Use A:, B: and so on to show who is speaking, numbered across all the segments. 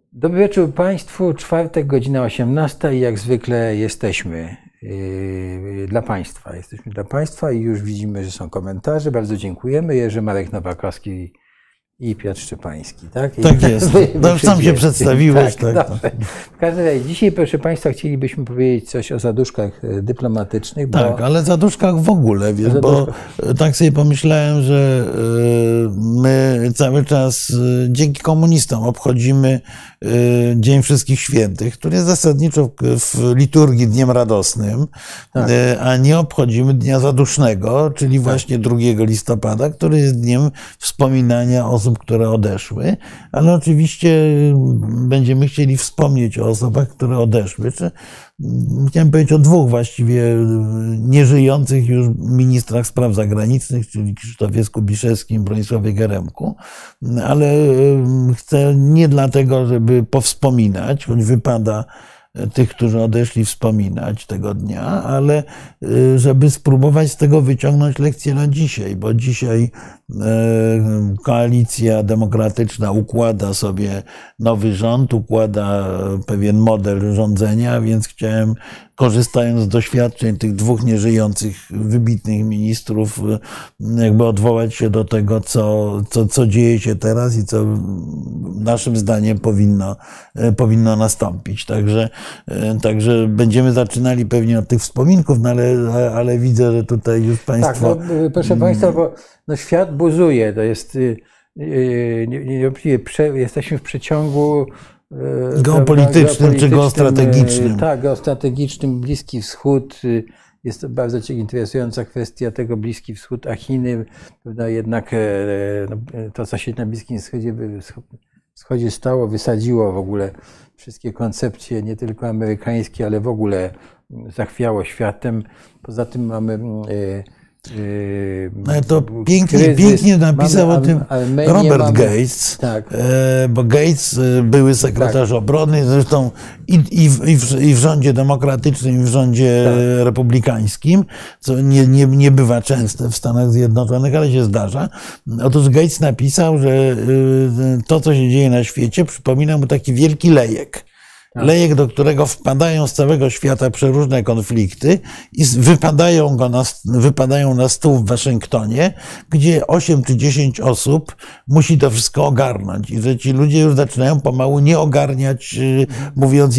A: Dobry wieczór Państwu. Czwartek, godzina 18 i jak zwykle jesteśmy dla Państwa. Jesteśmy dla Państwa i już widzimy, że są komentarze. Bardzo dziękujemy. Jerzy Marek Nowakowski i Piotr Szczepański. Tak,
B: tak jest. No już sam się przedstawiłeś. Tak.
A: W każdym razie dzisiaj, proszę Państwa, chcielibyśmy powiedzieć coś o zaduszkach dyplomatycznych.
B: Tak, ale zaduszkach w ogóle, wiesz, bo tak sobie pomyślałem, że my cały czas dzięki komunistom obchodzimy Dzień Wszystkich Świętych, który jest zasadniczo w liturgii dniem radosnym, tak, a nie obchodzimy Dnia Zadusznego, czyli właśnie 2 listopada, który jest dniem wspominania osób, które odeszły, ale oczywiście będziemy chcieli wspomnieć o osobach, które odeszły. Chciałem powiedzieć o 2 właściwie nieżyjących już ministrach spraw zagranicznych, czyli Krzysztofie Skubiszewskim i Bronisławie Geremku, ale chcę nie dlatego, żeby powspominać, choć wypada tych, którzy odeszli, wspominać tego dnia, ale żeby spróbować z tego wyciągnąć lekcję na dzisiaj, bo dzisiaj Koalicja Demokratyczna układa sobie nowy rząd, układa pewien model rządzenia, więc chciałem, korzystając z doświadczeń tych 2 nieżyjących, wybitnych ministrów, jakby odwołać się do tego, co dzieje się teraz i co naszym zdaniem powinno nastąpić. Także będziemy zaczynali pewnie od tych wspominków, no ale widzę, że tutaj już Państwo...
A: Tak, proszę Państwa, bo świat buzuje. To jest jesteśmy w przeciągu
B: geopolitycznym czy geostrategicznym.
A: Tak, geostrategicznym. Bliski Wschód. Jest to bardzo interesująca kwestia tego, Bliski Wschód, a Chiny. Prawda, jednak to, co się na Bliskim Wschodzie stało, wysadziło w ogóle wszystkie koncepcje, nie tylko amerykańskie, ale w ogóle zachwiało światem. Poza tym mamy...
B: To pięknie napisał o tym Robert Gates,
A: tak,
B: bo Gates, były sekretarz obrony, zresztą i w rządzie demokratycznym, i w rządzie republikańskim, co nie bywa częste w Stanach Zjednoczonych, ale się zdarza. Otóż Gates napisał, że to, co się dzieje na świecie, przypomina mu taki wielki lejek. Lejek, do wpadają z całego świata przeróżne konflikty i wypadają na stół w Waszyngtonie, gdzie 8 czy 10 osób musi to wszystko ogarnąć. I że ci ludzie już zaczynają pomału nie ogarniać, mówiąc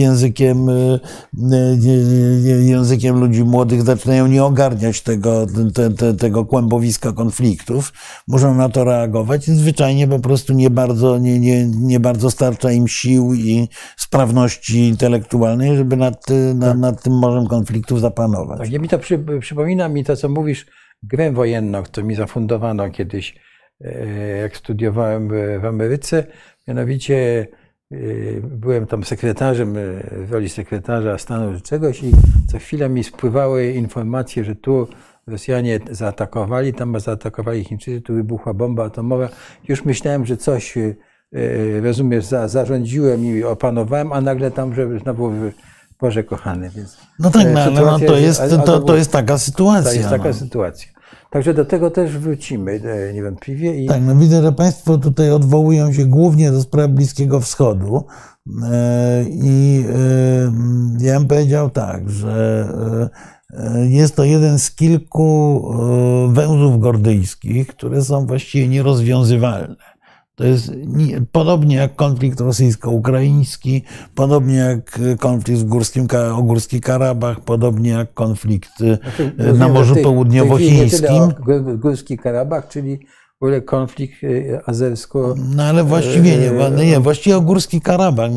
B: językiem ludzi młodych, zaczynają nie ogarniać tego kłębowiska konfliktów. Muszą na to reagować i zwyczajnie po prostu nie bardzo starcza im sił i sprawności intelektualnej, żeby nad tym morzem konfliktów zapanować.
A: Tak, mi to przypomina mi to, co mówisz, grę wojenną, którą mi zafundowano kiedyś, jak studiowałem w Ameryce. Mianowicie byłem tam sekretarzem, w roli sekretarza stanu czy czegoś i co chwilę mi spływały informacje, że tu Rosjanie zaatakowali, tam zaatakowali Chińczycy, tu wybuchła bomba atomowa. Już myślałem, że coś... rozumiesz, zarządziłem i opanowałem, a nagle tam, żeby znowu, Boże kochany. Więc
B: no tak, to jest taka sytuacja.
A: To jest taka sytuacja. Także do tego też wrócimy niewątpliwie.
B: Tak, widzę, że Państwo tutaj odwołują się głównie do spraw Bliskiego Wschodu i ja bym powiedział tak, że jest to jeden z kilku węzłów gordyjskich, które są właściwie nierozwiązywalne. To jest podobnie jak konflikt rosyjsko-ukraiński, podobnie jak konflikt o Górski Karabach, podobnie jak konflikt na Morzu Południowochińskim.
A: Nie tyle o Górski Karabach, czyli w ogóle konflikt azersko...
B: No ale właściwie nie, właściwie o Górski Karabach,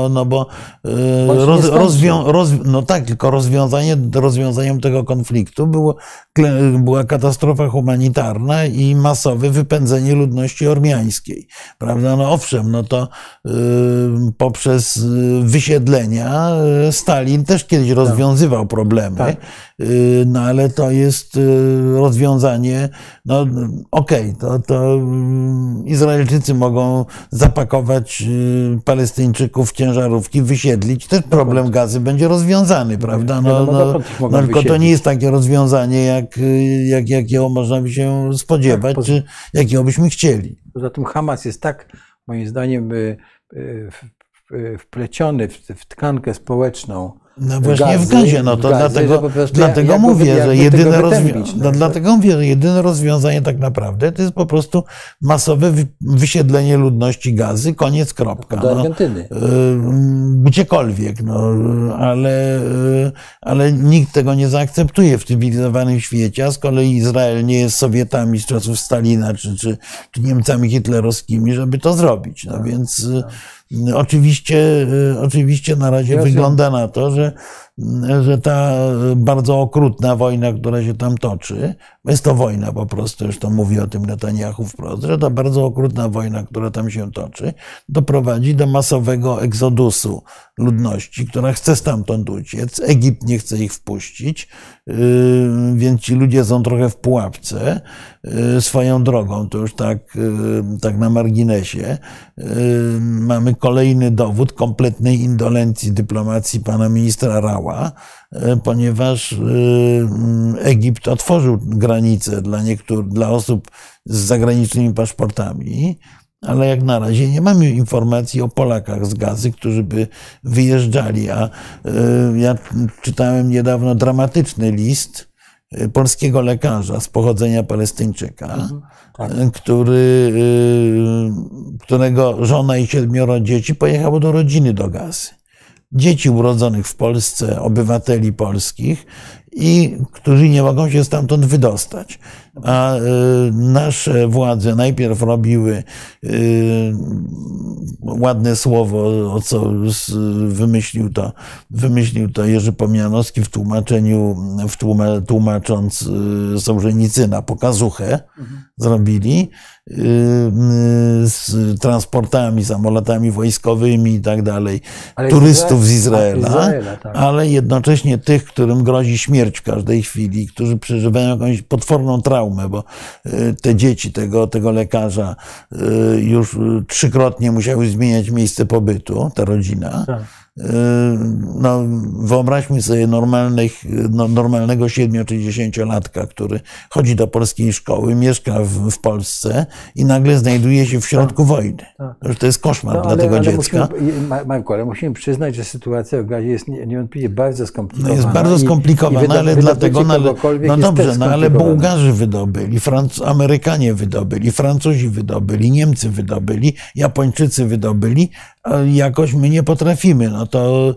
B: tylko rozwiązaniem tego konfliktu była katastrofa humanitarna i masowe wypędzenie ludności ormiańskiej, prawda? No owszem, to poprzez wysiedlenia Stalin też kiedyś rozwiązywał problemy, no ale to jest rozwiązanie, to Izraelczycy mogą zapakować Palestyńczyków w ciężarówki, wysiedlić, też problem Gazy będzie rozwiązany, prawda? Tylko to nie jest takie rozwiązanie, jakiego można by się spodziewać, czy jakiego byśmy chcieli.
A: Poza tym Hamas jest tak, moim zdaniem, wpleciony w tkankę społeczną.
B: No właśnie w gazie, no to dlatego mówię, że jedyne rozwiązanie tak naprawdę to jest po prostu masowe wysiedlenie ludności Gazy, koniec, kropka.
A: Do Argentyny.
B: Gdziekolwiek, ale nikt tego nie zaakceptuje w cywilizowanym świecie, a z kolei Izrael nie jest Sowietami z czasów Stalina czy Niemcami hitlerowskimi, żeby to zrobić. No więc oczywiście na razie wygląda na to, że ta bardzo okrutna wojna, która się tam toczy, jest to wojna po prostu, już to mówi o tym Netanyahu wprost, że ta bardzo okrutna wojna, która tam się toczy, doprowadzi do masowego egzodusu ludności, która chce stamtąd uciec. Egipt nie chce ich wpuścić, więc ci ludzie są trochę w pułapce. Swoją drogą, to już tak na marginesie, mamy kolejny dowód kompletnej indolencji dyplomacji pana ministra Rała, ponieważ Egipt otworzył granice dla osób z zagranicznymi paszportami, ale jak na razie nie mamy informacji o Polakach z Gazy, którzy by wyjeżdżali. A ja czytałem niedawno dramatyczny list polskiego lekarza z pochodzenia Palestyńczyka, którego żona i 7 dzieci pojechało do rodziny do Gazy. Dzieci urodzonych w Polsce, obywateli polskich i którzy nie mogą się stamtąd wydostać. A nasze władze najpierw robiły ładne słowo, o co wymyślił to Jerzy Pomianowski tłumacząc Sołżenicyna, pokazuchę zrobili z transportami, samolotami wojskowymi i tak dalej, turystów z Izraela, tak. Ale jednocześnie tych, którym grozi śmierć w każdej chwili, którzy przeżywają jakąś potworną traumę, bo te dzieci tego lekarza już 3-krotnie musiały zmieniać miejsce pobytu, ta rodzina. Tak. No, wyobraźmy sobie normalnego 7- czy 10-latka, który chodzi do polskiej szkoły, mieszka w Polsce i nagle znajduje się w środku wojny. To jest koszmar dla tego dziecka.
A: Marku, ale musimy przyznać, że sytuacja w Gazie jest niewątpliwie bardzo skomplikowana.
B: Jest bardzo skomplikowana, ale dlatego, no dobrze, ale Bułgarzy wydobyli, Amerykanie wydobyli, Francuzi wydobyli, Niemcy wydobyli, Japończycy wydobyli, a jakoś my nie potrafimy. No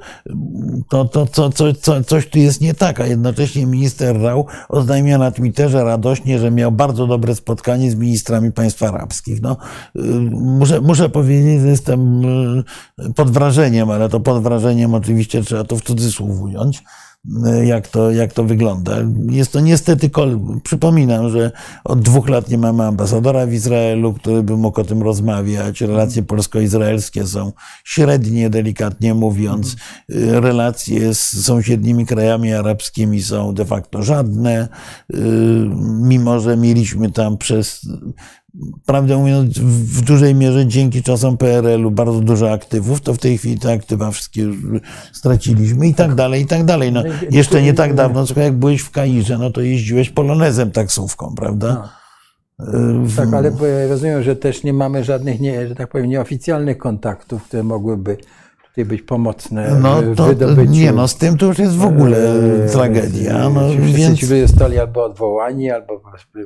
B: coś tu jest nie tak, a jednocześnie minister Rau oznajmia na Twitterze radośnie, że miał bardzo dobre spotkanie z ministrami państw arabskich. No, muszę powiedzieć, że jestem pod wrażeniem, ale to pod wrażeniem oczywiście trzeba to w cudzysłów ująć, jak to wygląda. Jest to niestety, przypominam, że od 2 lat nie mamy ambasadora w Izraelu, który by mógł o tym rozmawiać. Relacje polsko-izraelskie są średnie, delikatnie mówiąc. Relacje z sąsiednimi krajami arabskimi są de facto żadne, mimo że mieliśmy tam prawdę mówiąc, w dużej mierze dzięki czasom PRL-u bardzo dużo aktywów, to w tej chwili te aktywa wszystkie już straciliśmy i tak dalej, i tak dalej. No, jeszcze nie tak dawno, jak byłeś w Kairze, no to jeździłeś polonezem, taksówką, prawda?
A: Tak, ale rozumiem, że też nie mamy żadnych, że tak powiem, nieoficjalnych kontaktów, które mogłyby tutaj być pomocne w wydobyciu.
B: Nie, z tym to już jest w ogóle tragedia.
A: Więc ci ludzie zostali albo odwołani, albo...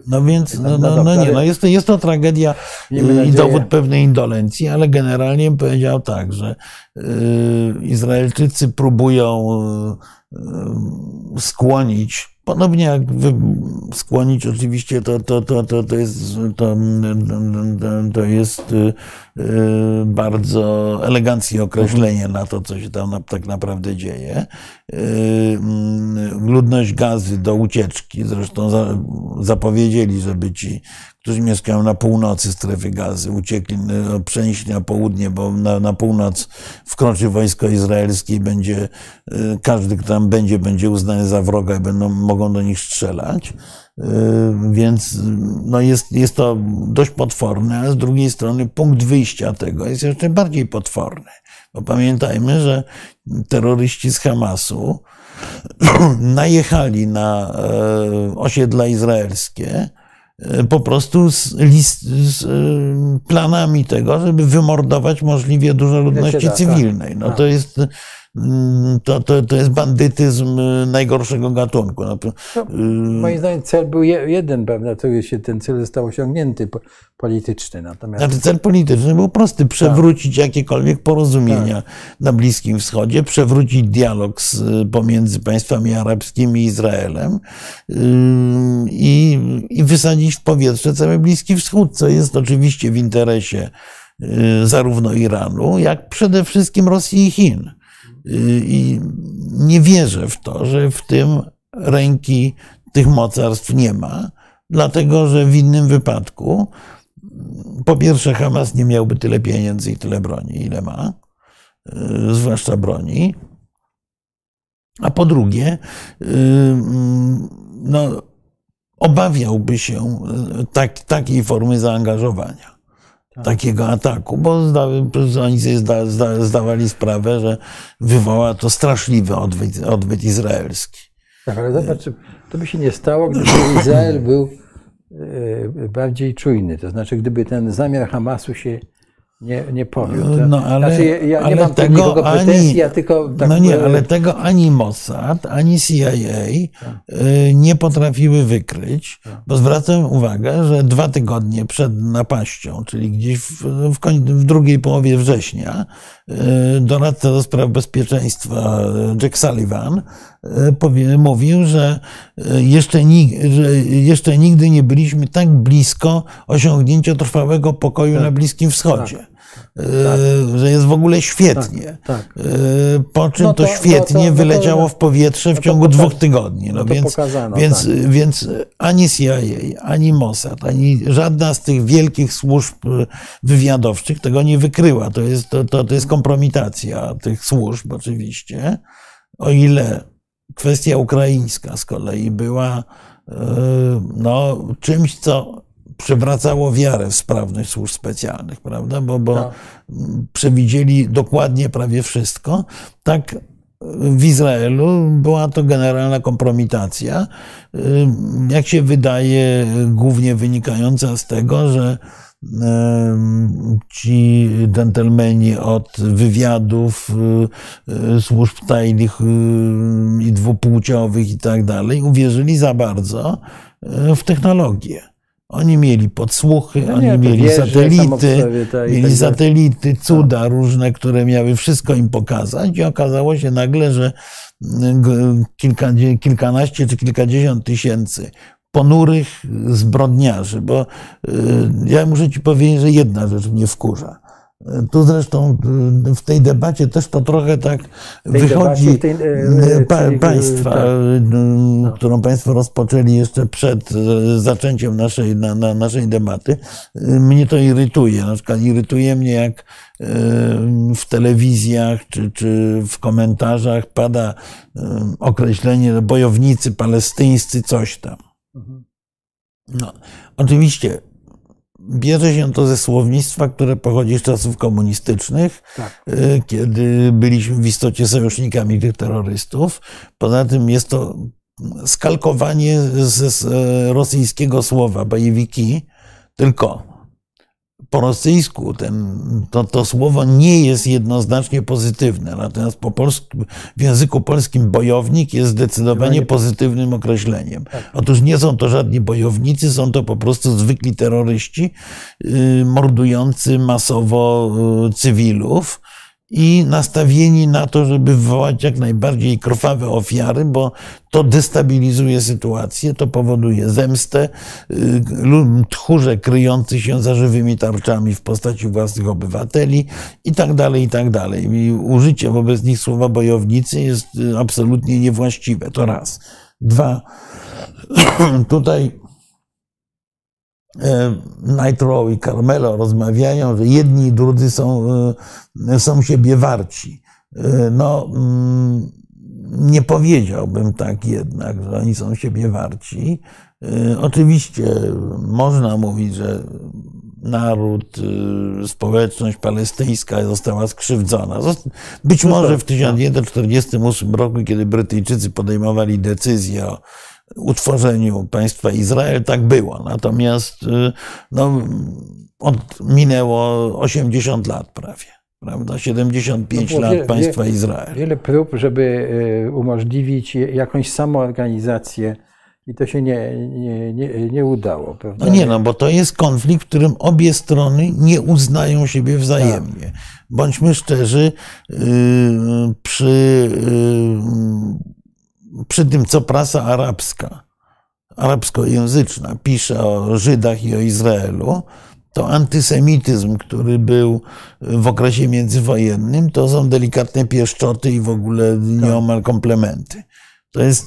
B: Jest to tragedia i dowód pewnej indolencji, ale generalnie bym powiedział tak, że Izraelczycy próbują skłonić, podobnie jak skłonić, oczywiście to jest bardzo eleganckie określenie na to, co się tam tak naprawdę dzieje. Ludność Gazy do ucieczki, zresztą zapowiedzieli, żeby ci, którzy mieszkają na północy strefy Gazy, uciekli, przenieśli na południe, bo na północ wkroczy wojsko izraelskie i każdy, kto tam będzie uznany za wroga i mogą do nich strzelać. Więc jest to dość potworne, a z drugiej strony punkt wyjścia tego jest jeszcze bardziej potworny. Bo pamiętajmy, że terroryści z Hamasu najechali na osiedla izraelskie po prostu z planami tego, żeby wymordować możliwie dużo ludności cywilnej. No to jest to jest bandytyzm najgorszego gatunku.
A: Moim zdaniem cel był jeden, prawda? Ten cel został osiągnięty, polityczny. Natomiast...
B: Znaczy cel polityczny był prosty, przewrócić jakiekolwiek porozumienia na Bliskim Wschodzie, przewrócić dialog pomiędzy państwami arabskimi i Izraelem i wysadzić w powietrze cały Bliski Wschód, co jest oczywiście w interesie zarówno Iranu, jak przede wszystkim Rosji i Chin. I nie wierzę w to, że w tym ręki tych mocarstw nie ma, dlatego że w innym wypadku, po pierwsze, Hamas nie miałby tyle pieniędzy i tyle broni, ile ma, zwłaszcza broni, a po drugie, no, obawiałby się takiej formy zaangażowania. Takiego ataku, bo oni sobie zdawali sprawę, że wywoła to straszliwy odwyt izraelski.
A: Tak, ale zobacz, to by się nie stało, gdyby Izrael był bardziej czujny. To znaczy, gdyby ten zamiar Hamasu się nie powiódł.
B: No, ale,
A: znaczy, ja
B: ale
A: nie mam
B: tego
A: nikogo pretensji, ja tylko... Tak,
B: no nie, ale tego ani Mossad, ani CIA nie potrafiły wykryć, bo zwracam uwagę, że 2 tygodnie przed napaścią, czyli gdzieś w drugiej połowie września, doradca do spraw bezpieczeństwa Jack Sullivan mówił, że jeszcze nigdy nie byliśmy tak blisko osiągnięcia trwałego pokoju na Bliskim Wschodzie. Że jest w ogóle świetnie. Po czym to świetnie wyleciało w powietrze w ciągu 2 tygodni. Więc ani CIA, ani Mossad, ani żadna z tych wielkich służb wywiadowczych tego nie wykryła. To jest kompromitacja tych służb oczywiście. O ile kwestia ukraińska z kolei była czymś, co przywracało wiarę w sprawność służb specjalnych, prawda? Bo przewidzieli dokładnie prawie wszystko. Tak w Izraelu była to generalna kompromitacja, jak się wydaje, głównie wynikająca z tego, że ci dżentelmeni od wywiadów, służb tajnych i dwupłciowych i tak dalej uwierzyli za bardzo w technologię. Oni mieli podsłuchy, oni mieli satelity, cuda różne, które miały wszystko im pokazać i okazało się nagle, że kilkanaście czy kilkadziesiąt tysięcy ponurych zbrodniarzy, bo ja muszę ci powiedzieć, że jedna rzecz mnie wkurza. Tu zresztą w tej debacie też to trochę tak wychodzi państwa, którą państwo rozpoczęli jeszcze przed zaczęciem naszej debaty. Mnie to irytuje. Na przykład irytuje mnie, jak w telewizjach czy w komentarzach pada określenie, że bojownicy palestyńscy coś tam. No, oczywiście bierze się to ze słownictwa, które pochodzi z czasów komunistycznych, kiedy byliśmy w istocie sojusznikami tych terrorystów. Poza tym jest to skalkowanie z rosyjskiego słowa bojewiki, tylko po rosyjsku to słowo nie jest jednoznacznie pozytywne, natomiast w języku polskim bojownik jest zdecydowanie pozytywnym określeniem. Otóż nie są to żadni bojownicy, są to po prostu zwykli terroryści mordujący masowo cywilów i nastawieni na to, żeby wywołać jak najbardziej krwawe ofiary, bo to destabilizuje sytuację, to powoduje zemstę, tchórze kryjący się za żywymi tarczami w postaci własnych obywateli i tak dalej, i tak dalej. I użycie wobec nich słowa bojownicy jest absolutnie niewłaściwe. To raz. 2. Tutaj Nitro i Carmelo rozmawiają, że jedni i drudzy są siebie warci. No, nie powiedziałbym tak jednak, że oni są siebie warci. Oczywiście można mówić, że naród, społeczność palestyńska została skrzywdzona. Być może w 1948 roku, kiedy Brytyjczycy podejmowali decyzję o utworzeniu państwa Izrael, tak było. Natomiast no, minęło 80 lat prawie, prawda? 75 lat państwa Izrael.
A: Wiele prób, żeby umożliwić jakąś samoorganizację i to się nie udało, prawda?
B: No nie, no bo to jest konflikt, w którym obie strony nie uznają siebie wzajemnie. Tak. Bądźmy szczerzy, przy tym, co prasa arabskojęzyczna pisze o Żydach i o Izraelu, to antysemityzm, który był w okresie międzywojennym, to są delikatne pieszczoty i w ogóle nieomal komplementy. To jest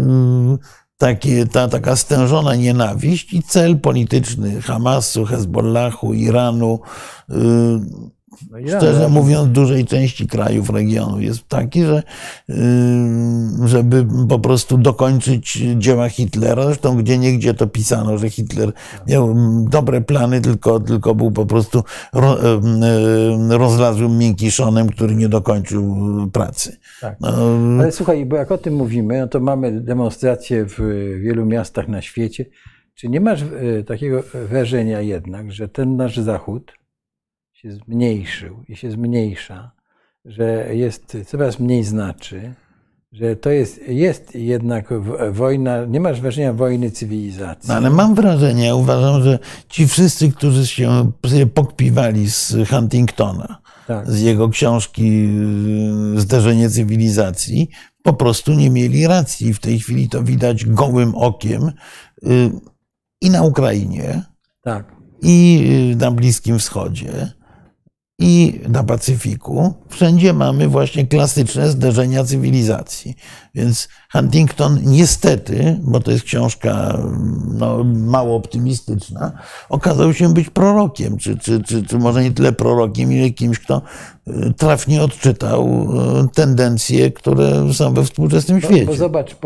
B: taka stężona nienawiść i cel polityczny Hamasu, Hezbollahu, Iranu, szczerze mówiąc, dużej części krajów regionu jest taki, że żeby po prostu dokończyć dzieła Hitlera, zresztą gdzieniegdzie to pisano, że Hitler miał dobre plany, tylko był po prostu rozlazłym miękiszonem, który nie dokończył pracy.
A: Tak. No, ale słuchaj, bo jak o tym mówimy, no to mamy demonstracje w wielu miastach na świecie. Czy nie masz takiego wrażenia jednak, że ten nasz Zachód się zmniejszył i się zmniejsza, że jest coraz mniej znaczy, że to jest jednak wojna, nie masz wrażenia wojny cywilizacji.
B: No, ale mam wrażenie, ja uważam, że ci wszyscy, którzy się pokpiwali z Huntingtona, tak, z jego książki Zderzenie cywilizacji, po prostu nie mieli racji. W tej chwili to widać gołym okiem i na Ukrainie, tak, i na Bliskim Wschodzie, i na Pacyfiku. Wszędzie mamy właśnie klasyczne zderzenia cywilizacji. Więc Huntington niestety, bo to jest książka no, mało optymistyczna, okazał się być prorokiem, czy może nie tyle prorokiem, ile kimś, kto trafnie odczytał tendencje, które są we współczesnym świecie.
A: Bo zobacz,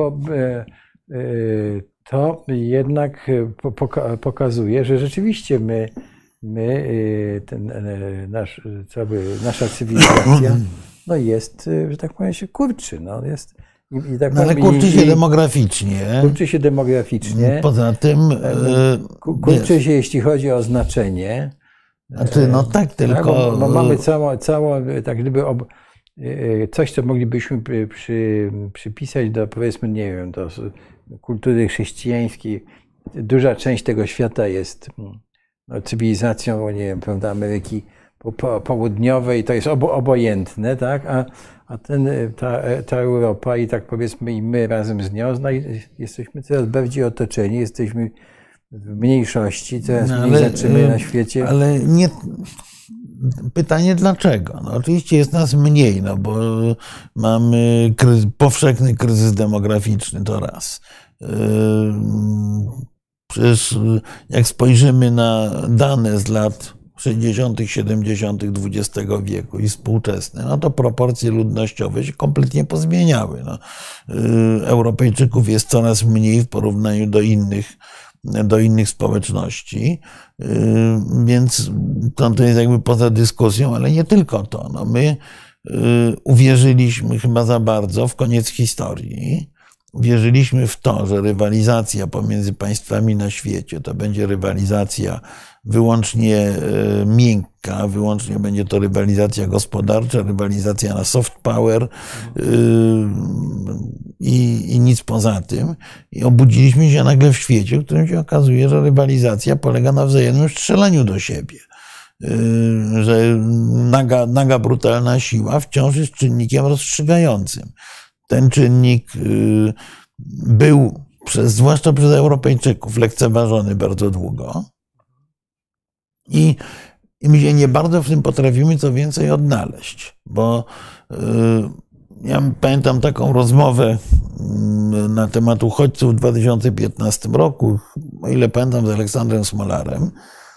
A: to jednak pokazuje, że rzeczywiście nasza cywilizacja no jest, że tak powiem, się kurczy. No jest, tak
B: ale kurczy się demograficznie.
A: Kurczy się demograficznie.
B: Poza tym
A: kurczy się, jeśli chodzi o znaczenie.
B: Znaczy, no tak, tylko...
A: Bo mamy całą tak gdyby coś, co moglibyśmy przypisać do, powiedzmy, nie wiem, do kultury chrześcijańskiej. Duża część tego świata jest cywilizacją, nie wiem, prawda, Ameryki Południowej, to jest obojętne, tak? A ta Europa i tak powiedzmy i my razem z nią jesteśmy coraz bardziej otoczeni, jesteśmy w mniejszości, coraz mniej zaczymy na świecie.
B: Ale nie... Pytanie dlaczego? No oczywiście jest nas mniej, no bo mamy powszechny kryzys demograficzny, to raz. Przecież jak spojrzymy na dane z lat 60., 70. XX wieku i współczesne, no to proporcje ludnościowe się kompletnie pozmieniały. No, Europejczyków jest coraz mniej w porównaniu do innych społeczności, więc to jest jakby poza dyskusją, ale nie tylko to. No, my uwierzyliśmy chyba za bardzo w koniec historii. Wierzyliśmy w to, że rywalizacja pomiędzy państwami na świecie to będzie rywalizacja wyłącznie miękka, wyłącznie będzie to rywalizacja gospodarcza, rywalizacja na soft power i nic poza tym. I obudziliśmy się nagle w świecie, w którym się okazuje, że rywalizacja polega na wzajemnym strzelaniu do siebie. Że naga brutalna siła wciąż jest czynnikiem rozstrzygającym. Ten czynnik był zwłaszcza przez Europejczyków lekceważony bardzo długo i my się nie bardzo w tym potrafimy co więcej odnaleźć, bo ja pamiętam taką rozmowę na temat uchodźców w 2015 roku, o ile pamiętam, z Aleksandrem Smolarem,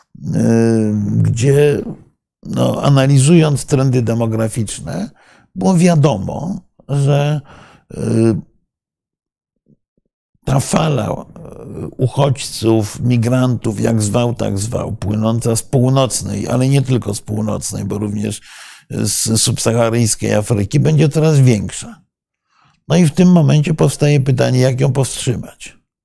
B: gdzie no, analizując trendy demograficzne, było wiadomo, że ta fala uchodźców, migrantów, jak zwał, tak zwał, płynąca z północnej, ale nie tylko z północnej, bo również z subsaharyjskiej Afryki, będzie coraz większa. No i w tym momencie powstaje pytanie, jak ją powstrzymać.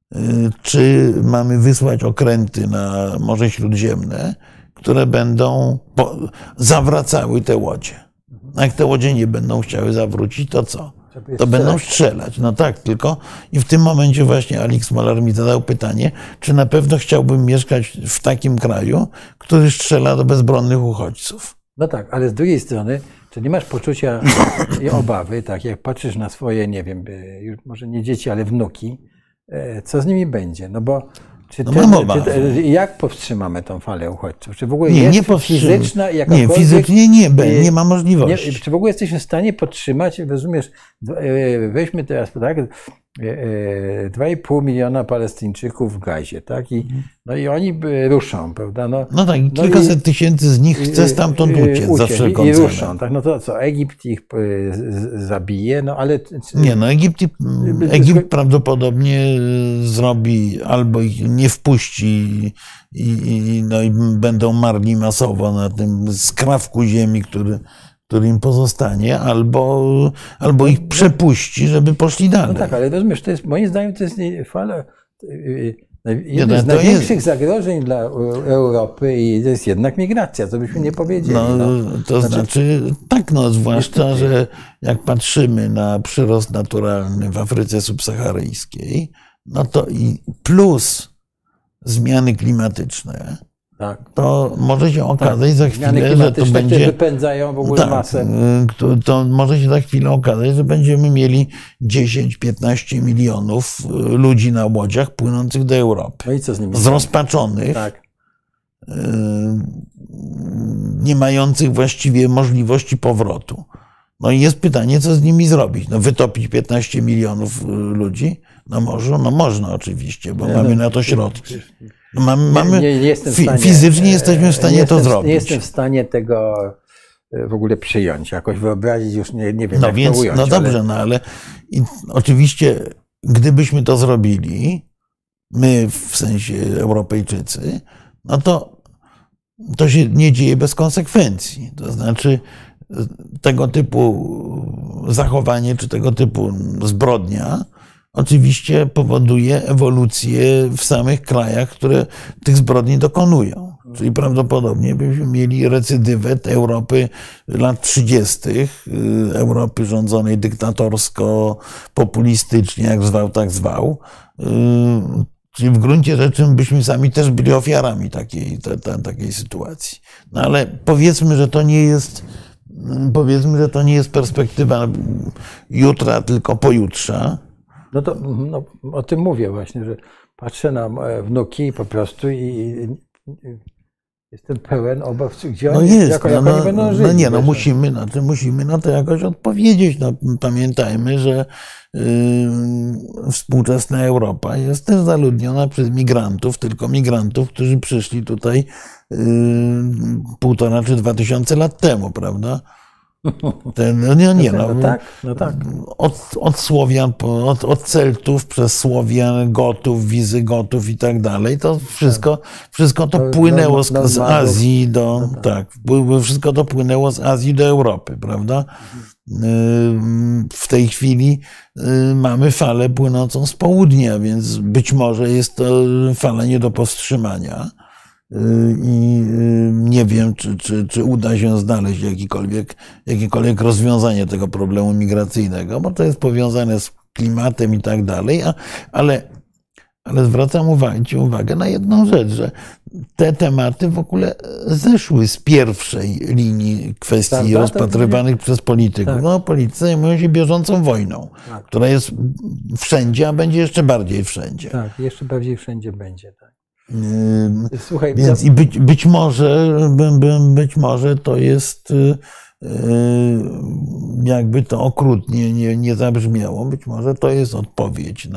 B: czy mamy wysłać okręty na Morze Śródziemne, które będą zawracały te łodzie. A jak te łodzie nie będą chciały zawrócić, to co? To będą strzelać. No tak, tylko i w tym momencie właśnie Alex Molar mi zadał pytanie, czy na pewno chciałbym mieszkać w takim kraju, który strzela do bezbronnych uchodźców.
A: No tak, ale z drugiej strony, czy nie masz poczucia i obawy, tak jak patrzysz na swoje, nie wiem, już może nie dzieci, ale wnuki, co z nimi będzie? No bo jak powstrzymamy tą falę uchodźców? Czy w ogóle jest fizyczna jakakolwiek...
B: Nie, fizycznie nie ma możliwości.
A: Czy w ogóle jesteśmy w stanie podtrzymać, rozumiesz, weźmy teraz tak, 2,5 miliona Palestyńczyków w Gazie, tak? No i oni ruszą, prawda?
B: No tak, kilkaset tysięcy z nich chce stamtąd uciec za wszelką cenę.
A: I ruszą, tak? No to co, Egipt ich zabije, no ale...
B: Nie, no Egipt prawdopodobnie zrobi, albo ich nie wpuści i będą marli masowo na tym skrawku ziemi, który im pozostanie, albo ich przepuści, żeby poszli dalej.
A: No tak, ale rozumiesz, to jest, moim zdaniem to jest fala... Jedno z największych zagrożeń dla Europy i to jest jednak migracja, co byśmy nie powiedzieli.
B: To znaczy, tak, zwłaszcza, że jak patrzymy na przyrost naturalny w Afryce subsaharyjskiej, no to i plus zmiany klimatyczne, tak. To może się okazać za chwilę, że to będzie...
A: wypędzają w ogóle masę.
B: To może się za chwilę okazać, że będziemy mieli 10-15 milionów ludzi na łodziach płynących do Europy.
A: No i co z nimi?
B: Zrozpaczonych,
A: tak.
B: Nie mających właściwie możliwości powrotu. No i jest pytanie, co z nimi zrobić? No wytopić 15 milionów ludzi? No może, no można oczywiście, bo mamy na to środki. Fizycznie jesteśmy w stanie to zrobić.
A: Nie jestem w stanie tego w ogóle przyjąć, jakoś wyobrazić, już nie wiem, jak
B: więc,
A: to ująć.
B: No dobrze, ale oczywiście, gdybyśmy to zrobili, my w sensie Europejczycy, no to się nie dzieje bez konsekwencji. To znaczy tego typu zachowanie, czy tego typu zbrodnia oczywiście powoduje ewolucję w samych krajach, które tych zbrodni dokonują. Czyli prawdopodobnie byśmy mieli recydywę Europy lat 30., Europy rządzonej dyktatorsko-populistycznie, jak zwał, tak zwał. Czyli w gruncie rzeczy byśmy sami też byli ofiarami takiej sytuacji. No ale powiedzmy, że to nie jest perspektywa jutra, tylko pojutrze.
A: No to o tym mówię właśnie, że patrzę na wnuki po prostu i jestem pełen obaw, gdzie oni, jak oni będą żyli.
B: Musimy na to jakoś odpowiedzieć. No, pamiętajmy, że współczesna Europa jest też zaludniona przez migrantów, tylko migrantów, którzy przyszli tutaj 1,5 czy 2 tysiące lat temu, prawda? Od Słowian, od Celtów przez Słowian, Gotów, Wizygotów i tak dalej, to wszystko to płynęło z Azji do, wszystko to płynęło z Azji do Europy, prawda? W tej chwili mamy falę płynącą z południa, więc być może jest to fala nie do powstrzymania. I nie wiem, czy uda się znaleźć jakiekolwiek rozwiązanie tego problemu migracyjnego, bo to jest powiązane z klimatem i tak dalej, ale zwracam uwagę na jedną rzecz, że te tematy w ogóle zeszły z pierwszej linii kwestii rozpatrywanych przez polityków. Tak. No, politycy zajmują się bieżącą wojną, która jest wszędzie, a będzie jeszcze bardziej wszędzie.
A: Tak, jeszcze bardziej wszędzie będzie, tak.
B: Słuchaj, więc i być może to jest, jakby to okrutnie nie zabrzmiało, być może to jest odpowiedź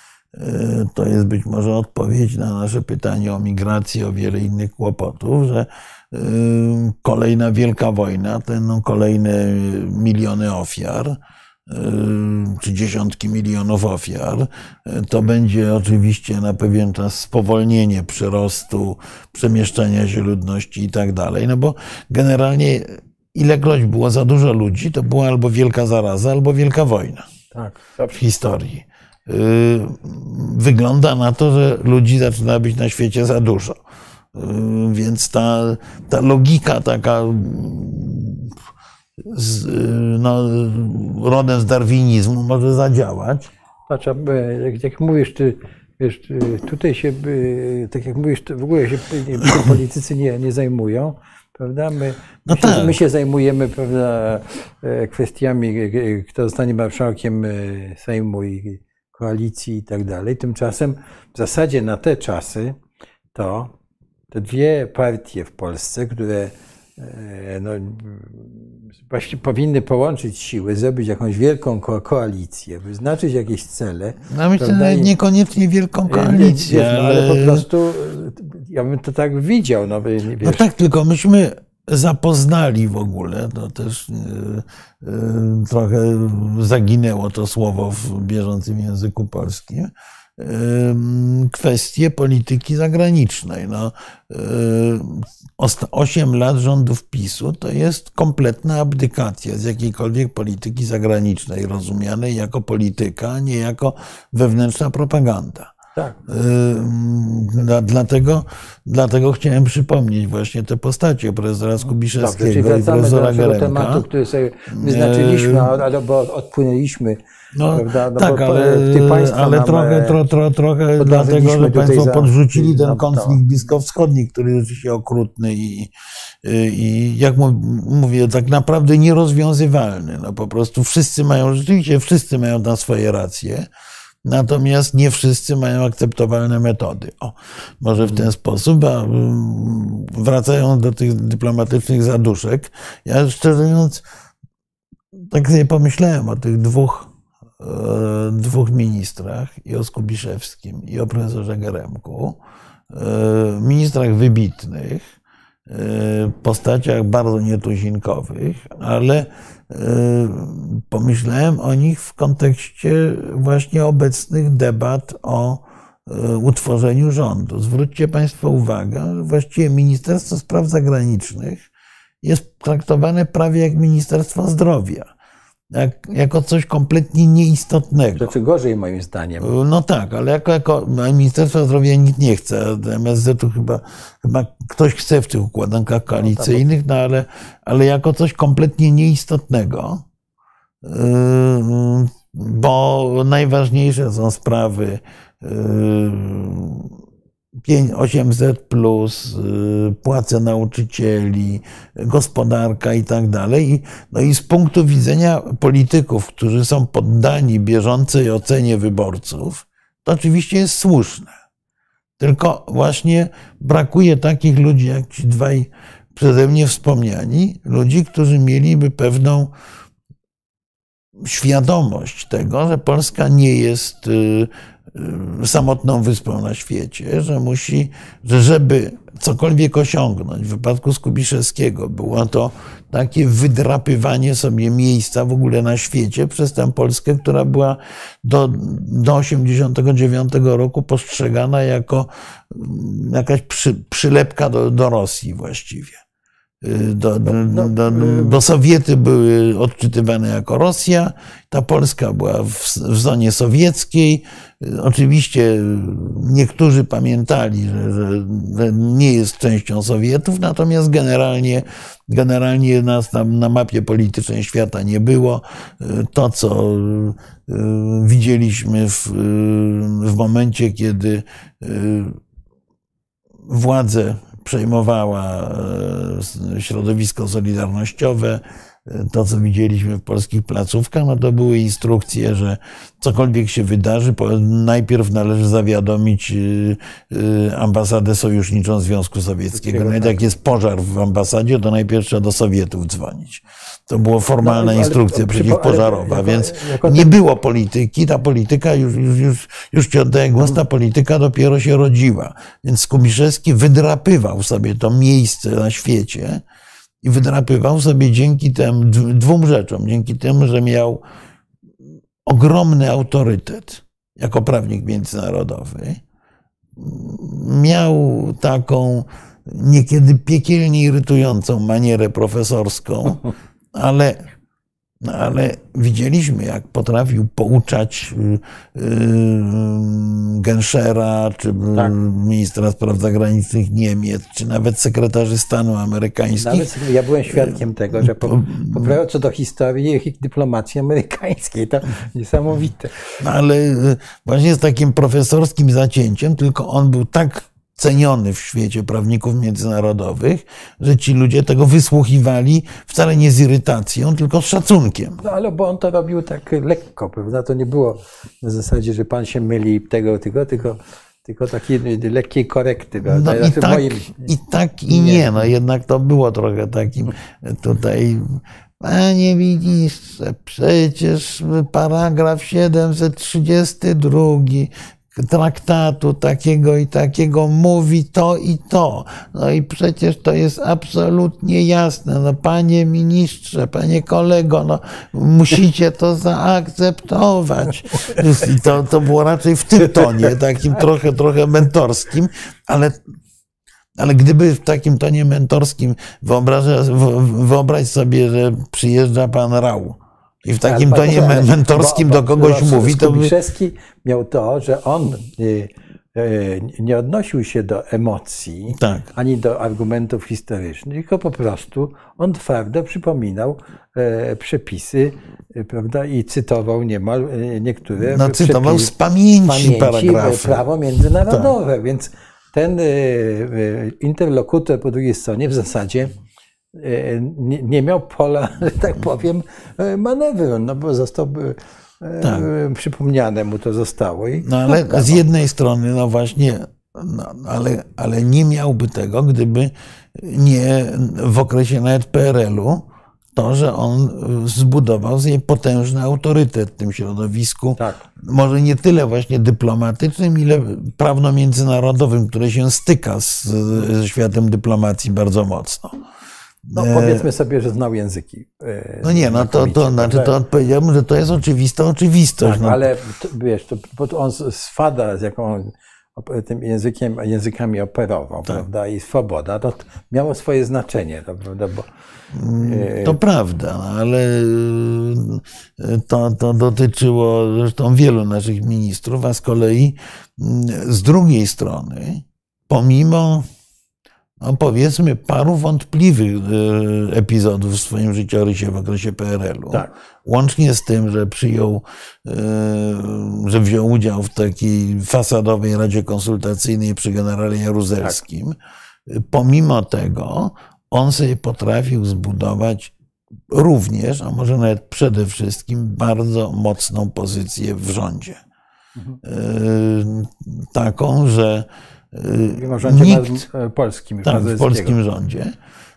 B: na nasze pytanie o migrację, o wiele innych kłopotów, że kolejna wielka wojna, kolejne miliony ofiar, czy dziesiątki milionów ofiar, to będzie oczywiście na pewien czas spowolnienie przyrostu, przemieszczania się ludności i tak dalej, no bo generalnie ilekroć było za dużo ludzi, to była albo wielka zaraza, albo wielka wojna w historii. wygląda na to, że ludzi zaczyna być na świecie za dużo. Więc ta logika taka rodem z darwinizmu może zadziałać.
A: Patrz, jak mówisz, ty wiesz, tutaj się, tak jak mówisz, w ogóle się politycy nie zajmują, prawda? My się zajmujemy, prawda, kwestiami, kto zostanie marszałkiem Sejmu i koalicji i tak dalej. Tymczasem w zasadzie na te czasy to te dwie partie w Polsce, które no, właśnie powinny połączyć siły, zrobić jakąś wielką koalicję, wyznaczyć jakieś cele.
B: No myślę, że niekoniecznie wielką koalicję.
A: Wiesz, no, ale po prostu ja bym to tak widział. No, wiesz.
B: No tak, tylko myśmy zapoznali w ogóle, to też trochę zaginęło to słowo w bieżącym języku polskim, kwestie polityki zagranicznej. No, 8 lat rządów PiS-u to jest kompletna abdykacja z jakiejkolwiek polityki zagranicznej, rozumianej jako polityka, a nie jako wewnętrzna propaganda.
A: Tak.
B: Dlatego chciałem przypomnieć właśnie te postacie profesora Skubiszewskiego i profesora Geremka.
A: Do tematu, który sobie wyznaczyliśmy, albo odpłynęliśmy.
B: No,
A: prawda? No,
B: tak, ale trochę dlatego, że państwo podrzucili ten konflikt bliskowschodni, który jest rzeczywiście okrutny i jak mówię, tak naprawdę nierozwiązywalny. No, po prostu rzeczywiście wszyscy mają tam swoje racje. Natomiast nie wszyscy mają akceptowalne metody. Może w ten sposób, a wracając do tych dyplomatycznych zaduszek, ja szczerze mówiąc, tak sobie pomyślałem o tych dwóch ministrach, i o Skubiszewskim, i o profesorze Geremku, ministrach wybitnych, postaciach bardzo nietuzinkowych, ale pomyślałem o nich w kontekście właśnie obecnych debat o utworzeniu rządu. Zwróćcie państwo uwagę, że właściwie Ministerstwo Spraw Zagranicznych jest traktowane prawie jak Ministerstwo Zdrowia. Jako coś kompletnie nieistotnego.
A: Znaczy gorzej moim zdaniem.
B: No tak, ale jako Ministerstwo Zdrowia nikt nie chce. MSZ-u chyba ktoś chce w tych układankach koalicyjnych, no ale jako coś kompletnie nieistotnego, bo najważniejsze są sprawy 800+, płace nauczycieli, gospodarka i tak dalej. No i z punktu widzenia polityków, którzy są poddani bieżącej ocenie wyborców, to oczywiście jest słuszne. Tylko właśnie brakuje takich ludzi, jak ci dwaj przeze mnie wspomniani, ludzi, którzy mieliby pewną świadomość tego, że Polska nie jest samotną wyspą na świecie, że żeby cokolwiek osiągnąć, w wypadku Skubiszewskiego było to takie wydrapywanie sobie miejsca w ogóle na świecie przez tę Polskę, która była do 1989 roku postrzegana jako jakaś przylepka do Rosji właściwie. Do Sowiety były odczytywane jako Rosja, ta Polska była w zonie sowieckiej. Oczywiście niektórzy pamiętali, że nie jest częścią Sowietów, natomiast generalnie nas tam na mapie politycznej świata nie było. To, co widzieliśmy w momencie, kiedy władzę przejmowała środowisko solidarnościowe, to, co widzieliśmy w polskich placówkach, no to były instrukcje, że cokolwiek się wydarzy, najpierw należy zawiadomić ambasadę sojuszniczą Związku Sowieckiego. Nawet jak jest pożar w ambasadzie, to najpierw trzeba do Sowietów dzwonić. To była formalna instrukcja przeciwpożarowa, więc nie było polityki. Ta polityka, już ci oddaję głos, ta polityka dopiero się rodziła. Więc Skubiszewski wydrapywał sobie to miejsce na świecie i wydrapywał sobie dzięki tym dwóm rzeczom. Dzięki temu, że miał ogromny autorytet jako prawnik międzynarodowy, miał taką niekiedy piekielnie irytującą manierę profesorską, ale No ale widzieliśmy, jak potrafił pouczać Genschera, czy
A: Tak.
B: ministra spraw zagranicznych Niemiec, czy nawet sekretarzy stanu amerykańskich.
A: Nawet ja byłem świadkiem tego, że poprawiał co do historii dyplomacji amerykańskiej. To niesamowite.
B: No ale właśnie z takim profesorskim zacięciem, tylko on był tak ceniony w świecie prawników międzynarodowych, że ci ludzie tego wysłuchiwali wcale nie z irytacją, tylko z szacunkiem.
A: No ale bo on to robił tak lekko, prawda? To nie było na zasadzie, że pan się myli tego, tylko takiej lekkiej korekty.
B: No i tak i nie. No jednak to było trochę takim tutaj... Panie ministrze, przecież paragraf 732 traktatu takiego i takiego mówi to i to. No i przecież to jest absolutnie jasne. No panie ministrze, panie kolego, no musicie to zaakceptować. I to było raczej w tym tonie, takim trochę mentorskim, ale gdyby w takim tonie mentorskim wyobraź sobie, że przyjeżdża pan Rau i w takim tonie mentorskim do kogoś mówi, to by...
A: Skubiszewski miał to, że on nie odnosił się do emocji,
B: tak,
A: ani do argumentów historycznych, tylko po prostu on twardo przypominał przepisy, prawda, i cytował niemal niektóre
B: no, cytował z pamięci paragrafy.
A: Prawo międzynarodowe, tak. Więc ten interlokutor po drugiej stronie w zasadzie nie miał pola, że tak powiem, manewru, no bo został tak. Przypomniane mu to zostało.
B: No ale z jednej strony, no właśnie, no, ale nie miałby tego, gdyby nie w okresie nawet PRL-u to, że on zbudował sobie potężny autorytet w tym środowisku, tak. Może nie tyle właśnie dyplomatycznym, ile prawno-międzynarodowym, które się styka ze światem dyplomacji bardzo mocno.
A: No powiedzmy sobie, że znał języki.
B: No nie, no to znaczy, to odpowiedziałbym, że to jest oczywista oczywistość.
A: Tak,
B: no.
A: Ale wiesz, bo on swada, z jaką tym językami operował, tak. Prawda, i swoboda, to miało swoje znaczenie, to prawda, bo...
B: To prawda, ale to dotyczyło zresztą wielu naszych ministrów, a z kolei z drugiej strony, pomimo no powiedzmy paru wątpliwych epizodów w swoim życiorysie w okresie PRL-u. Tak. Łącznie z tym, że wziął udział w takiej fasadowej radzie konsultacyjnej przy generale Jaruzelskim. Tak. Pomimo tego on sobie potrafił zbudować również, a może nawet przede wszystkim, bardzo mocną pozycję w rządzie. Taką, że
A: w rządzie polskim.
B: Tak, w polskim rządzie.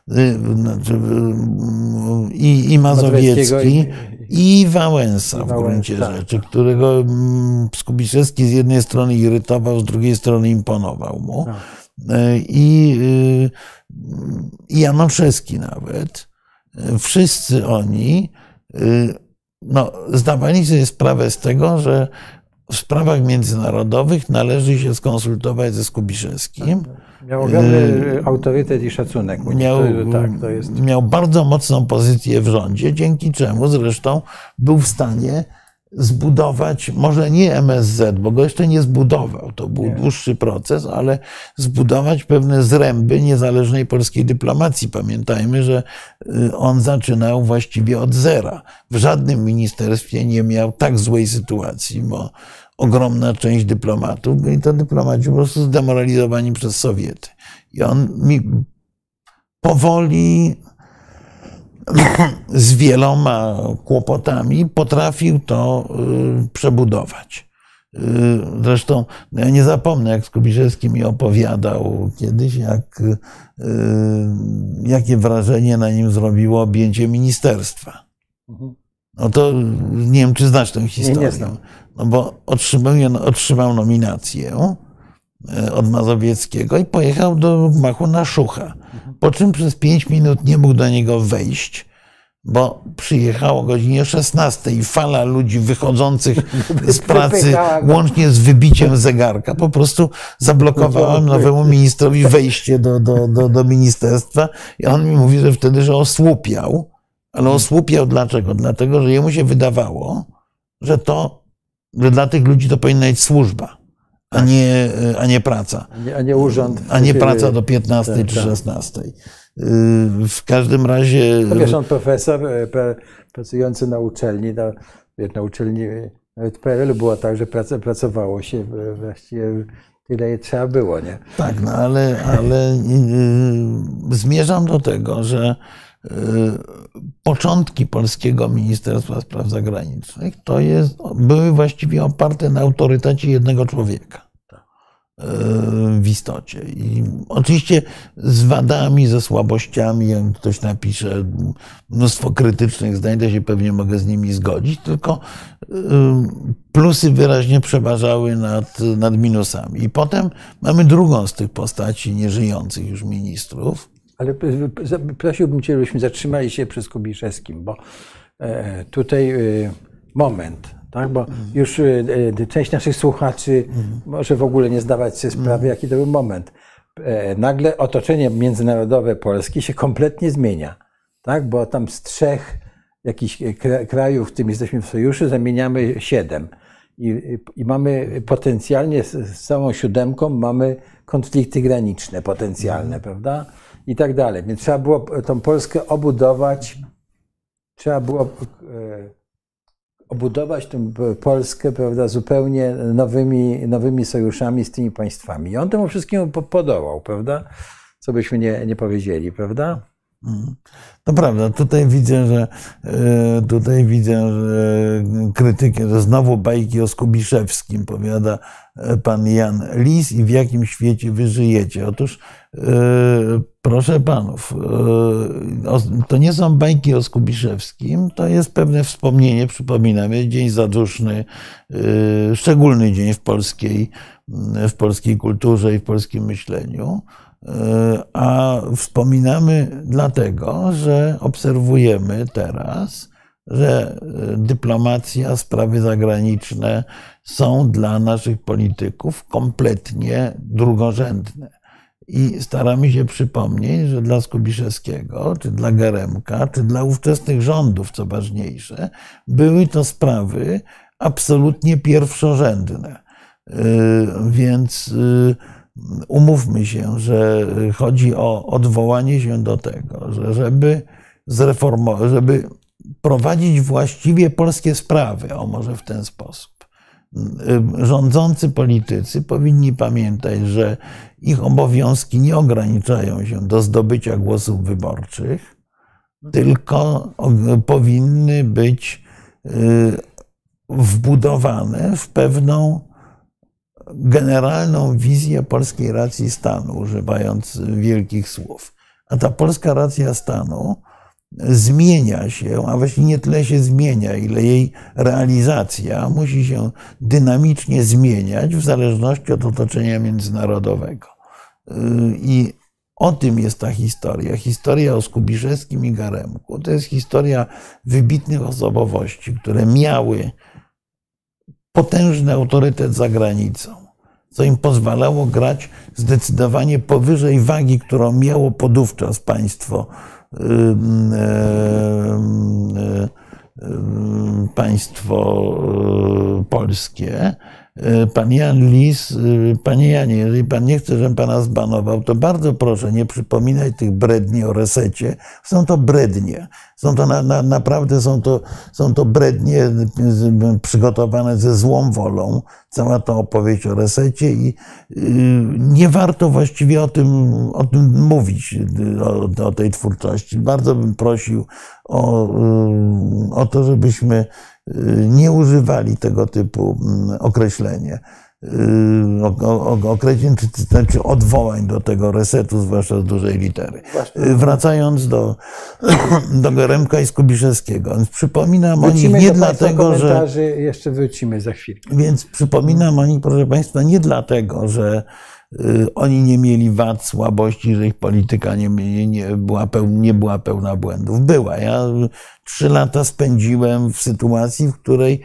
B: I Mazowiecki, i Wałęsa w gruncie rzeczy, którego Skubiszewski z jednej strony irytował, z drugiej strony imponował mu. I Janoszewski nawet. Wszyscy oni no, zdawali sobie sprawę z tego, że w sprawach międzynarodowych należy się skonsultować ze Skubiszewskim.
A: Miał ogromny autorytet i szacunek.
B: Miał bardzo mocną pozycję w rządzie, dzięki czemu zresztą był w stanie zbudować, może nie MSZ, bo go jeszcze nie zbudował, to był dłuższy proces, ale zbudować pewne zręby niezależnej polskiej dyplomacji. Pamiętajmy, że on zaczynał właściwie od zera. W żadnym ministerstwie nie miał tak złej sytuacji, bo ogromna część dyplomatów byli to dyplomaci po prostu zdemoralizowani przez Sowiety. I on powoli z wieloma kłopotami potrafił to przebudować. Zresztą ja nie zapomnę, jak Skubiszewski mi opowiadał kiedyś, jakie wrażenie na nim zrobiło objęcie ministerstwa. No to nie wiem, czy znasz tę historię.
A: Nie znam.
B: No bo otrzymał nominację od Mazowieckiego i pojechał do gmachu na Szucha. Po czym przez 5 minut nie mógł do niego wejść, bo przyjechało o godzinie 16 i fala ludzi wychodzących z pracy, łącznie z wybiciem zegarka, po prostu zablokowała nowemu ministrowi wejście do ministerstwa. I on mi mówi, że wtedy, że osłupiał Ale osłupiał dlaczego? Dlatego, że jemu się wydawało, że dla tych ludzi to powinna być służba, a nie praca.
A: A nie urząd.
B: A nie praca do 15 czy 16. W każdym razie...
A: No wiesz, on profesor pracujący na uczelni, na uczelni nawet w PRL-u było tak, że pracowało się właściwie tyle trzeba było, nie?
B: Tak, no ale zmierzam do tego, że początki polskiego Ministerstwa Spraw Zagranicznych były właściwie oparte na autorytecie jednego człowieka w istocie. I oczywiście z wadami, ze słabościami, jak ktoś napisze mnóstwo krytycznych zdań, to się pewnie mogę z nimi zgodzić, tylko plusy wyraźnie przeważały nad minusami. I potem mamy drugą z tych postaci nieżyjących już ministrów.
A: Ale prosiłbym Cię, żebyśmy zatrzymali się przy Skubiszewskim, bo tutaj moment, tak? Bo już część naszych słuchaczy może w ogóle nie zdawać sobie sprawy, jaki to był moment. Nagle otoczenie międzynarodowe Polski się kompletnie zmienia, tak? Bo tam z 3 jakichś krajów, w którym jesteśmy w sojuszu, zamieniamy 7. I mamy potencjalnie z całą 7 mamy konflikty graniczne potencjalne, prawda? I tak dalej. Więc trzeba było tą Polskę obudować tę Polskę, prawda, zupełnie nowymi sojuszami z tymi państwami. I on temu wszystkiemu podołał, prawda? Co byśmy nie powiedzieli, prawda?
B: To prawda. Tutaj widzę, że krytykę, że znowu bajki o Skubiszewskim, powiada pan Jan Lis, i w jakim świecie wy żyjecie. Otóż proszę panów, to nie są bajki o Skubiszewskim, to jest pewne wspomnienie, przypominamy, dzień zaduszny, szczególny dzień w polskiej kulturze i w polskim myśleniu. A wspominamy dlatego, że obserwujemy teraz, że dyplomacja, sprawy zagraniczne są dla naszych polityków kompletnie drugorzędne. I staramy się przypomnieć, że dla Skubiszewskiego, czy dla Geremka, czy dla ówczesnych rządów, co ważniejsze, były to sprawy absolutnie pierwszorzędne. Więc umówmy się, że chodzi o odwołanie się do tego, że żeby prowadzić właściwie polskie sprawy, może w ten sposób, rządzący politycy powinni pamiętać, że ich obowiązki nie ograniczają się do zdobycia głosów wyborczych, tylko powinny być wbudowane w pewną generalną wizję polskiej racji stanu, używając wielkich słów. A ta polska racja stanu zmienia się, a właściwie nie tyle się zmienia, ile jej realizacja musi się dynamicznie zmieniać w zależności od otoczenia międzynarodowego. I o tym jest ta historia. Historia o Skubiszewskim i Geremku to jest historia wybitnych osobowości, które miały potężny autorytet za granicą, co im pozwalało grać zdecydowanie powyżej wagi, którą miało podówczas państwo polskie. Pan Jan Lis, panie Janie, jeżeli pan nie chce, żebym pana zbanował, to bardzo proszę, nie przypominaj tych bredni o resecie. Są to brednie. Naprawdę są to brednie przygotowane ze złą wolą. Cała ta opowieść o resecie i nie warto właściwie o tym mówić, o tej twórczości. Bardzo bym prosił o to, żebyśmy nie używali tego typu określenia, czy odwołań do tego resetu, zwłaszcza z dużej litery. Wracając do Geremka i Skubiszewskiego, więc przypominam o nich nie dlatego, że...
A: Jeszcze wrócimy za chwilkę.
B: Więc przypominam o nich, proszę państwa, nie dlatego, że oni nie mieli wad, słabości, że ich polityka nie była pełna błędów. Była. Ja 3 lata spędziłem w sytuacji, w której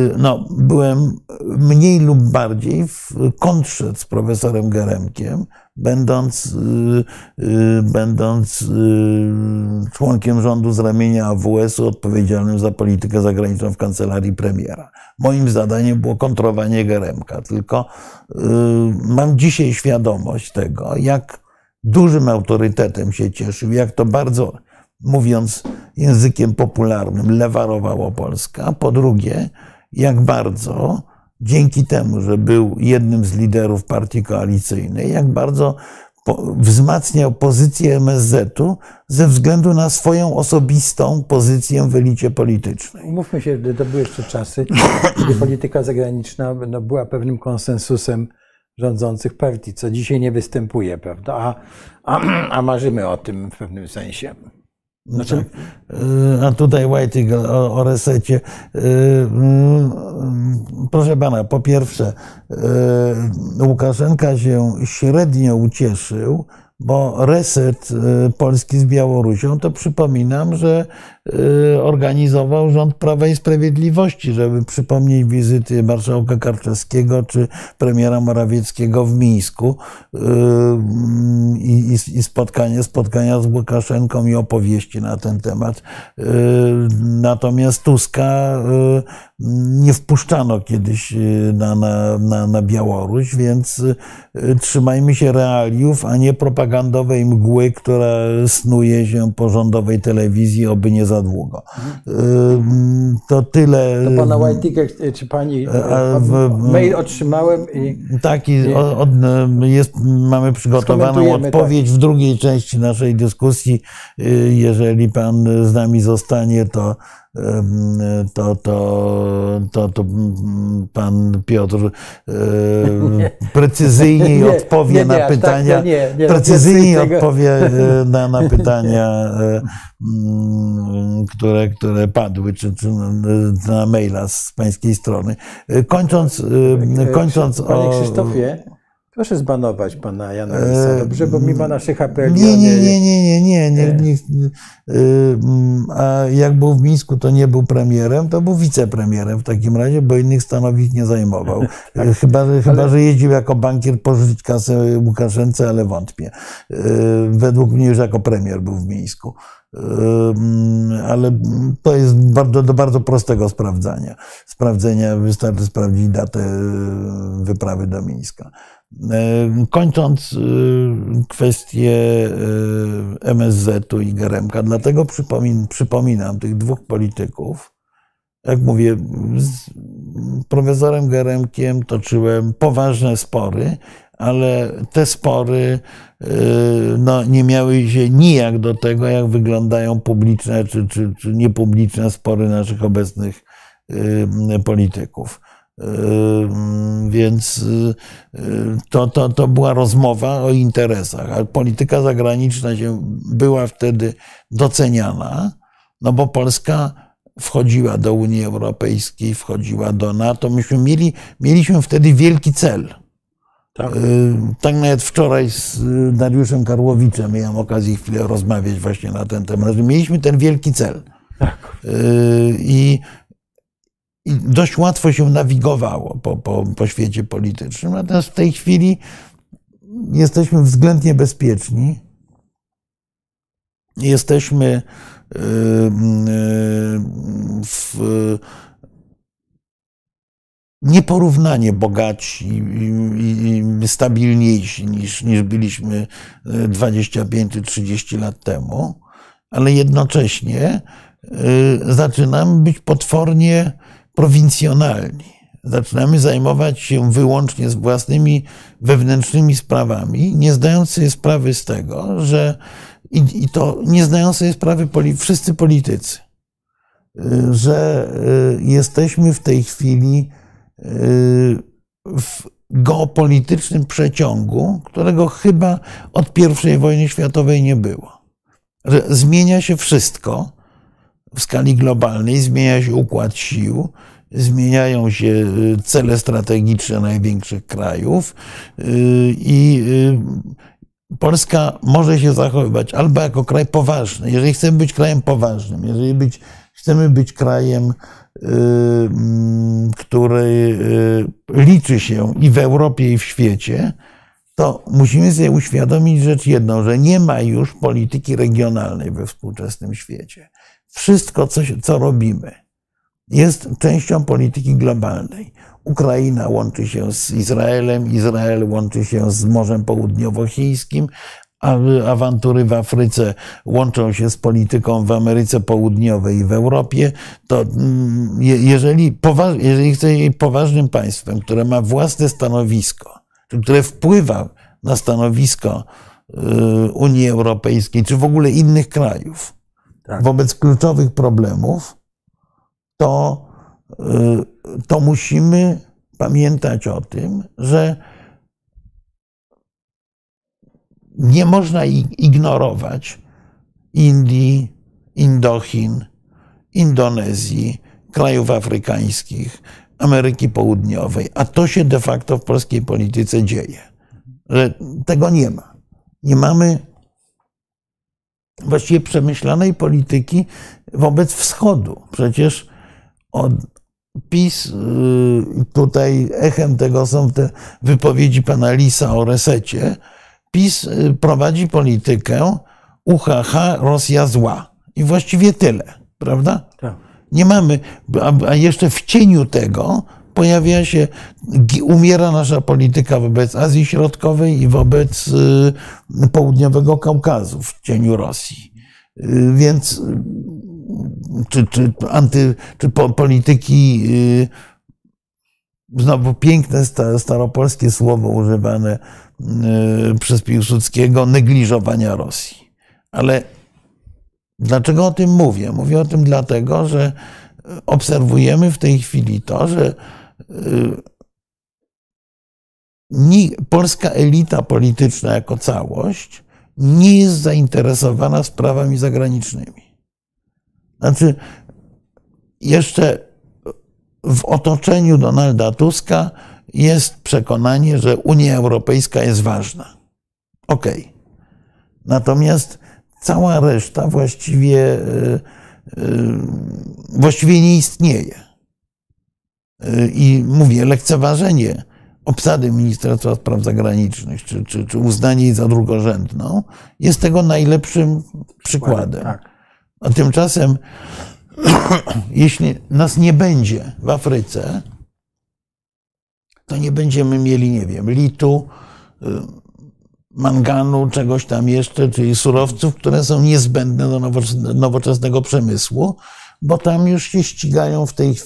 B: byłem mniej lub bardziej w kontrze z profesorem Geremkiem, będąc członkiem rządu z ramienia AWS-u odpowiedzialnym za politykę zagraniczną w kancelarii premiera. Moim zadaniem było kontrolowanie Geremka, tylko mam dzisiaj świadomość tego, jak dużym autorytetem się cieszył, jak to bardzo, mówiąc językiem popularnym, lewarowała Polska. A po drugie, jak bardzo dzięki temu, że był jednym z liderów partii koalicyjnej, jak bardzo wzmacniał pozycję MSZ-u ze względu na swoją osobistą pozycję w elicie politycznej.
A: Umówmy się, że to były jeszcze czasy, kiedy polityka zagraniczna była pewnym konsensusem rządzących partii, co dzisiaj nie występuje, prawda? A marzymy o tym w pewnym sensie.
B: Znaczy, tak. A tutaj Whiting o resecie. Proszę pana, po pierwsze, Łukaszenka się średnio ucieszył, bo reset Polski z Białorusią, to przypominam, że organizował rząd Prawa i Sprawiedliwości, żeby przypomnieć wizyty marszałka Karczewskiego czy premiera Morawieckiego w Mińsku i spotkania z Łukaszenką i opowieści na ten temat. Natomiast Tuska nie wpuszczano kiedyś na Białoruś, więc trzymajmy się realiów, a nie propagandowej mgły, która snuje się po rządowej telewizji, oby nie za długo. To tyle.
A: To pana White'a, czy pani mail otrzymałem i...
B: Tak, mamy przygotowaną odpowiedź w drugiej części naszej dyskusji. Jeżeli pan z nami zostanie, to pan Piotr precyzyjniej odpowie na pytania, precyzyjniej odpowie na pytania, które padły, czy na maila z pańskiej strony. Kończąc
A: Panie Krzysztofie, proszę zbanować pana Jana Lisa, dobrze, bo mimo naszych apeli...
B: Nie. A jak był w Mińsku, to nie był premierem, to był wicepremierem w takim razie, bo innych stanowisk nie zajmował. Chyba, że jeździł jako bankier pożyczyć kasę Łukaszence, ale wątpię. Według mnie już jako premier był w Mińsku. Ale to jest do bardzo prostego sprawdzenia. Wystarczy sprawdzić datę wyprawy do Mińska. Kończąc kwestię MSZ-u i Geremka, dlatego przypominam tych dwóch polityków. Jak mówię, z profesorem Geremkiem toczyłem poważne spory, ale te spory nie miały się nijak do tego, jak wyglądają publiczne czy niepubliczne spory naszych obecnych polityków. Więc to była rozmowa o interesach, a polityka zagraniczna była wtedy doceniana, no bo Polska wchodziła do Unii Europejskiej, wchodziła do NATO. Mieliśmy wtedy wielki cel. Tak nawet wczoraj z Dariuszem Karłowiczem miałem okazję chwilę rozmawiać właśnie na ten temat. Mieliśmy ten wielki cel. I dość łatwo się nawigowało po świecie politycznym. Natomiast w tej chwili jesteśmy względnie bezpieczni. Jesteśmy nieporównanie bogatsi i stabilniejsi niż byliśmy 25 czy 30 lat temu, ale jednocześnie zaczynamy być potwornie prowincjonalni. Zaczynamy zajmować się wyłącznie z własnymi wewnętrznymi sprawami, nie zdając sobie sprawy z tego, że i to nie zdają sobie sprawy wszyscy politycy, że jesteśmy w tej chwili w geopolitycznym przeciągu, którego chyba od I wojny światowej nie było. Że zmienia się wszystko w skali globalnej, zmienia się układ sił, zmieniają się cele strategiczne największych krajów i Polska może się zachowywać albo jako kraj poważny, jeżeli chcemy być krajem poważnym, jeżeli chcemy być krajem, który liczy się i w Europie, i w świecie, to musimy sobie uświadomić rzecz jedną, że nie ma już polityki regionalnej we współczesnym świecie. Wszystko, co robimy, jest częścią polityki globalnej. Ukraina łączy się z Izraelem, Izrael łączy się z Morzem Południowochińskim, a awantury w Afryce łączą się z polityką w Ameryce Południowej i w Europie, to jeżeli chce być poważnym państwem, które ma własne stanowisko, które wpływa na stanowisko Unii Europejskiej, czy w ogóle innych krajów, tak, wobec kluczowych problemów, to musimy pamiętać o tym, że nie można ignorować Indii, Indochin, Indonezji, krajów afrykańskich, Ameryki Południowej, a to się de facto w polskiej polityce dzieje. Że tego nie ma. Nie mamy właściwie przemyślanej polityki wobec Wschodu. Przecież PiS, tutaj echem tego są te wypowiedzi pana Lisa o resecie, PiS prowadzi politykę UHH, Rosja zła. I właściwie tyle, prawda? Tak. Nie mamy, a jeszcze w cieniu tego umiera nasza polityka wobec Azji Środkowej i wobec Południowego Kaukazu w cieniu Rosji. Więc czy polityki, znowu piękne staropolskie słowo używane przez Piłsudskiego, negliżowania Rosji. Ale dlaczego o tym mówię? Mówię o tym dlatego, że obserwujemy w tej chwili to, że polska elita polityczna jako całość nie jest zainteresowana sprawami zagranicznymi. Znaczy, jeszcze w otoczeniu Donalda Tuska jest przekonanie, że Unia Europejska jest ważna. Okej. Natomiast cała reszta właściwie nie istnieje. I mówię, lekceważenie obsady Ministerstwa Spraw Zagranicznych, czy uznanie jej za drugorzędną, jest tego najlepszym przykładem. Tak. A tymczasem, jeśli nas nie będzie w Afryce, to nie będziemy mieli, nie wiem, litu, manganu, czegoś tam jeszcze, czyli surowców, które są niezbędne do nowoczesnego przemysłu, bo tam już się ścigają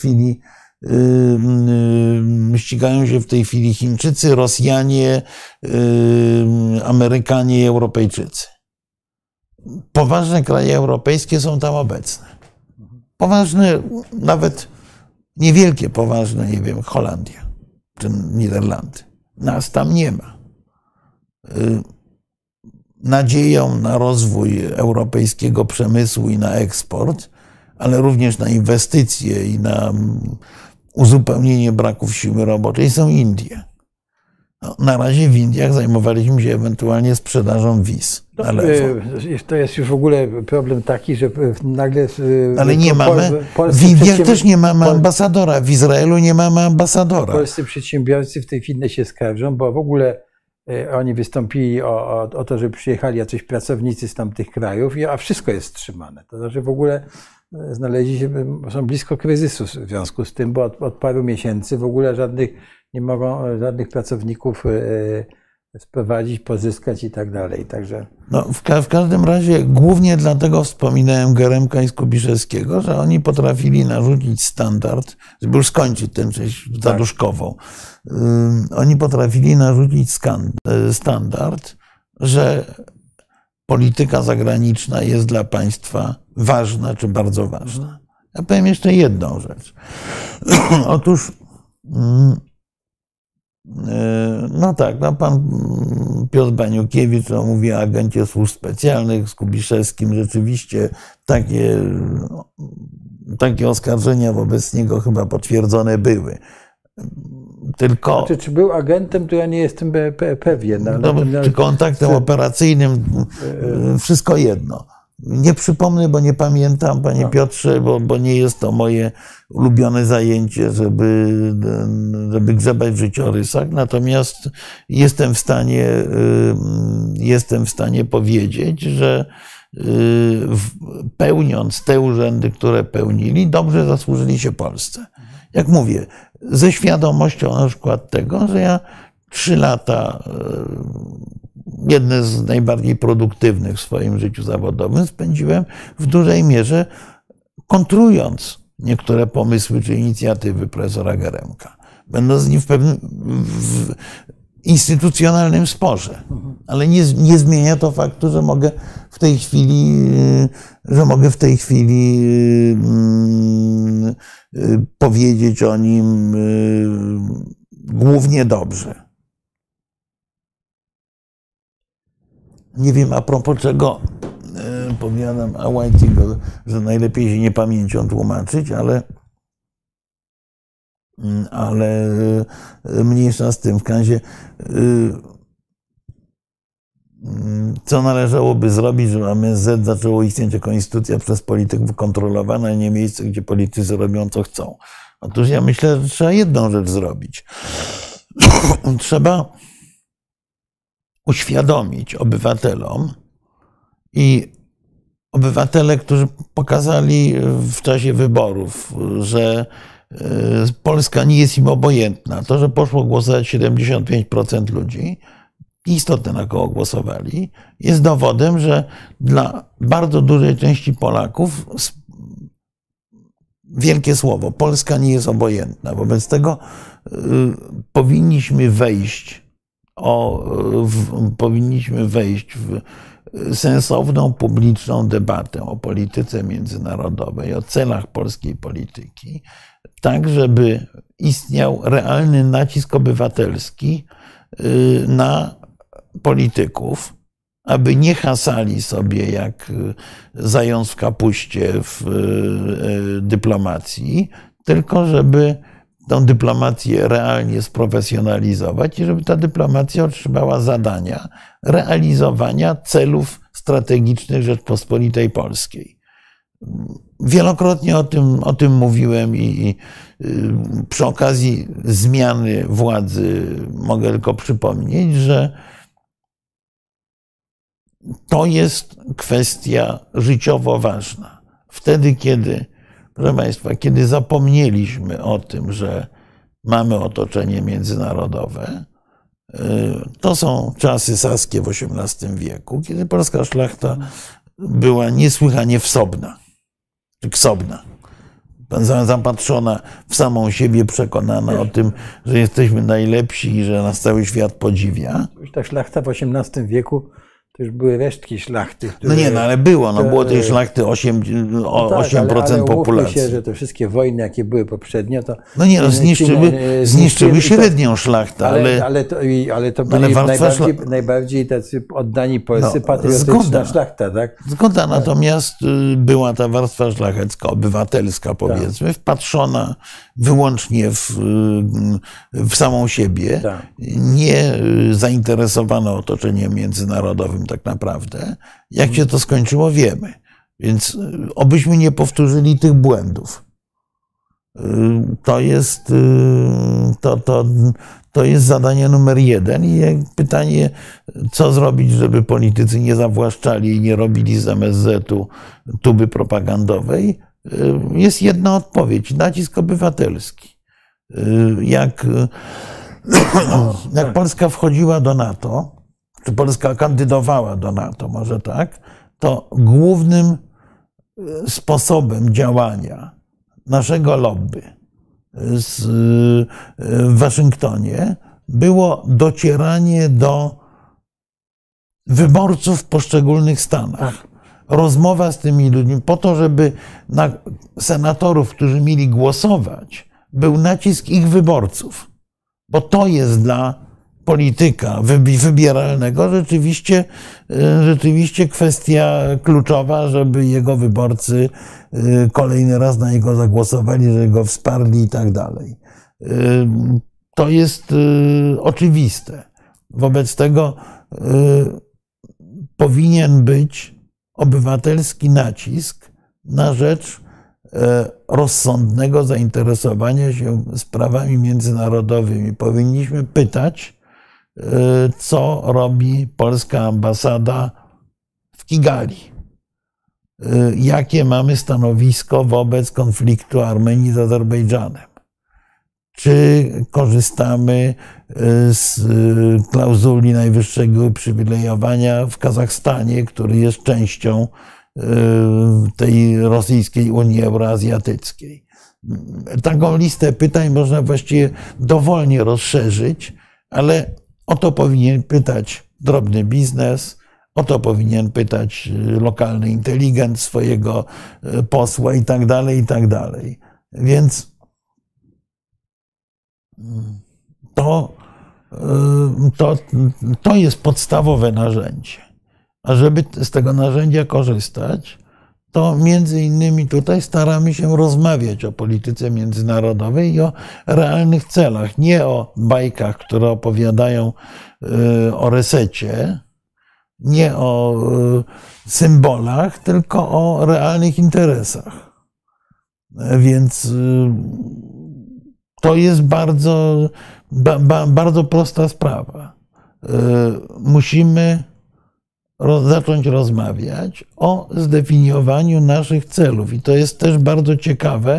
B: się w tej chwili Chińczycy, Rosjanie, Amerykanie i Europejczycy. Poważne kraje europejskie są tam obecne. Poważne, nawet niewielkie, poważne, nie wiem, Holandia czy Niderlandy. Nas tam nie ma. Nadzieją na rozwój europejskiego przemysłu i na eksport, ale również na inwestycje i na uzupełnienie braków siły roboczej są Indie. No, na razie w Indiach zajmowaliśmy się ewentualnie sprzedażą wiz.
A: To jest już w ogóle problem taki, że nagle...
B: Ale nie mamy, w Indiach też nie mamy ambasadora, w Izraelu nie mamy ambasadora.
A: Polscy przedsiębiorcy w tej chwili się skarżą, bo w ogóle oni wystąpili o to, że przyjechali jacyś pracownicy z tamtych krajów, a wszystko jest wstrzymane. To znaczy w ogóle znaleźli się, są blisko kryzysu w związku z tym, bo od paru miesięcy w ogóle nie mogą żadnych pracowników sprowadzić, pozyskać i tak dalej. Także...
B: No, w każdym razie głównie dlatego wspominałem Geremka i Skubiszewskiego, że oni potrafili narzucić standard, żeby już skończyć tę część zaduszkową. Oni potrafili narzucić standard, że polityka zagraniczna jest dla państwa ważna czy bardzo ważna. Ja powiem jeszcze jedną rzecz. Otóż no tak, no pan Piotr Baniukiewicz mówi o agencie służb specjalnych, z Kubiszewskim rzeczywiście takie oskarżenia wobec niego chyba potwierdzone były. Tylko,
A: znaczy, czy był agentem, to ja nie jestem pewien.
B: Czy kontaktem operacyjnym, wszystko jedno. Nie przypomnę, bo nie pamiętam, panie Piotrze, bo nie jest to moje ulubione zajęcie, żeby grzebać w życiorysach. Natomiast jestem w stanie powiedzieć, że pełniąc te urzędy, które pełnili, dobrze zasłużyli się Polsce. Jak mówię, ze świadomością na przykład tego, że ja 3 lata, jedne z najbardziej produktywnych w swoim życiu zawodowym, spędziłem w dużej mierze kontrując niektóre pomysły czy inicjatywy profesora Geremka. Będąc z nim w pewnym instytucjonalnym sporze. Ale nie zmienia to faktu, że mogę w tej chwili powiedzieć o nim głównie dobrze. Nie wiem, a propos czego powiadam a Whitego, że najlepiej się nie pamięcią tłumaczyć, ale mniejsza z tym. W razie co należałoby zrobić, żeby MSZ zaczęło istnieć jako instytucja przez polityków kontrolowana, a nie miejsce, gdzie politycy robią co chcą. Otóż ja myślę, że trzeba jedną rzecz zrobić. Trzeba uświadomić obywatelom i obywatele, którzy pokazali w czasie wyborów, że Polska nie jest im obojętna. To, że poszło głosować 75% ludzi, istotne na kogo głosowali, jest dowodem, że dla bardzo dużej części Polaków wielkie słowo, Polska nie jest obojętna. Wobec tego powinniśmy wejść w sensowną, publiczną debatę o polityce międzynarodowej, o celach polskiej polityki, tak żeby istniał realny nacisk obywatelski na polityków, aby nie hasali sobie jak zając w kapuście w dyplomacji, tylko żeby tę dyplomację realnie sprofesjonalizować i żeby ta dyplomacja otrzymała zadania realizowania celów strategicznych Rzeczpospolitej Polskiej. Wielokrotnie o tym mówiłem i przy okazji zmiany władzy mogę tylko przypomnieć, że to jest kwestia życiowo ważna. Wtedy, proszę Państwa, kiedy zapomnieliśmy o tym, że mamy otoczenie międzynarodowe, to są czasy saskie w XVIII wieku, kiedy polska szlachta była niesłychanie wsobna, czy ksobna. Zapatrzona w samą siebie, przekonana o tym, że jesteśmy najlepsi i że nas cały świat podziwia.
A: Ta szlachta w XVIII wieku to już były resztki szlachty.
B: Które, ale było tej szlachty 8% populacji.
A: Się, że te wszystkie wojny, jakie były poprzednio, to
B: zniszczyły średnią szlachtę,
A: ale to byli najbardziej tacy oddani Polsce patriotyczna szlachta, tak?
B: Zgoda, natomiast była ta warstwa szlachecka, obywatelska, powiedzmy, wpatrzona wyłącznie w samą siebie, nie zainteresowana otoczeniem międzynarodowym tak naprawdę. Jak się to skończyło, wiemy. Więc obyśmy nie powtórzyli tych błędów. To jest zadanie numer 1 i pytanie, co zrobić, żeby politycy nie zawłaszczali i nie robili z MSZ-u tuby propagandowej. Jest jedna odpowiedź, nacisk obywatelski. Jak Polska wchodziła do NATO, czy Polska kandydowała do NATO, może tak, to głównym sposobem działania naszego lobby w Waszyngtonie było docieranie do wyborców w poszczególnych stanach. Rozmowa z tymi ludźmi po to, żeby na senatorów, którzy mieli głosować, był nacisk ich wyborców. Bo to jest dla polityka wybieralnego rzeczywiście kwestia kluczowa, żeby jego wyborcy kolejny raz na niego zagłosowali, żeby go wsparli i tak dalej. To jest oczywiste. Wobec tego powinien być obywatelski nacisk na rzecz rozsądnego zainteresowania się sprawami międzynarodowymi. Powinniśmy pytać, co robi polska ambasada w Kigali. Jakie mamy stanowisko wobec konfliktu Armenii z Azerbejdżanem? Czy korzystamy z klauzuli najwyższego uprzywilejowania w Kazachstanie, który jest częścią tej rosyjskiej Unii Euroazjatyckiej? Taką listę pytań można właściwie dowolnie rozszerzyć, ale o to powinien pytać drobny biznes, o to powinien pytać lokalny inteligent swojego posła i tak dalej, i tak dalej. Więc to jest podstawowe narzędzie. A żeby z tego narzędzia korzystać, to między innymi tutaj staramy się rozmawiać o polityce międzynarodowej i o realnych celach, nie o bajkach, które opowiadają o resecie, nie o symbolach, tylko o realnych interesach. Więc to jest bardzo prosta sprawa. Musimy zacząć rozmawiać o zdefiniowaniu naszych celów. I to jest też bardzo ciekawe,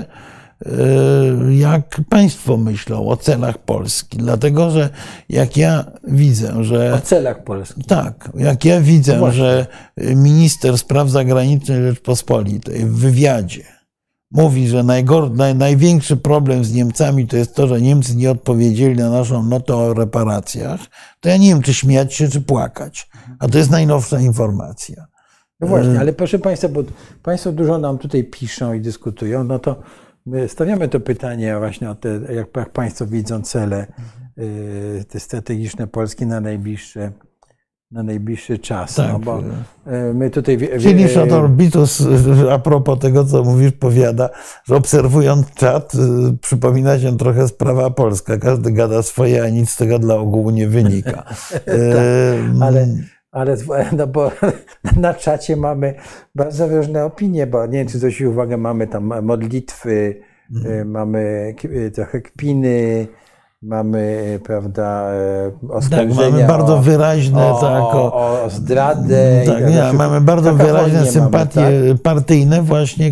B: jak państwo myślą o celach Polski. Dlatego, że jak ja widzę, że...
A: O celach Polski.
B: Tak. Jak ja widzę, że minister spraw zagranicznych Rzeczpospolitej w wywiadzie mówi, że największy problem z Niemcami to jest to, że Niemcy nie odpowiedzieli na naszą notę o reparacjach, to ja nie wiem, czy śmiać się, czy płakać. A to jest najnowsza informacja.
A: No właśnie, ale proszę Państwa, bo Państwo dużo nam tutaj piszą i dyskutują, no to my stawiamy to pytanie właśnie o te, jak Państwo widzą cele te strategiczne Polski na najbliższy czas.
B: Tak.
A: No bo my tutaj...
B: Filisz Orbitus, a propos tego, co mówisz, powiada, że obserwując czat, przypomina się trochę sprawa polska. Każdy gada swoje, a nic z tego dla ogółu nie wynika.
A: Tak, ale no bo na czacie mamy bardzo różne opinie, bo nie wiem, czy zwrócić uwagę, mamy tam modlitwy, mamy trochę kpiny, mamy, prawda, oskarżenia.
B: Tak, mamy bardzo wyraźne
A: o zdradę.
B: Mamy bardzo wyraźne sympatie partyjne właśnie,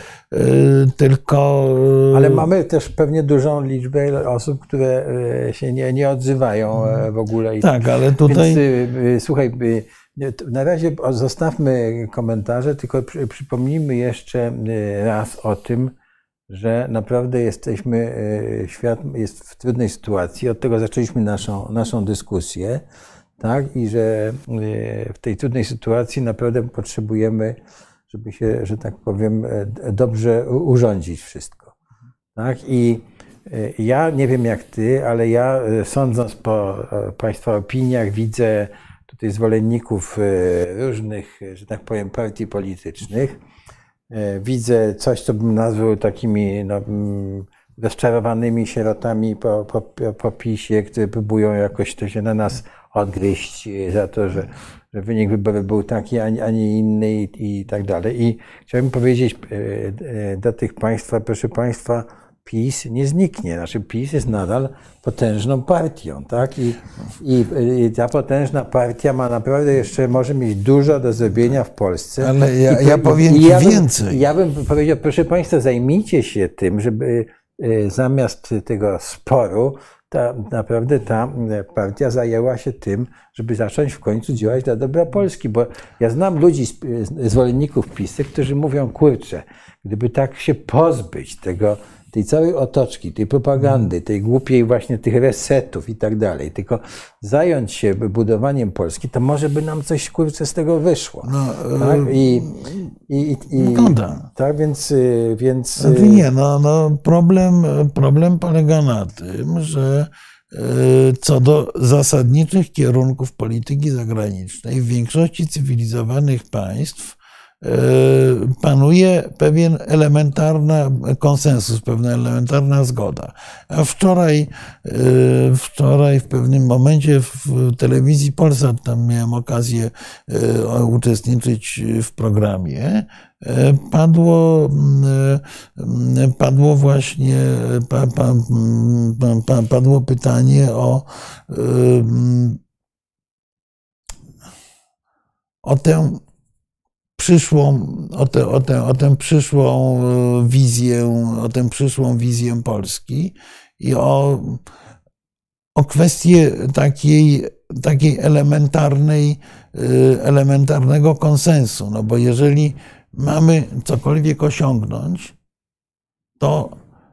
B: tylko...
A: Ale mamy też pewnie dużą liczbę osób, które się nie odzywają w ogóle.
B: Tak, ale tutaj...
A: Więc, słuchaj, na razie zostawmy komentarze, tylko przypomnijmy jeszcze raz o tym, że naprawdę świat jest w trudnej sytuacji. Od tego zaczęliśmy naszą dyskusję, tak? I że w tej trudnej sytuacji naprawdę potrzebujemy, żeby się, że tak powiem, dobrze urządzić wszystko. Tak? I ja nie wiem jak ty, ale ja sądząc po Państwa opiniach, widzę tutaj zwolenników różnych, że tak powiem, partii politycznych. Widzę coś, co bym nazwał takimi rozczarowanymi sierotami po PiS-ie, które próbują jakoś to się na nas odgryźć za to, że wynik wyborów był taki, a nie inny i tak dalej. I chciałbym powiedzieć do tych Państwa, proszę Państwa, PiS nie zniknie. Znaczy PiS jest nadal potężną partią, tak? I ta potężna partia ma naprawdę jeszcze, może mieć dużo do zrobienia w Polsce.
B: Ale ja powiem ci więcej.
A: Ja bym powiedział, proszę Państwa, zajmijcie się tym, żeby zamiast tego sporu, naprawdę ta partia zajęła się tym, żeby zacząć w końcu działać dla dobra Polski, bo ja znam ludzi, zwolenników PiS-u, którzy mówią, kurczę, gdyby tak się pozbyć tej całej otoczki, tej propagandy, tej głupiej właśnie tych resetów i tak dalej, tylko zająć się budowaniem Polski, to może by nam coś, kurczę, z tego wyszło.
B: No,
A: tak? Tak, więc...
B: Nie, problem polega na tym, że co do zasadniczych kierunków polityki zagranicznej w większości cywilizowanych państw panuje pewien elementarny konsensus, pewna elementarna zgoda. A wczoraj w pewnym momencie w telewizji Polsat, tam miałem okazję uczestniczyć w programie, padło właśnie padło pytanie o tę przyszłą wizję Polski i o kwestię takiej elementarnego konsensu. No bo jeżeli mamy cokolwiek osiągnąć, to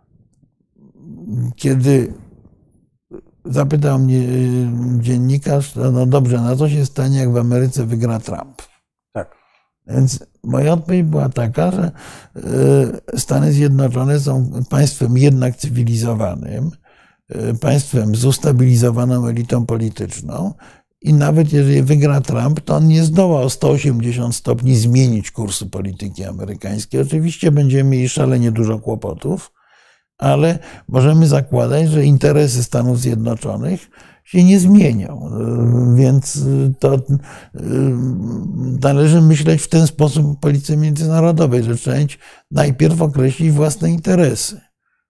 B: kiedy zapytał mnie dziennikarz, no dobrze, na co się stanie, jak w Ameryce wygra Trump?
A: Tak.
B: Więc moja odpowiedź była taka, że Stany Zjednoczone są państwem jednak cywilizowanym, państwem z ustabilizowaną elitą polityczną i nawet jeżeli wygra Trump, to on nie zdoła o 180 stopni zmienić kursu polityki amerykańskiej. Oczywiście będziemy mieli szalenie dużo kłopotów, ale możemy zakładać, że interesy Stanów Zjednoczonych się nie zmienią. Więc to należy myśleć w ten sposób o polityce międzynarodowej, że trzeba najpierw określić własne interesy.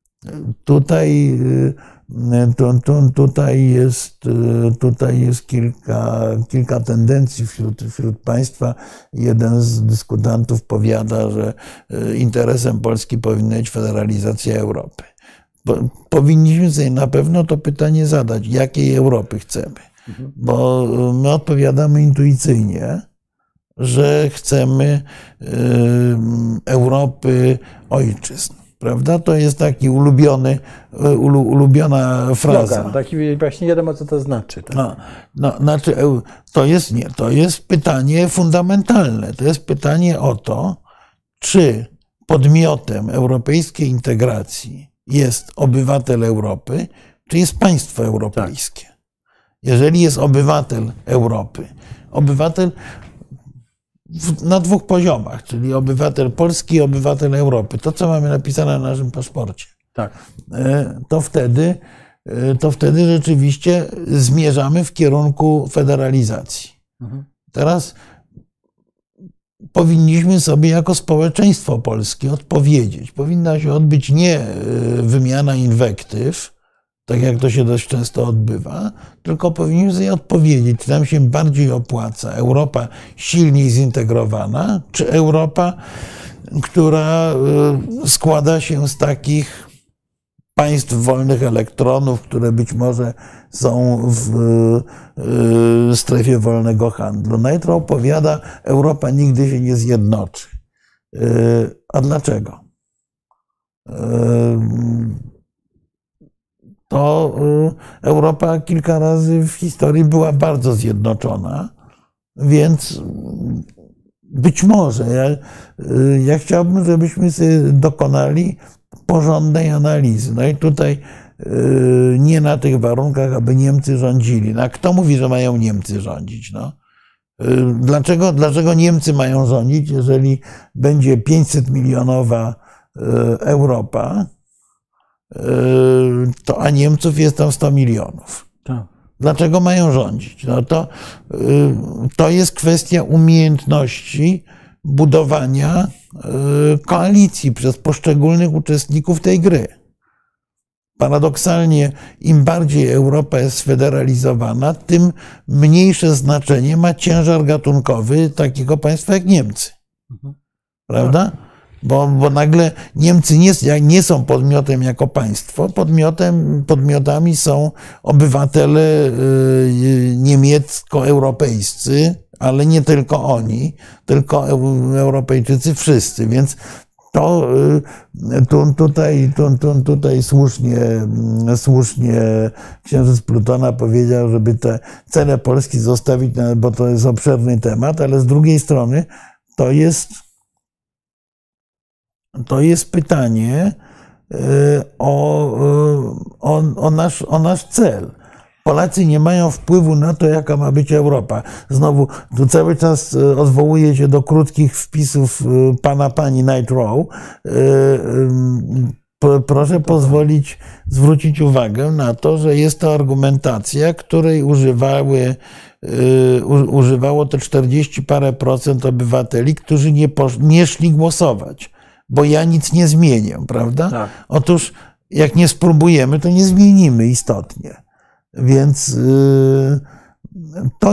B: Tutaj jest kilka tendencji wśród państwa. Jeden z dyskutantów powiada, że interesem Polski powinna być federalizacja Europy. Powinniśmy sobie na pewno to pytanie zadać, jakiej Europy chcemy. Bo my odpowiadamy intuicyjnie, że chcemy Europy ojczyzn. Prawda? To jest taki ulubiona fraza.
A: Slogan, taki właśnie nie wiadomo, co to znaczy. Tak?
B: Znaczy, to jest pytanie fundamentalne. To jest pytanie o to, czy podmiotem europejskiej integracji jest obywatel Europy, czy jest państwo europejskie. Tak. Jeżeli jest obywatel Europy, obywatel na dwóch poziomach, czyli obywatel Polski i obywatel Europy, to co mamy napisane na naszym paszporcie,
A: tak.
B: to wtedy rzeczywiście zmierzamy w kierunku federalizacji. Teraz powinniśmy sobie jako społeczeństwo polskie odpowiedzieć. Powinna się odbyć nie wymiana inwektyw, tak jak to się dość często odbywa, tylko powinniśmy sobie odpowiedzieć, czy nam się bardziej opłaca Europa silniej zintegrowana, czy Europa, która składa się z takich państw wolnych elektronów, które być może są w strefie wolnego handlu. Najpierw powiada, Europa nigdy się nie zjednoczy. A dlaczego? To Europa kilka razy w historii była bardzo zjednoczona, więc być może ja chciałbym, żebyśmy sobie dokonali porządnej analizy. No i tutaj nie na tych warunkach, aby Niemcy rządzili. No a kto mówi, że mają Niemcy rządzić? No? Dlaczego Niemcy mają rządzić, jeżeli będzie 500-milionowa Europa, a Niemców jest tam 100 milionów?
A: Tak.
B: Dlaczego mają rządzić? No to jest kwestia umiejętności budowania koalicji przez poszczególnych uczestników tej gry. Paradoksalnie, im bardziej Europa jest sfederalizowana, tym mniejsze znaczenie ma ciężar gatunkowy takiego państwa jak Niemcy. Prawda? Bo nagle Niemcy nie są podmiotem jako państwo. Podmiotami są obywatele niemiecko-europejscy, ale nie tylko oni, tylko Europejczycy wszyscy. Więc tutaj słusznie księżyc Plutona powiedział, żeby te cele Polski zostawić, bo to jest obszerny temat, ale z drugiej strony to jest pytanie o nasz cel. Polacy nie mają wpływu na to, jaka ma być Europa. Znowu, tu cały czas odwołuję się do krótkich wpisów pani Night Row. Proszę pozwolić zwrócić uwagę na to, że jest to argumentacja, której używało te 40 parę procent obywateli, którzy nie szli głosować, bo ja nic nie zmienię, prawda? Tak. Otóż jak nie spróbujemy, to nie zmienimy istotnie. Więc to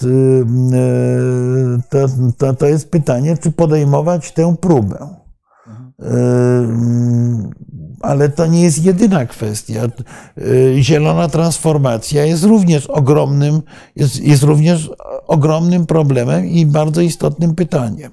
B: jest pytanie, czy podejmować tę próbę. Ale to nie jest jedyna kwestia. Zielona transformacja jest również ogromnym problemem i bardzo istotnym pytaniem,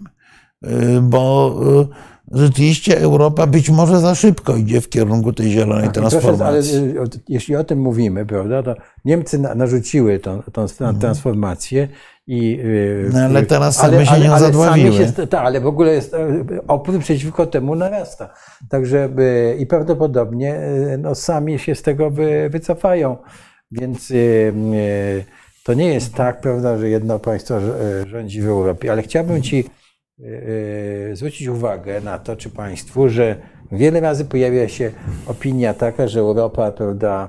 B: bo rzeczywiście Europa być może za szybko idzie w kierunku tej zielonej transformacji.
A: Ale jeśli o tym mówimy, prawda, to Niemcy narzuciły tą transformację.
B: Ale teraz same się nią zadławiły.
A: Ale w ogóle opór przeciwko temu narasta. Także i prawdopodobnie sami się z tego wycofają. Więc to nie jest tak, prawda, że jedno państwo rządzi w Europie. Ale chciałbym Ci zwrócić uwagę na to, czy Państwu, że wiele razy pojawia się opinia taka, że Europa, prawda,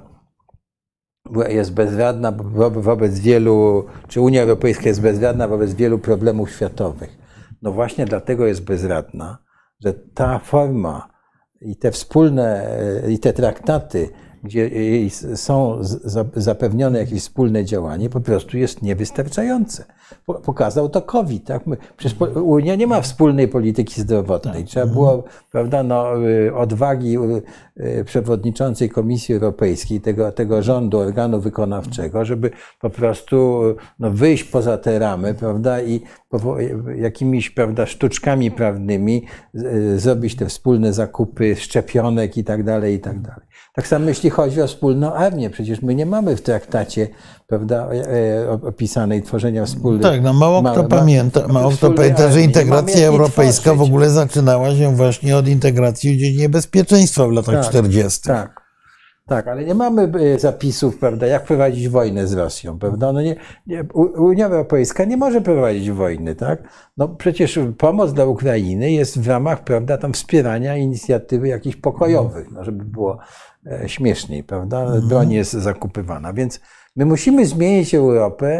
A: jest bezradna wobec wielu, czy Unia Europejska jest bezradna wobec wielu problemów światowych. No właśnie dlatego jest bezradna, że ta forma i te wspólne, i te traktaty, gdzie są zapewnione jakieś wspólne działanie, po prostu jest niewystarczające. Pokazał to COVID. Tak? Przecież Unia nie ma wspólnej polityki zdrowotnej. Trzeba było, prawda, odwagi przewodniczącej Komisji Europejskiej, tego rządu, organu wykonawczego, żeby po prostu wyjść poza te ramy, prawda, i jakimiś, prawda, sztuczkami prawnymi zrobić te wspólne zakupy szczepionek i tak dalej, i tak dalej. Tak samo jeśli chodzi o wspólną armię. Przecież my nie mamy w traktacie, prawda, opisanej tworzenia wspólnych.
B: Tak, no mało kto pamięta, że integracja europejska w ogóle zaczynała się właśnie od integracji w dziedzinie bezpieczeństwa w latach 40.
A: Tak, ale nie mamy zapisów, prawda, jak prowadzić wojnę z Rosją, prawda? No Unia Europejska nie może prowadzić wojny, tak? No przecież pomoc dla Ukrainy jest w ramach, prawda, tam wspierania inicjatywy jakichś pokojowych, no żeby było śmieszniej, prawda? Broń jest zakupywana, więc my musimy zmienić Europę,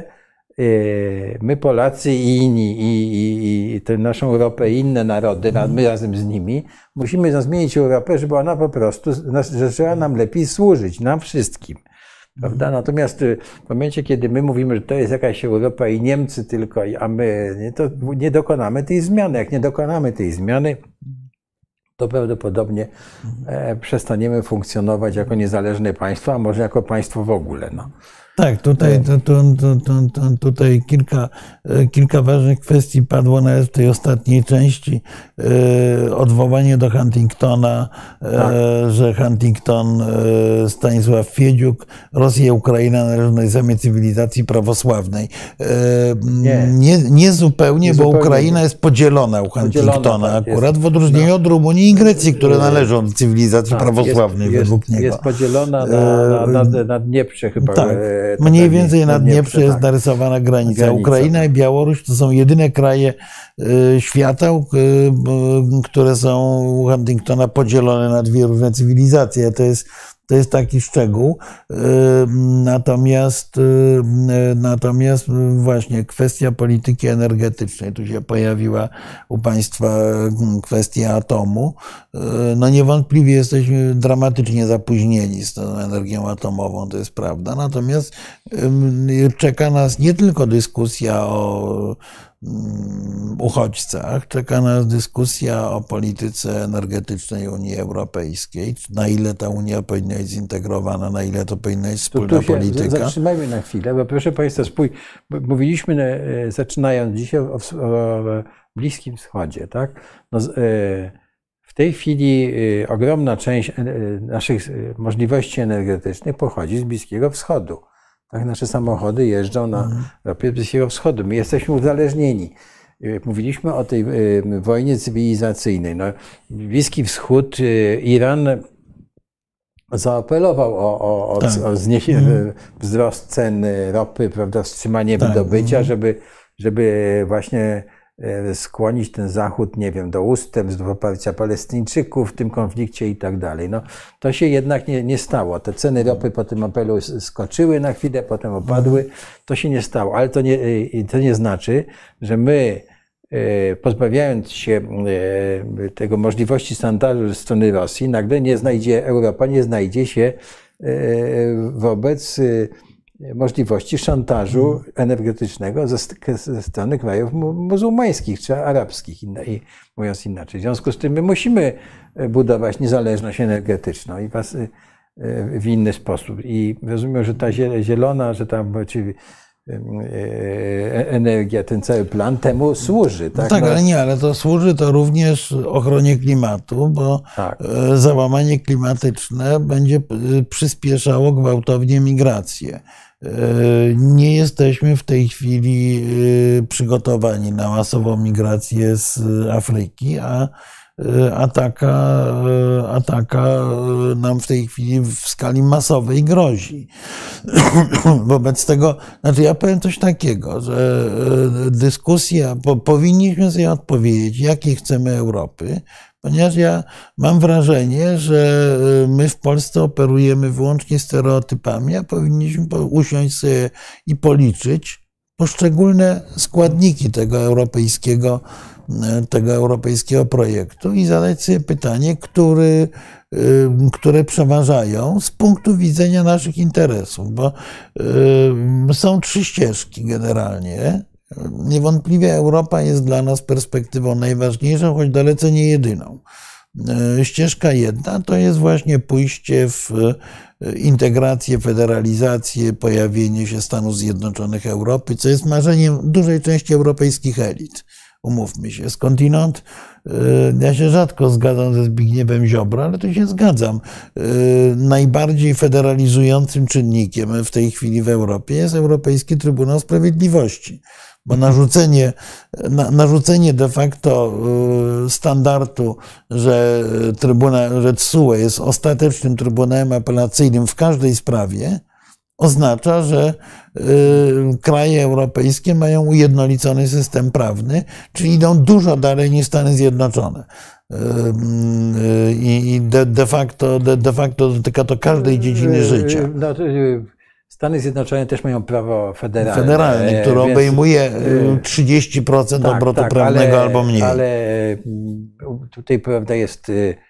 A: my Polacy i inni, i tę naszą Europę i inne narody, my razem z nimi, musimy zmienić Europę, żeby ona po prostu zaczęła nam lepiej służyć, nam wszystkim. Prawda? Natomiast w momencie, kiedy my mówimy, że to jest jakaś Europa i Niemcy tylko, a my nie, to nie dokonamy tej zmiany. Jak nie dokonamy tej zmiany, to prawdopodobnie przestaniemy funkcjonować jako niezależne państwo, a może jako państwo w ogóle. No.
B: Tak, tutaj kilka ważnych kwestii padło nawet w tej ostatniej części. Odwołanie do Huntingtona, że Huntington, Stanisław Fiedziuk, Rosja i Ukraina należą do samej cywilizacji prawosławnej. Nie zupełnie, bo Ukraina jest podzielona u Huntingtona akurat, w odróżnieniu od Rumunii i Grecji, które należą do cywilizacji prawosławnej według niego.
A: Jest podzielona na Dnieprze chyba.
B: Tak. Mniej więcej na Dnieprze jest narysowana granica. Ukraina i Białoruś to są jedyne kraje świata, które są u Huntingtona podzielone na dwie różne cywilizacje. To jest taki szczegół. Natomiast właśnie kwestia polityki energetycznej, tu się pojawiła u Państwa kwestia atomu. No niewątpliwie jesteśmy dramatycznie zapóźnieni z tą energią atomową, to jest prawda. Natomiast czeka nas nie tylko dyskusja o uchodźcach, czeka nas dyskusja o polityce energetycznej Unii Europejskiej, na ile ta Unia powinna być zintegrowana, na ile to powinna być wspólna polityka.
A: Zatrzymajmy na chwilę, bo proszę Państwa, mówiliśmy, zaczynając dzisiaj o Bliskim Wschodzie, tak? No, w tej chwili ogromna część naszych możliwości energetycznych pochodzi z Bliskiego Wschodu. Tak, nasze samochody jeżdżą na ropie z Bliskiego Wschodu. My jesteśmy uzależnieni. Mówiliśmy o tej wojnie cywilizacyjnej. No, Bliski Wschód, Iran zaapelował o wzrost cen ropy, prawda, wstrzymanie wydobycia, żeby właśnie skłonić ten Zachód, nie wiem, do ustępstw, do poparcia Palestyńczyków w tym konflikcie i tak dalej. No, to się jednak nie stało. Te ceny ropy po tym apelu skoczyły na chwilę, potem opadły. To się nie stało, ale to nie znaczy, że my, pozbawiając się tego możliwości szantażu ze strony Rosji, nagle Europa nie znajdzie się wobec możliwości szantażu energetycznego ze strony krajów muzułmańskich czy arabskich, mówiąc inaczej. W związku z tym my musimy budować niezależność energetyczną w inny sposób. I rozumiem, że ta zielona, że tam energia, ten cały plan temu służy. Tak,
B: tak, ale to służy to również ochronie klimatu, bo załamanie klimatyczne będzie przyspieszało gwałtownie migrację. Nie jesteśmy w tej chwili przygotowani na masową migrację z Afryki, a taka nam w tej chwili w skali masowej grozi. Wobec tego, znaczy ja powiem coś takiego, że dyskusja, powinniśmy sobie odpowiedzieć, jakiej chcemy Europy, ponieważ ja mam wrażenie, że my w Polsce operujemy wyłącznie stereotypami, a powinniśmy usiąść sobie i policzyć poszczególne składniki tego europejskiego projektu i zadać sobie pytanie, które przeważają z punktu widzenia naszych interesów, bo są 3 ścieżki generalnie. Niewątpliwie Europa jest dla nas perspektywą najważniejszą, choć dalece nie jedyną. Ścieżka jedna to jest właśnie pójście w integrację, federalizację, pojawienie się Stanów Zjednoczonych Europy, co jest marzeniem dużej części europejskich elit. Umówmy się, skądinąd ja się rzadko zgadzam ze Zbigniewem Ziobro, ale tu się zgadzam. Najbardziej federalizującym czynnikiem w tej chwili w Europie jest Europejski Trybunał Sprawiedliwości, bo narzucenie de facto standardu, że TSUE jest ostatecznym trybunałem apelacyjnym w każdej sprawie, oznacza, że kraje europejskie mają ujednolicony system prawny, czyli idą dużo dalej niż Stany Zjednoczone. I de facto dotyka to każdej dziedziny życia.
A: Stany Zjednoczone też mają prawo federalne.
B: Federalne, które obejmuje 30% obrotu prawnego albo mniej.
A: Ale tutaj prawda jest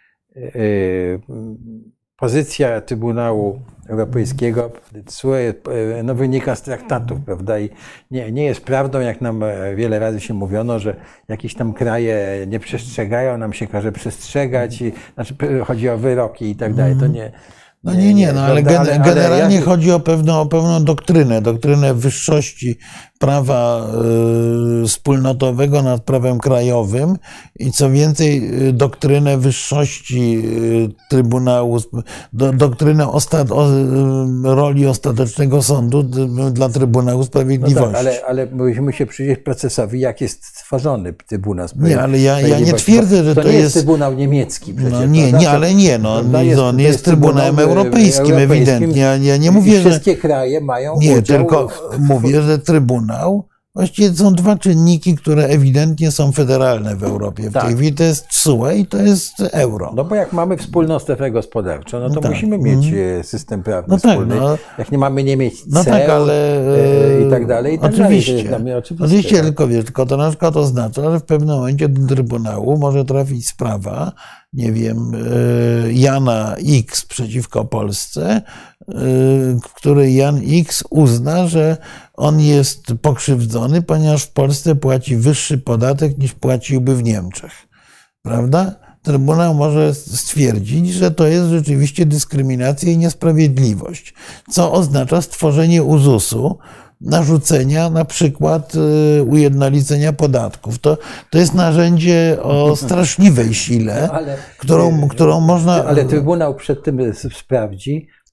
A: pozycja Trybunału Europejskiego wynika z traktatów, prawda? I nie jest prawdą, jak nam wiele razy się mówiono, że jakieś tam kraje nie przestrzegają, nam się każe przestrzegać, znaczy chodzi o wyroki i tak dalej. To nie.
B: Ale generalnie chodzi o pewną doktrynę wyższości prawa wspólnotowego nad prawem krajowym i co więcej doktrynę wyższości Trybunału, doktrynę roli ostatecznego sądu dla Trybunału Sprawiedliwości.
A: No tak, ale musimy się przyjrzeć procesowi, jak jest stworzony Trybunał Sprawiedliwości.
B: Nie, ale ja nie twierdzę, że
A: to nie jest Trybunał niemiecki przecież.
B: On jest Trybunałem Europejskim ewidentnie. Ja nie mówię, że
A: wszystkie kraje mają
B: udział. Tylko mówię, że Trybunał, właściwie są 2 czynniki, które ewidentnie są federalne w Europie. W tej chwili to jest TSUE i to jest euro.
A: No bo jak mamy wspólną strefę gospodarczą, no to musimy mieć system prawny wspólny. Jak nie mamy nie mieć ceł i tak dalej.
B: Oczywiście, tylko to na przykład oznacza, że w pewnym momencie do Trybunału może trafić sprawa, nie wiem, Jana X przeciwko Polsce, w której Jan X uzna, że on jest pokrzywdzony, ponieważ w Polsce płaci wyższy podatek niż płaciłby w Niemczech. Prawda? Trybunał może stwierdzić, że to jest rzeczywiście dyskryminacja i niesprawiedliwość, co oznacza stworzenie uzusu, narzucenia na przykład ujednolicenia podatków. To jest narzędzie o straszliwej sile, którą można...
A: Ale Trybunał przed tym sprawdzi,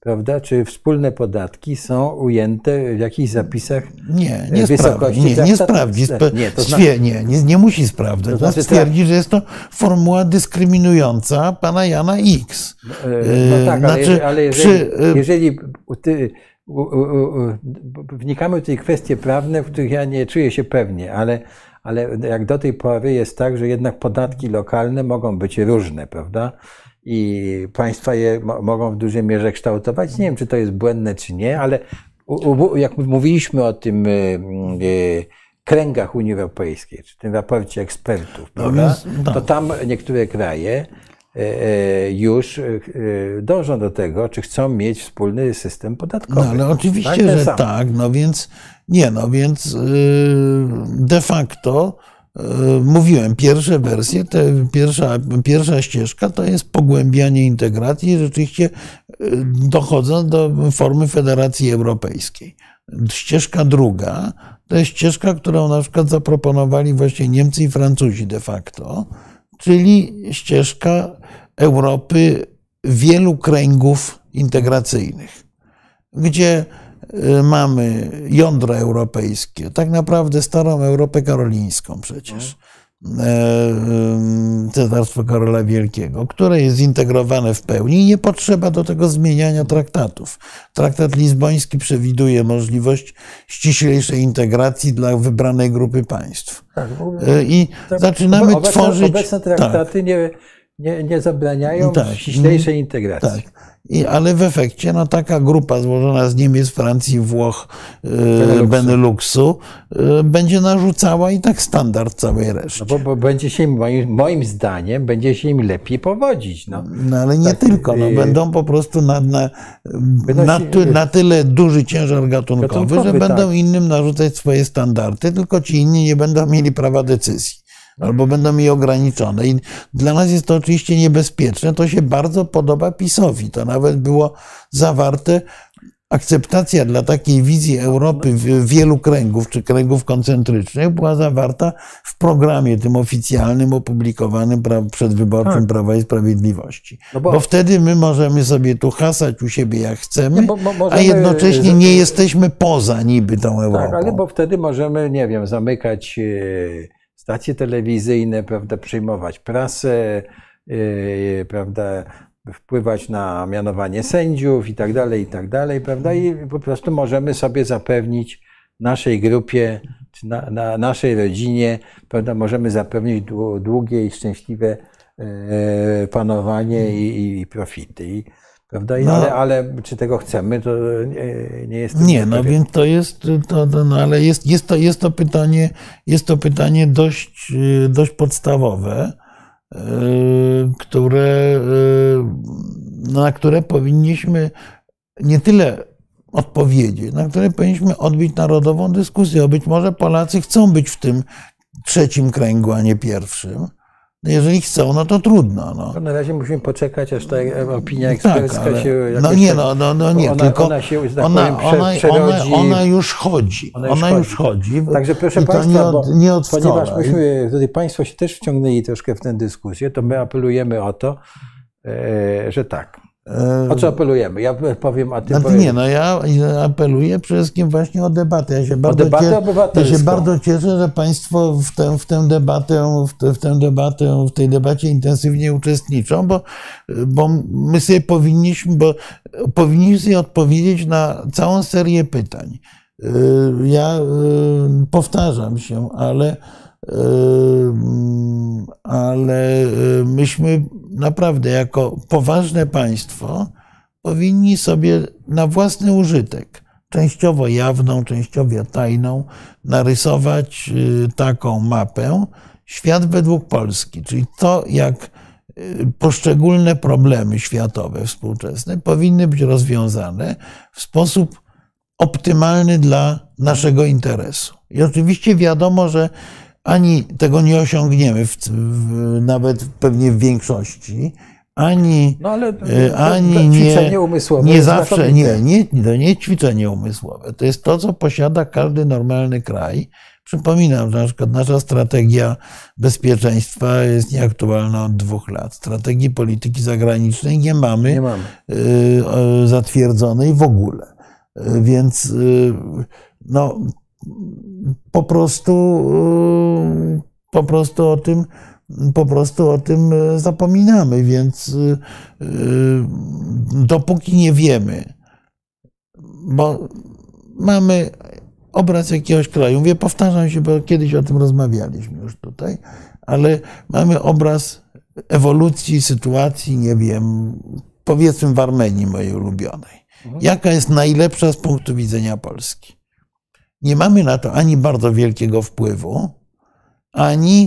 A: prawda, czy wspólne podatki są ujęte w jakichś zapisach
B: Nie
A: wysokości
B: nie sprawdzi. Nie musi sprawdzać. To znaczy, stwierdzi, że jest to formuła dyskryminująca pana Jana X.
A: No tak, ale jeżeli wnikamy w te kwestie prawne, w których ja nie czuję się pewnie, ale jak do tej pory jest tak, że jednak podatki lokalne mogą być różne, prawda? I państwa je mogą w dużej mierze kształtować. Nie wiem, czy to jest błędne, czy nie, ale jak mówiliśmy o tym kręgach Unii Europejskiej, czy tym raporcie ekspertów, prawda? To tam niektóre kraje już dążą do tego, czy chcą mieć wspólny system podatkowy.
B: No ale oczywiście, tak, że tak, więc de facto mówiłem, pierwsze wersje, pierwsza ścieżka to jest pogłębianie integracji i rzeczywiście dochodzą do formy Federacji Europejskiej. Ścieżka druga to jest ścieżka, którą na przykład zaproponowali właśnie Niemcy i Francuzi de facto, czyli ścieżka Europy wielu kręgów integracyjnych, gdzie mamy jądra europejskie, tak naprawdę starą Europę karolińską przecież, Cesarstwo Karola Wielkiego, które jest zintegrowane w pełni i nie potrzeba do tego zmieniania traktatów. Traktat lizboński przewiduje możliwość ściślejszej integracji dla wybranej grupy państw.
A: Tak,
B: i zaczynamy tworzyć...
A: Obecne traktaty nie zabraniają ściślejszej integracji.
B: Tak. Ale w efekcie taka grupa złożona z Niemiec, Francji, Włoch, Beneluxu będzie narzucała i tak standard całej reszty.
A: No bo będzie się, moim zdaniem, będzie się im lepiej powodzić. No
B: ale nie tylko. Będą po prostu na tyle duży ciężar gatunkowy, że będą innym narzucać swoje standardy, tylko ci inni nie będą mieli prawa decyzji. Albo będą mi ograniczone. I dla nas jest to oczywiście niebezpieczne. To się bardzo podoba PiS-owi. To nawet było zawarte. Akceptacja dla takiej wizji Europy wielu kręgów, czy kręgów koncentrycznych była zawarta w programie tym oficjalnym, opublikowanym przedwyborczym Prawa i Sprawiedliwości. Bo wtedy my możemy sobie tu hasać u siebie jak chcemy, a jednocześnie nie jesteśmy poza niby tą Europą.
A: Tak, ale bo wtedy możemy, nie wiem, zamykać stacje telewizyjne, prawda, przyjmować prasę, prawda, wpływać na mianowanie sędziów i tak dalej, prawda, i po prostu możemy sobie zapewnić naszej grupie, czy na naszej rodzinie, prawda, możemy zapewnić długie i szczęśliwe panowanie i profity. Prawda? Ale czy tego chcemy, to nie jest.
B: Nie, więc to jest, ale jest to pytanie dość podstawowe, na które powinniśmy nie tyle odpowiedzieć, na które powinniśmy odbyć narodową dyskusję. Bo być może Polacy chcą być w tym trzecim kręgu, a nie pierwszym. Jeżeli chcą, no to trudno. No.
A: Na razie musimy poczekać, aż ta opinia ekspercka się...
B: Ona już chodzi.
A: Także proszę Państwa, ponieważ myśmy, tutaj Państwo się też wciągnęli troszkę w tę dyskusję, to my apelujemy o to, że tak. O co apelujemy? Ja powiem, a ty powiesz.
B: Ja apeluję przede wszystkim właśnie o debatę. Ja się bardzo cieszę, że Państwo w tej debacie intensywnie uczestniczą, bo my sobie powinniśmy sobie odpowiedzieć na całą serię pytań. Ja powtarzam się, ale myśmy naprawdę jako poważne państwo powinni sobie na własny użytek, częściowo jawną, częściowo tajną, narysować taką mapę świat według Polski, czyli to, jak poszczególne problemy światowe, współczesne powinny być rozwiązane w sposób optymalny dla naszego interesu. I oczywiście wiadomo, że ani tego nie osiągniemy, nawet pewnie w większości, ani nie zawsze, to nie ćwiczenie umysłowe. To jest to, co posiada każdy normalny kraj, Przypominam, że na przykład nasza strategia bezpieczeństwa jest nieaktualna od 2 lat. Strategii polityki zagranicznej nie mamy zatwierdzonej w ogóle. Więc no, po prostu o tym zapominamy, więc dopóki nie wiemy, bo mamy obraz jakiegoś kraju, mówię, powtarzam się, bo kiedyś o tym rozmawialiśmy już tutaj, ale mamy obraz ewolucji sytuacji, nie wiem, powiedzmy w Armenii mojej ulubionej. Jaka jest najlepsza z punktu widzenia Polski? Nie mamy na to ani bardzo wielkiego wpływu, ani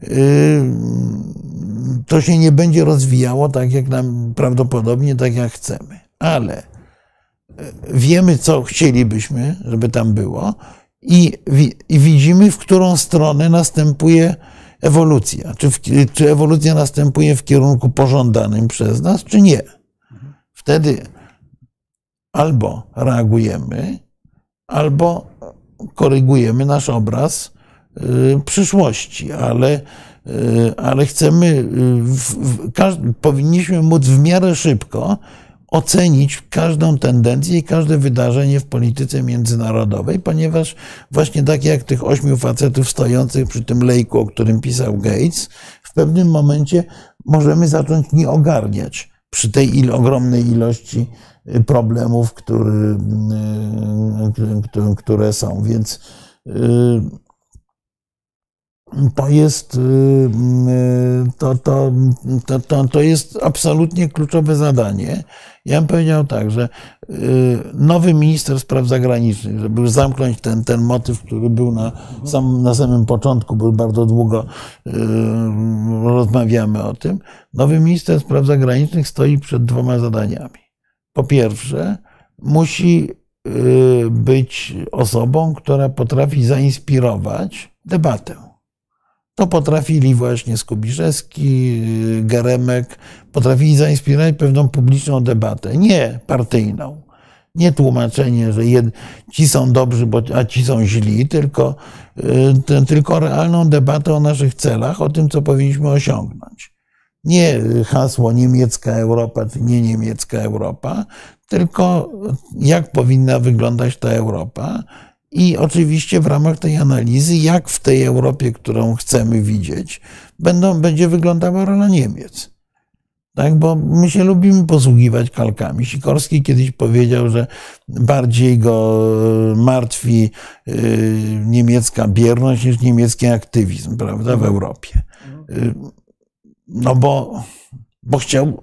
B: to się nie będzie rozwijało tak, jak nam prawdopodobnie, tak jak chcemy. Ale wiemy, co chcielibyśmy, żeby tam było i widzimy, w którą stronę następuje ewolucja. Czy ewolucja następuje w kierunku pożądanym przez nas, czy nie. Wtedy albo reagujemy, albo korygujemy nasz obraz przyszłości, ale chcemy, powinniśmy móc w miarę szybko ocenić każdą tendencję i każde wydarzenie w polityce międzynarodowej, ponieważ właśnie tak jak tych 8 facetów stojących przy tym lejku, o którym pisał Gates, w pewnym momencie możemy zacząć nie ogarniać przy tej ogromnej ilości problemów, które są. Więc to jest absolutnie kluczowe zadanie. Ja bym powiedział tak, że nowy minister spraw zagranicznych, żeby już zamknąć ten motyw, który był na samym początku, bo bardzo długo rozmawiamy o tym, nowy minister spraw zagranicznych stoi przed 2 zadaniami. Po pierwsze, musi być osobą, która potrafi zainspirować debatę. To potrafili właśnie Skubiszewski, Geremek, potrafili zainspirować pewną publiczną debatę, nie partyjną. Nie tłumaczenie, że ci są dobrzy, a ci są źli, tylko realną debatę o naszych celach, o tym, co powinniśmy osiągnąć. Nie hasło niemiecka Europa, czy nie niemiecka Europa, tylko jak powinna wyglądać ta Europa. I oczywiście w ramach tej analizy, jak w tej Europie, którą chcemy widzieć, będzie wyglądała rola Niemiec. Tak? Bo my się lubimy posługiwać kalkami. Sikorski kiedyś powiedział, że bardziej go martwi niemiecka bierność niż niemiecki aktywizm, prawda, w Europie. No bo chciał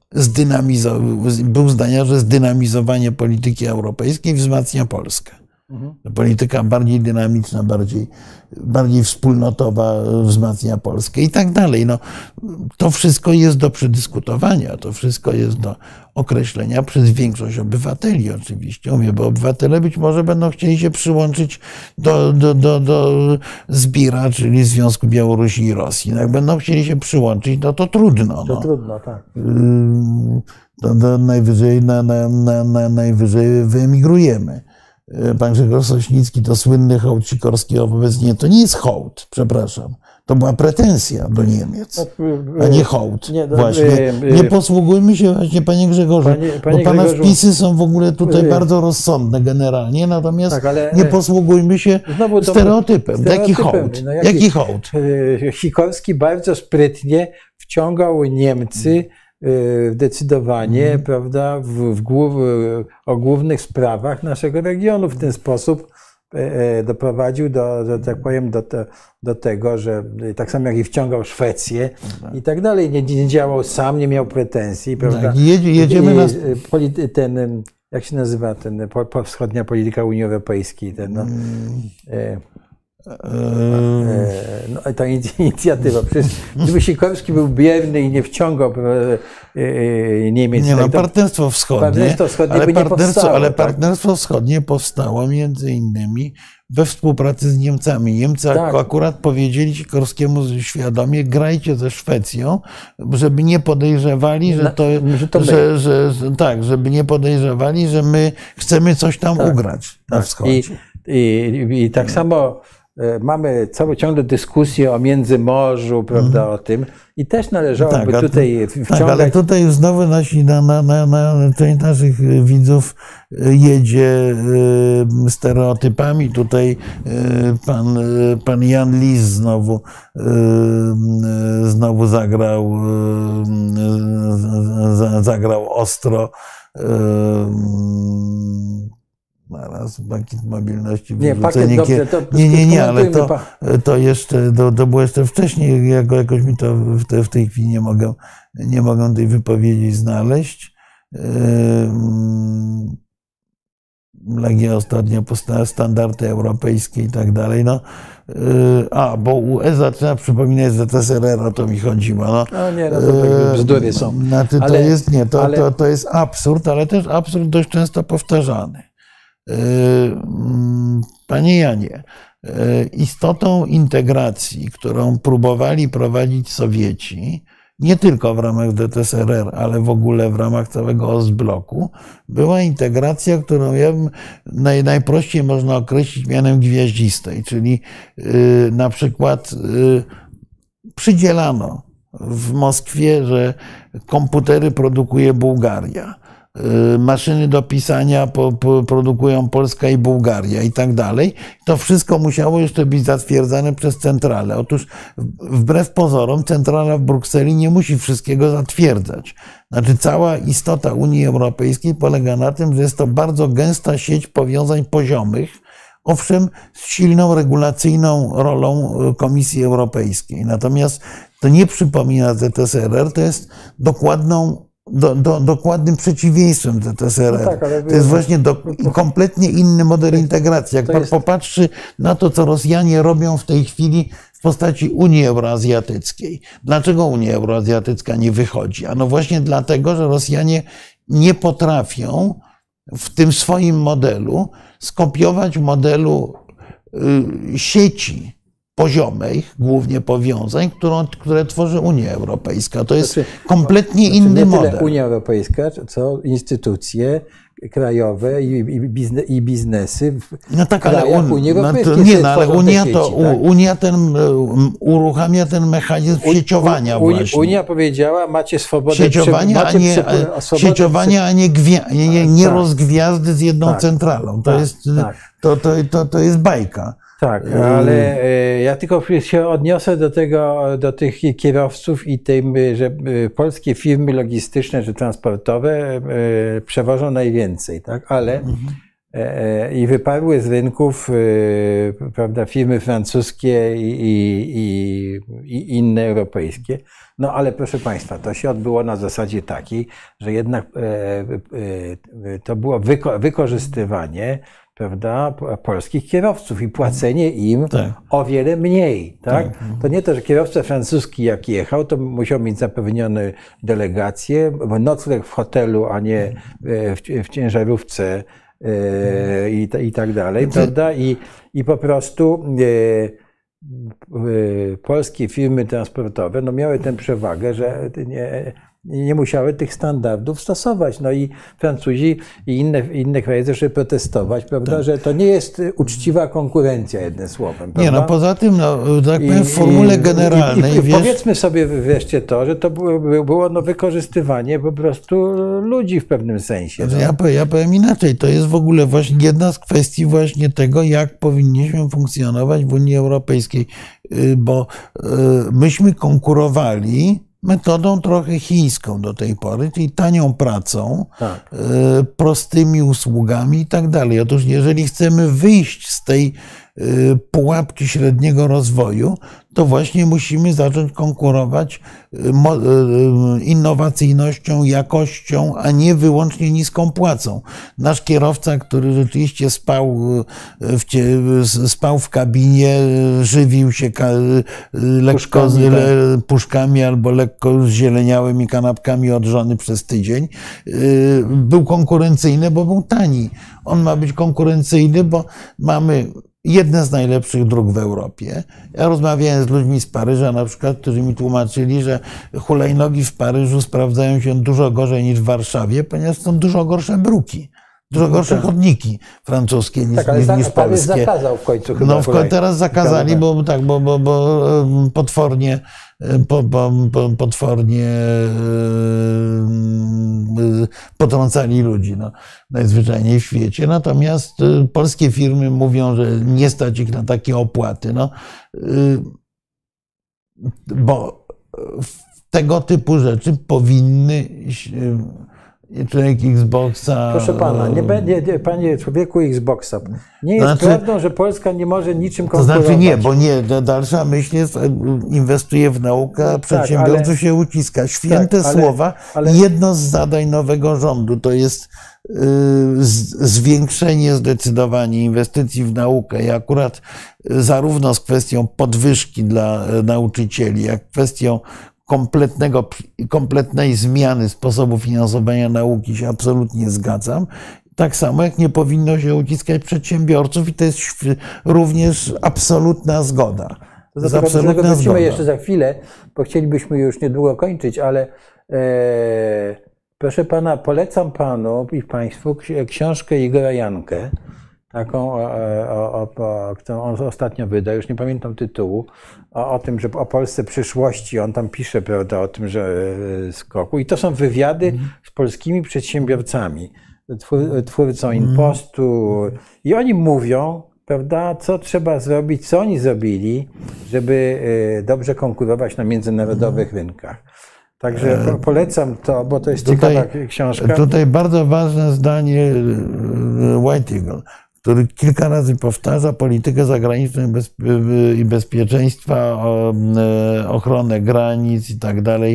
B: był zdania, że zdynamizowanie polityki europejskiej wzmacnia Polskę. Polityka bardziej dynamiczna, bardziej wspólnotowa wzmacnia Polskę i tak dalej. No, to wszystko jest do przedyskutowania, to wszystko jest do określenia przez większość obywateli oczywiście. Mówię, bo obywatele być może będą chcieli się przyłączyć do ZBIR-a, czyli Związku Białorusi i Rosji. No, jak będą chcieli się przyłączyć, no to trudno.
A: To trudno, tak.
B: Najwyżej wyemigrujemy. Pan Grzegorz Sośnicki to słynny hołd Sikorskiego wobec Niemiec. To nie jest hołd, przepraszam. To była pretensja do Niemiec, a nie hołd. Właśnie. Nie posługujmy się właśnie, panie Grzegorzu, bo pana wpisy są w ogóle tutaj bardzo rozsądne generalnie, natomiast nie posługujmy się stereotypem. Jaki hołd? Jaki hołd?
A: Sikorski bardzo sprytnie wciągał Niemcy decydowanie, prawda, o głównych sprawach naszego regionu. W ten sposób doprowadził tak powiem, do tego, że tak samo jak i wsciągał Szwecję i tak dalej, nie działał sam, nie miał pretensji, prawda.
B: Tak, jedziemy na...
A: Jak się nazywa wschodnia polityka Unii Europejskiej? Ta inicjatywa. Przecież gdyby Sikorski był bierny i nie wciągał Niemiec...
B: Nie, partnerstwo wschodnie, ale partnerstwo wschodnie powstało między innymi we współpracy z Niemcami. Niemcy akurat powiedzieli Sikorskiemu świadomie, grajcie ze Szwecją, żeby nie podejrzewali, żeby nie podejrzewali, że my chcemy coś tam ugrać na wschodzie.
A: I tak samo mamy ciągle dyskusję o Międzymorzu, prawda, o tym i też należałoby tutaj wciągać...
B: Tak, ale tutaj już znowu część naszych widzów jedzie stereotypami. Tutaj pan Jan Lis znowu zagrał ostro. Naraz Bankiet Mobilności.
A: Nie, pakiet dobrze, to
B: nie, ale to jeszcze, to było jeszcze wcześniej, jakoś mi to w tej chwili nie mogę tej wypowiedzi znaleźć. Legia ostatnio postała standardy europejskie i tak dalej. No, bo UE zaczyna przypominać ZSRR, o to mi chodziło. No,
A: nie, no to tak bzdury są.
B: Znaczy, to jest absurd, ale też absurd dość często powtarzany. Panie Janie, istotą integracji, którą próbowali prowadzić Sowieci, nie tylko w ramach ZSRR, ale w ogóle w ramach całego Ostbloku, była integracja, którą najprościej można określić mianem gwiaździstej, czyli na przykład przydzielano w Moskwie, że komputery produkuje Bułgaria, maszyny do pisania produkują Polska i Bułgaria i tak dalej. To wszystko musiało jeszcze być zatwierdzane przez centralę. Otóż wbrew pozorom centrala w Brukseli nie musi wszystkiego zatwierdzać. Znaczy cała istota Unii Europejskiej polega na tym, że jest to bardzo gęsta sieć powiązań poziomych, owszem z silną regulacyjną rolą Komisji Europejskiej. Natomiast to nie przypomina ZSRR, to jest dokładnym przeciwieństwem ZSRR. No tak, to jest właśnie kompletnie inny model integracji. Jak pan popatrzy na to, co Rosjanie robią w tej chwili w postaci Unii Euroazjatyckiej. Dlaczego Unia Euroazjatycka nie wychodzi? Ano właśnie dlatego, że Rosjanie nie potrafią w tym swoim modelu skopiować modelu sieci poziomych, głównie powiązań, które tworzy Unia Europejska. To jest kompletnie inny model. Nie tyle
A: Unia Europejska, co instytucje krajowe i biznesy w krajach Unii Europejskiej.
B: Ale Unia uruchamia ten mechanizm sieciowania właśnie.
A: Unia powiedziała, macie swobodę
B: sieciowania, a nie rozgwiazdy z jedną centralą. To jest bajka.
A: Tak, ale ja tylko się odniosę do tych kierowców i tym, że polskie firmy logistyczne czy transportowe przewożą najwięcej, tak? Ale i wyparły z rynków, prawda, firmy francuskie i inne europejskie. No ale proszę Państwa, to się odbyło na zasadzie takiej, że jednak to było wykorzystywanie, prawda, polskich kierowców i płacenie im o wiele mniej. Tak? To nie to, że kierowca francuski jak jechał, to musiał mieć zapewnione delegacje, nocleg w hotelu, a nie w ciężarówce i tak dalej, prawda? I po prostu polskie firmy transportowe miały tę przewagę, że nie musiały tych standardów stosować. No i Francuzi i inne kraje zaczęły protestować, prawda, że to nie jest uczciwa konkurencja, jednym słowem. Prawda?
B: Nie, poza tym, tak powiem, w formule generalnej.
A: Powiedzmy sobie wreszcie to, że to było wykorzystywanie po prostu ludzi w pewnym sensie.
B: Ja powiem inaczej. To jest w ogóle właśnie jedna z kwestii właśnie tego, jak powinniśmy funkcjonować w Unii Europejskiej, bo myśmy konkurowali metodą trochę chińską do tej pory, czyli tanią pracą, prostymi usługami i tak dalej. Otóż jeżeli chcemy wyjść z tej pułapki średniego rozwoju, to właśnie musimy zacząć konkurować innowacyjnością, jakością, a nie wyłącznie niską płacą. Nasz kierowca, który rzeczywiście spał w kabinie, żywił się lekko puszkami albo lekko zzieleniałymi kanapkami od żony przez tydzień, był konkurencyjny, bo był tani. On ma być konkurencyjny, bo mamy jedne z najlepszych dróg w Europie. Ja rozmawiałem z ludźmi z Paryża na przykład, którzy mi tłumaczyli, że hulajnogi w Paryżu sprawdzają się dużo gorzej niż w Warszawie, ponieważ są dużo gorsze bruki. Dużo gorsze chodniki francuskie niż,
A: Tak, ale
B: niż polskie.
A: zakazał w końcu chyba.
B: No teraz zakazali, bo potwornie potrącali ludzi, no, najzwyczajniej w świecie. Natomiast polskie firmy mówią, że nie stać ich na takie opłaty. No, bo tego typu rzeczy powinny człowiek Xboxa.
A: Proszę pana, panie człowieku Xboxa, nie jest prawdą, że Polska nie może niczym konkurować.
B: To znaczy nie, bo nie, dalsza myśl jest, inwestuje w naukę, a przedsiębiorców się uciska. Święte słowa. Jedno z zadań nowego rządu to jest zwiększenie zdecydowanie inwestycji w naukę i akurat zarówno z kwestią podwyżki dla nauczycieli, jak kwestią kompletnej zmiany sposobu finansowania nauki się absolutnie zgadzam. Tak samo jak nie powinno się uciskać przedsiębiorców i to jest również absolutna zgoda.
A: Do tego wrócimy jeszcze za chwilę, bo chcielibyśmy już niedługo kończyć, ale proszę pana, polecam panu i państwu książkę Igora Jankę, taką, którą on ostatnio wydał, już nie pamiętam tytułu, o tym, że o Polsce przyszłości, on tam pisze, prawda, o tym, że skoku. I to są wywiady z polskimi przedsiębiorcami, twórcą Impostu. I oni mówią, prawda, co trzeba zrobić, co oni zrobili, żeby dobrze konkurować na międzynarodowych rynkach. Także polecam to, bo to jest ciekawa książka.
B: Tutaj bardzo ważne zdanie White Eagle, który kilka razy powtarza politykę zagraniczną i bezpieczeństwa, ochronę granic i tak dalej.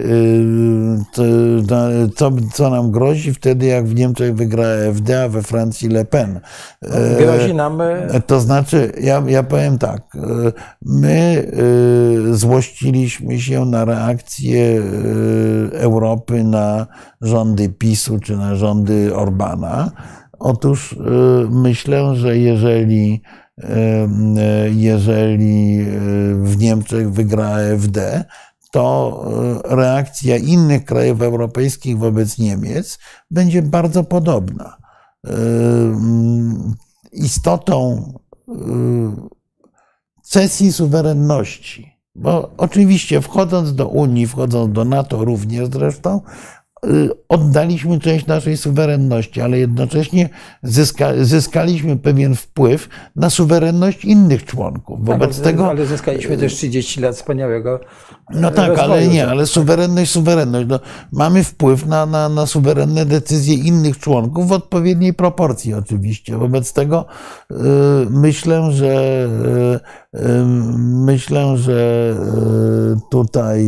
B: Co nam grozi wtedy, jak w Niemczech wygra AfD, a we Francji Le Pen?
A: Grozi nam...
B: To znaczy, ja powiem tak, my złościliśmy się na reakcję Europy na rządy PiS-u czy na rządy Orbana. Otóż myślę, że jeżeli w Niemczech wygra AfD, to reakcja innych krajów europejskich wobec Niemiec będzie bardzo podobna. Istotą cesji suwerenności, bo oczywiście wchodząc do Unii, wchodząc do NATO również zresztą, oddaliśmy część naszej suwerenności, ale jednocześnie zyskaliśmy pewien wpływ na suwerenność innych członków. Wobec tego,
A: ale zyskaliśmy też 30 lat wspaniałego
B: no tak, rozwoju. Ale nie, ale suwerenność. No, mamy wpływ na suwerenne decyzje innych członków w odpowiedniej proporcji oczywiście. Wobec tego myślę, że tutaj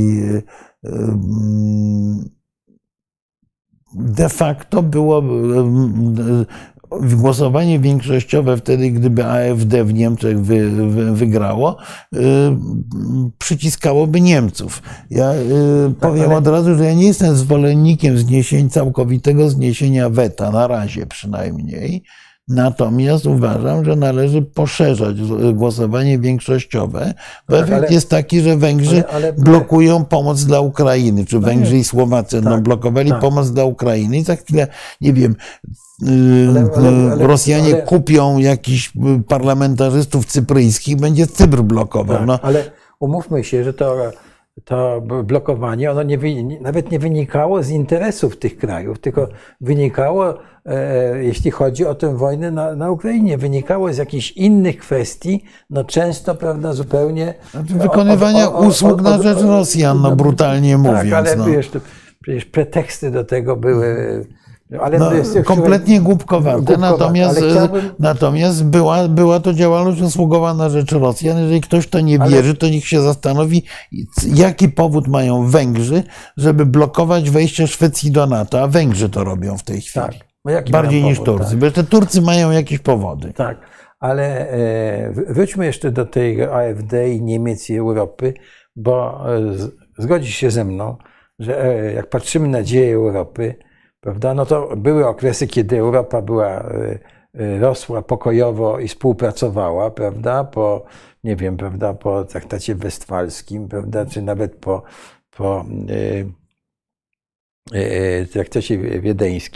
B: de facto było głosowanie większościowe wtedy, gdyby AfD w Niemczech wygrało, przyciskałoby Niemców. Ja powiem od razu, że ja nie jestem zwolennikiem całkowitego zniesienia weta, na razie przynajmniej. Natomiast uważam, że należy poszerzać głosowanie większościowe, bo efekt jest taki, że Węgrzy blokują pomoc dla Ukrainy, czy Węgrzy i Słowacy blokowali pomoc dla Ukrainy i za chwilę, nie wiem, Rosjanie kupią jakichś parlamentarzystów cypryjskich, będzie Cypr blokował.
A: Tak,
B: no.
A: Ale umówmy się, że to blokowanie, ono nawet nie wynikało z interesów tych krajów, tylko wynikało, jeśli chodzi o tę wojnę na Ukrainie, wynikało z jakichś innych kwestii, no często, prawda, zupełnie...
B: Wykonywania usług na rzecz Rosjan, no brutalnie mówiąc.
A: Tak, ale wiesz, przecież preteksty do tego były... Ale
B: kompletnie głupkowate, natomiast była to działalność usługowa na rzecz Rosjan. Jeżeli ktoś to nie wierzy, to niech się zastanowi, jaki powód mają Węgrzy, żeby blokować wejście Szwecji do NATO, a Węgrzy to robią w tej chwili. Tak. Bardziej niż Turcy, tak. Bo te Turcy mają jakieś powody.
A: Tak, ale wróćmy jeszcze do tej AfD i Niemiec i Europy, bo zgodzisz się ze mną, że jak patrzymy na dzieje Europy, prawda? No to były okresy, kiedy Europa rosła pokojowo i współpracowała, prawda? Nie wiem, prawda, po traktacie westfalskim, prawda, czy nawet po traktacie wiedeńskim,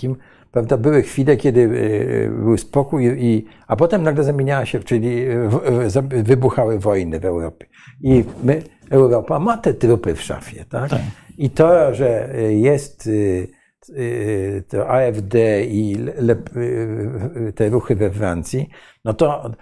A: prawda, były chwile, kiedy był spokój, a potem nagle zamieniała się, czyli wybuchały wojny w Europie. I Europa ma te trupy w szafie, tak?
B: Tak.
A: I to, że jest to AfD i te ruchy we Francji, no to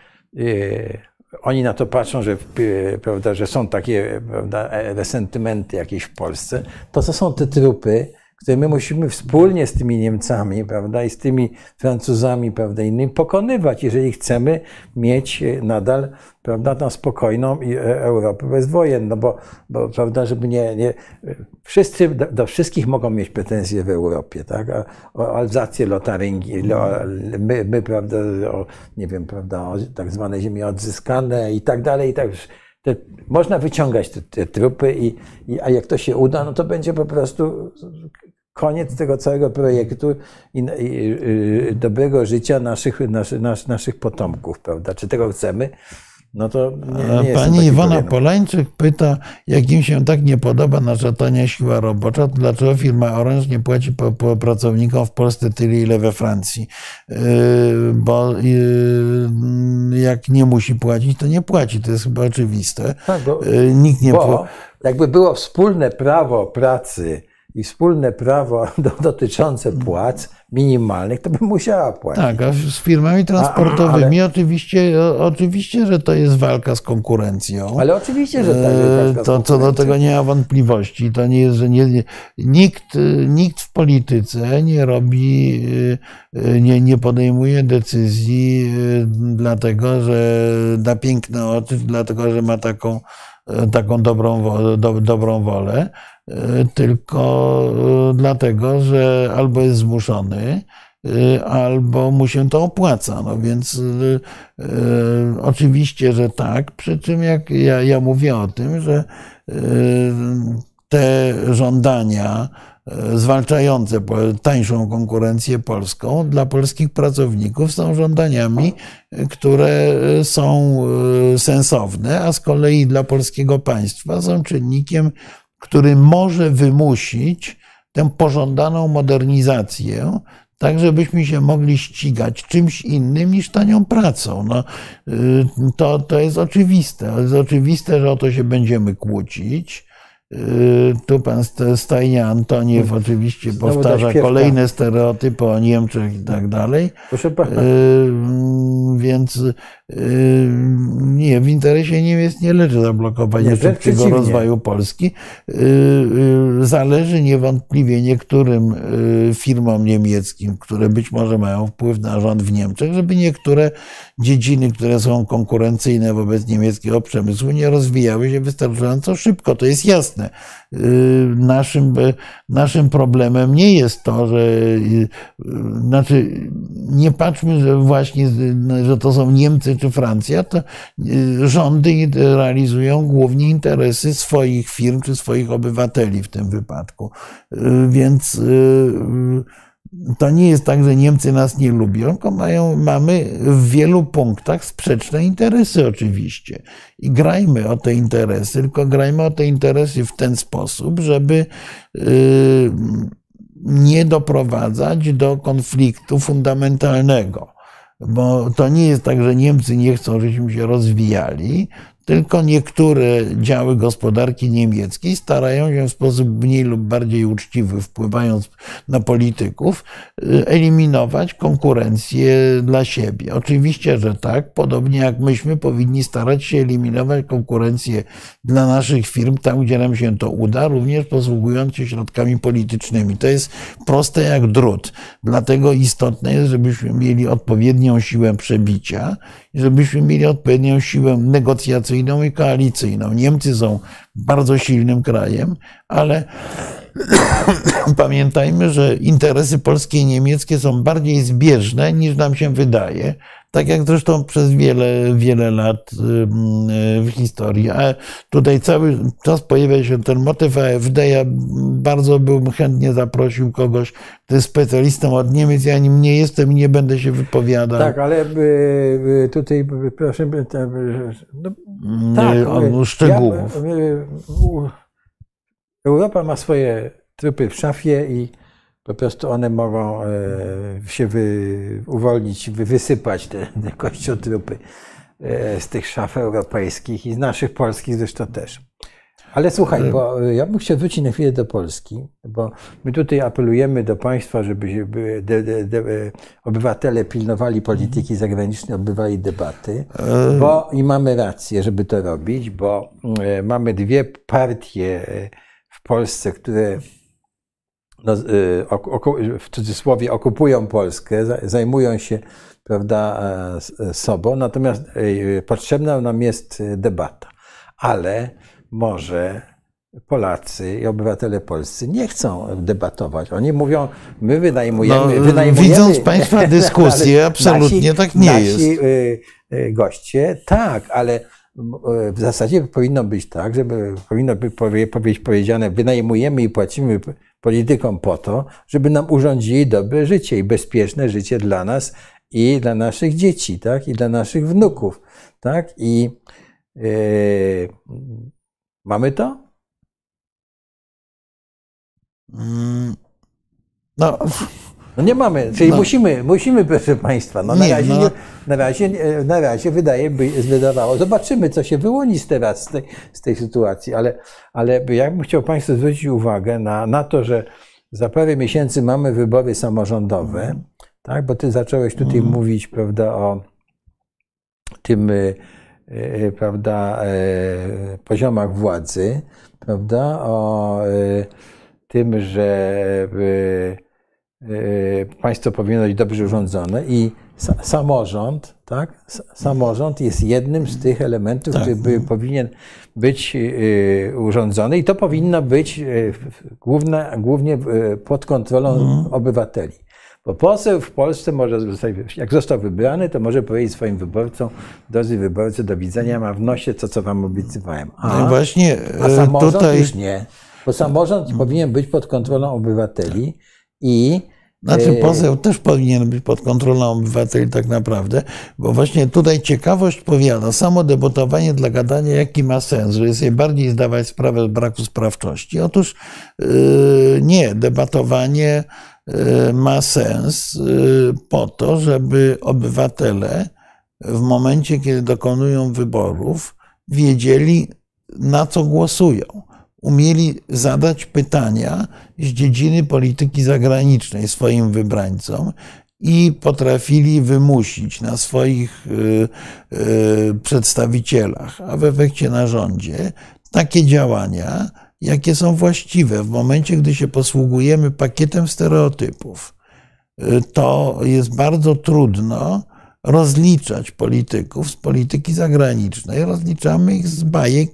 A: oni na to patrzą, że, prawda, że są takie, prawda, resentymenty jakieś w Polsce. To są te trupy, które my musimy wspólnie z tymi Niemcami, prawda, i z tymi Francuzami, prawda, innymi pokonywać, jeżeli chcemy mieć nadal, prawda, tą spokojną Europę bezwojenną, bo prawda, żeby wszyscy, do wszystkich mogą mieć pretensje w Europie, tak, o Alzację, Lotaryngii, my, prawda, nie wiem, prawda, o tak zwane ziemie odzyskane i tak dalej, i tak. Można wyciągać te trupy, a jak to się uda, no to będzie po prostu koniec tego całego projektu i dobrego życia naszych potomków, prawda? Czy tego chcemy? No to nie
B: Pani Iwona Polańczyk pyta, jak im się tak nie podoba nasza tania siła robocza, to dlaczego firma Orange nie płaci pracownikom w Polsce tyle, ile we Francji? Bo jak nie musi płacić, to nie płaci. To jest chyba oczywiste.
A: Tak,
B: Nikt nie
A: jakby było wspólne prawo pracy i wspólne prawo dotyczące płac minimalnych, to by musiała płacić.
B: Tak, a z firmami transportowymi oczywiście, że to jest walka z konkurencją.
A: Ale oczywiście, że tak jest walka z konkurencją.
B: Co do tego nie ma wątpliwości. To nie jest, że nikt w polityce nie robi, nie podejmuje decyzji dlatego, że da piękne oczy, dlatego, że ma taką dobrą wolę, tylko dlatego, że albo jest zmuszony, albo mu się to opłaca. No więc oczywiście, że tak. Przy czym jak ja mówię o tym, że te żądania zwalczające tańszą konkurencję polską dla polskich pracowników są żądaniami, które są sensowne, a z kolei dla polskiego państwa są czynnikiem, który może wymusić tę pożądaną modernizację, tak żebyśmy się mogli ścigać czymś innym niż tanią pracą. No, to jest oczywiste. To jest oczywiste, że o to się będziemy kłócić. Tu pan Stajnie Antoniew oczywiście powtarza kolejne stereotypy o Niemczech i tak dalej.
A: Proszę pana.
B: Więc nie, w interesie Niemiec nie leży zablokowanie szybkiego rozwoju Polski. Zależy niewątpliwie niektórym firmom niemieckim, które być może mają wpływ na rząd w Niemczech, żeby niektóre dziedziny, które są konkurencyjne wobec niemieckiego przemysłu, nie rozwijały się wystarczająco szybko. To jest jasne. Naszym problemem nie jest to, nie patrzmy, że właśnie, że to są Niemcy czy Francja, to rządy realizują głównie interesy swoich firm czy swoich obywateli w tym wypadku. Więc to nie jest tak, że Niemcy nas nie lubią, tylko mamy w wielu punktach sprzeczne interesy oczywiście. I grajmy o te interesy, tylko grajmy o te interesy w ten sposób, żeby nie doprowadzać do konfliktu fundamentalnego. Bo to nie jest tak, że Niemcy nie chcą, żebyśmy się rozwijali, tylko niektóre działy gospodarki niemieckiej starają się w sposób mniej lub bardziej uczciwy, wpływając na polityków, eliminować konkurencję dla siebie. Oczywiście, że tak, podobnie jak myśmy powinni starać się eliminować konkurencję dla naszych firm tam, gdzie nam się to uda, również posługując się środkami politycznymi. To jest proste jak drut. Dlatego istotne jest, żebyśmy mieli odpowiednią siłę przebicia, żebyśmy mieli odpowiednią siłę negocjacyjną i koalicyjną. Niemcy są bardzo silnym krajem, ale pamiętajmy, że interesy polskie i niemieckie są bardziej zbieżne niż nam się wydaje. Tak jak zresztą przez wiele lat w historii. A tutaj cały czas pojawia się ten motyw AfD. Ja bardzo bym chętnie zaprosił kogoś, kto jest specjalistą od Niemiec. Ja nim nie jestem i nie będę się wypowiadał.
A: Tak, ale tutaj proszę... tak,
B: szczegółów.
A: Europa ma swoje trupy w szafie i po prostu one mogą się uwolnić, wysypać te kościotrupy z tych szaf europejskich i z naszych polskich zresztą też. Ale słuchaj, bo ja bym chciał wrócić na chwilę do Polski, bo my tutaj apelujemy do państwa, żeby obywatele pilnowali polityki zagranicznej, odbywali debaty, bo i mamy rację, żeby to robić, bo mamy dwie partie w Polsce, które no, w cudzysłowie okupują Polskę, zajmują się, prawda, sobą, natomiast potrzebna nam jest debata. Ale może Polacy i obywatele polscy nie chcą debatować. Oni mówią, my wynajmujemy.
B: Widząc państwa dyskusję, absolutnie tak nie jest.
A: Nasi goście, tak, ale w zasadzie powinno być tak, powinno być powiedziane, wynajmujemy i płacimy politykom po to, żeby nam urządzili dobre życie i bezpieczne życie dla nas i dla naszych dzieci, tak, i dla naszych wnuków, tak, i mamy to?
B: No
A: nie mamy, czyli musimy, proszę państwa. Na razie wydawało. Zobaczymy, co się wyłoni teraz z tej sytuacji, ale ja bym chciał państwu zwrócić uwagę na to, że za parę miesięcy mamy wybory samorządowe, tak? Bo ty zacząłeś tutaj mówić, prawda, o tym, prawda, poziomach władzy, prawda, o tym, że państwo powinno być dobrze urządzone i samorząd, tak? Samorząd jest jednym z tych elementów, który powinien być urządzony i to powinno być głównie pod kontrolą obywateli. Bo poseł w Polsce może zostać, jak został wybrany, to może powiedzieć swoim wyborcom, drodzy wyborcy, do widzenia, mam w nosie to, co wam obiecywałem. A samorząd tutaj już nie. Bo samorząd powinien być pod kontrolą obywateli i
B: znaczy poseł też powinien być pod kontrolą obywateli tak naprawdę, bo właśnie tutaj ciekawość powiada, samo debatowanie dla gadania jaki ma sens, żeby sobie bardziej zdawać sprawę z braku sprawczości. Otóż nie, debatowanie ma sens po to, żeby obywatele w momencie, kiedy dokonują wyborów, wiedzieli, na co głosują. Umieli zadać pytania z dziedziny polityki zagranicznej swoim wybrańcom i potrafili wymusić na swoich przedstawicielach, a w efekcie na rządzie, takie działania, jakie są właściwe. W momencie, gdy się posługujemy pakietem stereotypów, to jest bardzo trudno rozliczać polityków z polityki zagranicznej. Rozliczamy ich z bajek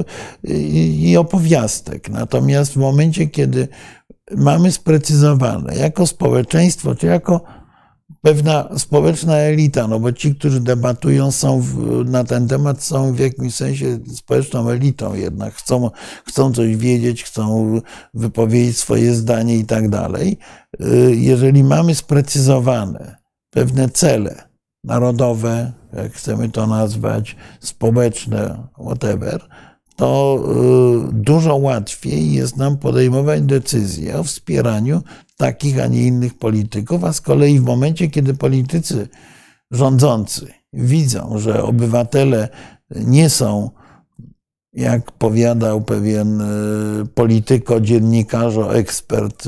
B: i opowiastek. Natomiast w momencie, kiedy mamy sprecyzowane jako społeczeństwo, czy jako pewna społeczna elita, no bo ci, którzy debatują na ten temat, są w jakimś sensie społeczną elitą jednak, chcą coś wiedzieć, chcą wypowiedzieć swoje zdanie i tak dalej. Jeżeli mamy sprecyzowane pewne cele narodowe, jak chcemy to nazwać, społeczne, whatever, to dużo łatwiej jest nam podejmować decyzje o wspieraniu takich, a nie innych polityków, a z kolei w momencie, kiedy politycy rządzący widzą, że obywatele nie są, jak powiadał pewien polityko, dziennikarzo, ekspert,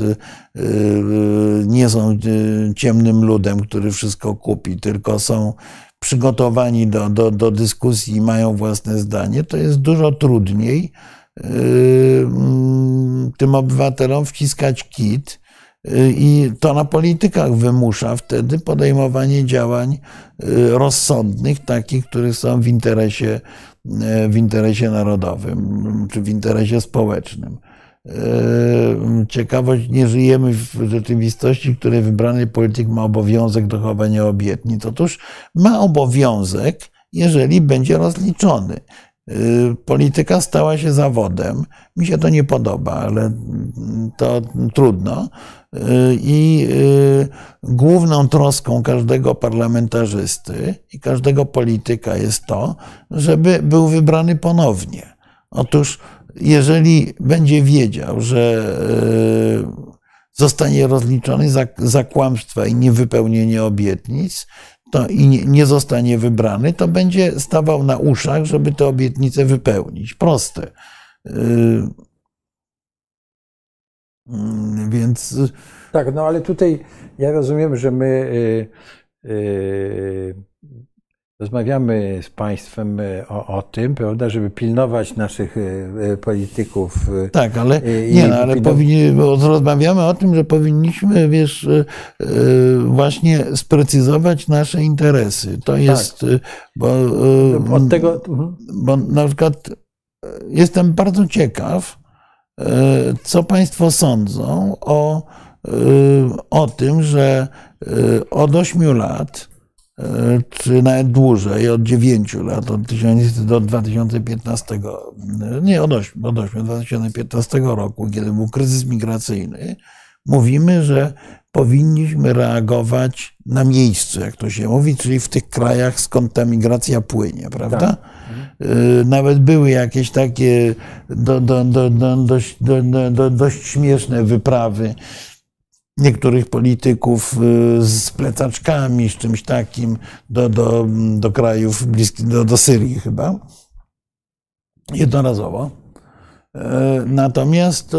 B: nie są ciemnym ludem, który wszystko kupi, tylko są przygotowani do dyskusji i mają własne zdanie, to jest dużo trudniej tym obywatelom wciskać kit i to na politykach wymusza wtedy podejmowanie działań rozsądnych, takich, które są w interesie narodowym czy w interesie społecznym. Ciekawość, nie żyjemy w rzeczywistości, w której wybrany polityk ma obowiązek dochowania obietnic. Otóż ma obowiązek, jeżeli będzie rozliczony. Polityka stała się zawodem. Mi się to nie podoba, ale to trudno. I główną troską każdego parlamentarzysty i każdego polityka jest to, żeby był wybrany ponownie. Otóż jeżeli będzie wiedział, że zostanie rozliczony za kłamstwa i niewypełnienie obietnic, to i nie zostanie wybrany, to będzie stawał na uszach, żeby te obietnice wypełnić. Proste. Więc...
A: Tak, no ale tutaj ja rozumiem, że my rozmawiamy z państwem o tym, prawda, żeby pilnować naszych polityków.
B: Tak, ale nie, ale rozmawiamy o tym, że powinniśmy, wiesz, właśnie sprecyzować nasze interesy. To jest, tak.
A: Od tego...
B: Bo na przykład jestem bardzo ciekaw, co państwo sądzą o tym, że od 8 lat, czy nawet dłużej, od 9 lat, do 2015, nie od 2015 roku, kiedy był kryzys migracyjny, mówimy, że powinniśmy reagować na miejscu, jak to się mówi, czyli w tych krajach, skąd ta migracja płynie, prawda? Tak. Nawet były jakieś takie dość śmieszne wyprawy niektórych polityków z plecaczkami, z czymś takim do krajów bliskich, do Syrii chyba, jednorazowo. Natomiast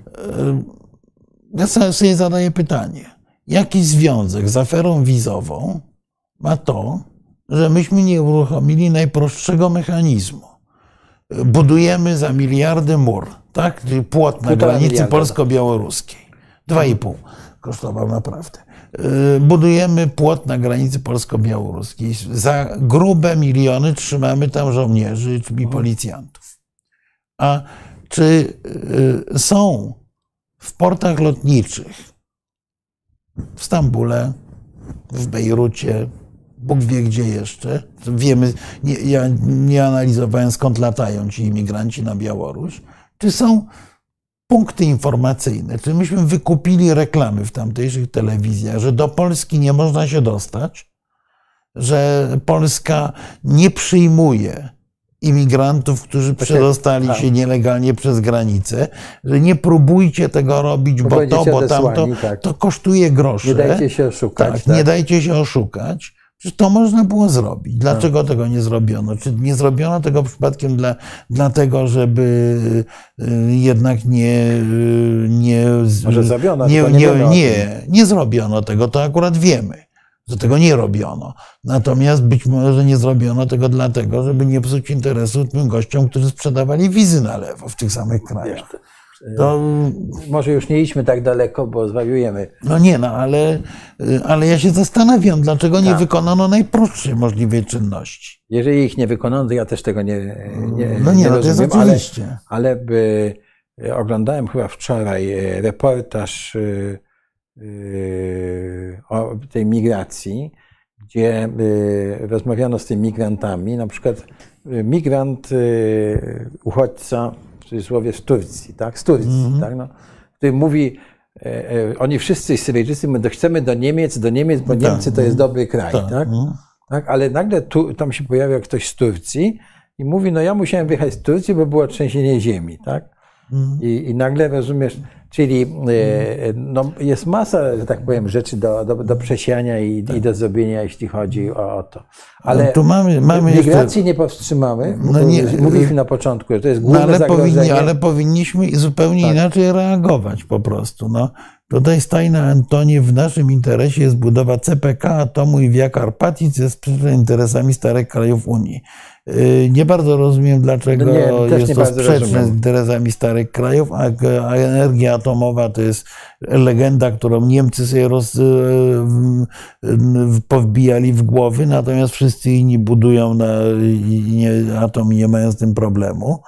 B: ja sobie zadaję pytanie, jaki związek z aferą wizową ma to, że myśmy nie uruchomili najprostszego mechanizmu. Budujemy za miliardy mur, tak? Czyli płot na granicy polsko-białoruskiej. 2,5 kosztował naprawdę. Budujemy płot na granicy polsko-białoruskiej. Za grube miliony trzymamy tam żołnierzy i policjantów. A czy są w portach lotniczych w Stambule, w Bejrucie, Bóg wie gdzie jeszcze, wiemy, ja nie analizowałem, skąd latają ci imigranci na Białoruś, czy są punkty informacyjne, czy myśmy wykupili reklamy w tamtejszych telewizjach, że do Polski nie można się dostać, że Polska nie przyjmuje imigrantów, którzy przedostali się nielegalnie przez granicę, że nie próbujcie tego robić, bo to, bo tamto, to kosztuje grosze.
A: Nie dajcie się oszukać.
B: Tak, tak. Nie dajcie się oszukać. Przecież to można było zrobić. Dlaczego tego nie zrobiono? Czy nie zrobiono tego przypadkiem dlatego, żeby jednak
A: Może zrobiono,
B: nie zrobiono tego, to akurat wiemy, że tego nie robiono. Natomiast być może nie zrobiono tego dlatego, żeby nie psuć interesu tym gościom, którzy sprzedawali wizy na lewo w tych samych krajach.
A: To... Może już nie idźmy tak daleko, bo zwariujemy.
B: No nie, no ale ja się zastanawiam, dlaczego nie wykonano najprostszej możliwej czynności.
A: Jeżeli ich nie wykonano, to ja też tego nie
B: no nie, no to jest oczywiście.
A: Ale oglądałem chyba wczoraj reportaż o tej migracji, gdzie rozmawiano z tymi migrantami, na przykład migrant, uchodźca, w cudzysłowie, z Turcji, tak? Z Turcji, tak? No, który mówi, oni wszyscy Syryjczycy, my chcemy do Niemiec, bo Niemcy to jest dobry kraj, tak? Tak? Ale nagle tam się pojawia ktoś z Turcji i mówi, no ja musiałem wyjechać z Turcji, bo było trzęsienie ziemi, tak? I nagle rozumiesz, czyli no, jest masa, że tak powiem, rzeczy do przesiania i do zrobienia, jeśli chodzi o to. Ale
B: no, mamy
A: migracji
B: jeszcze...
A: nie powstrzymamy. No nie, mówiliśmy na początku, że to jest główne zagrożenie.
B: Ale powinniśmy zupełnie inaczej reagować po prostu. No. Tutaj staje na Antonie, w naszym interesie jest budowa CPK, Atomu i Via Carpatic ze sprzecznymi interesami starych krajów Unii. Nie bardzo rozumiem, dlaczego jest to sprzeczne z interesami starych krajów, a energia atomowa to jest legenda, którą Niemcy sobie powbijali w głowy, natomiast wszyscy inni budują atom i nie mają z tym problemu.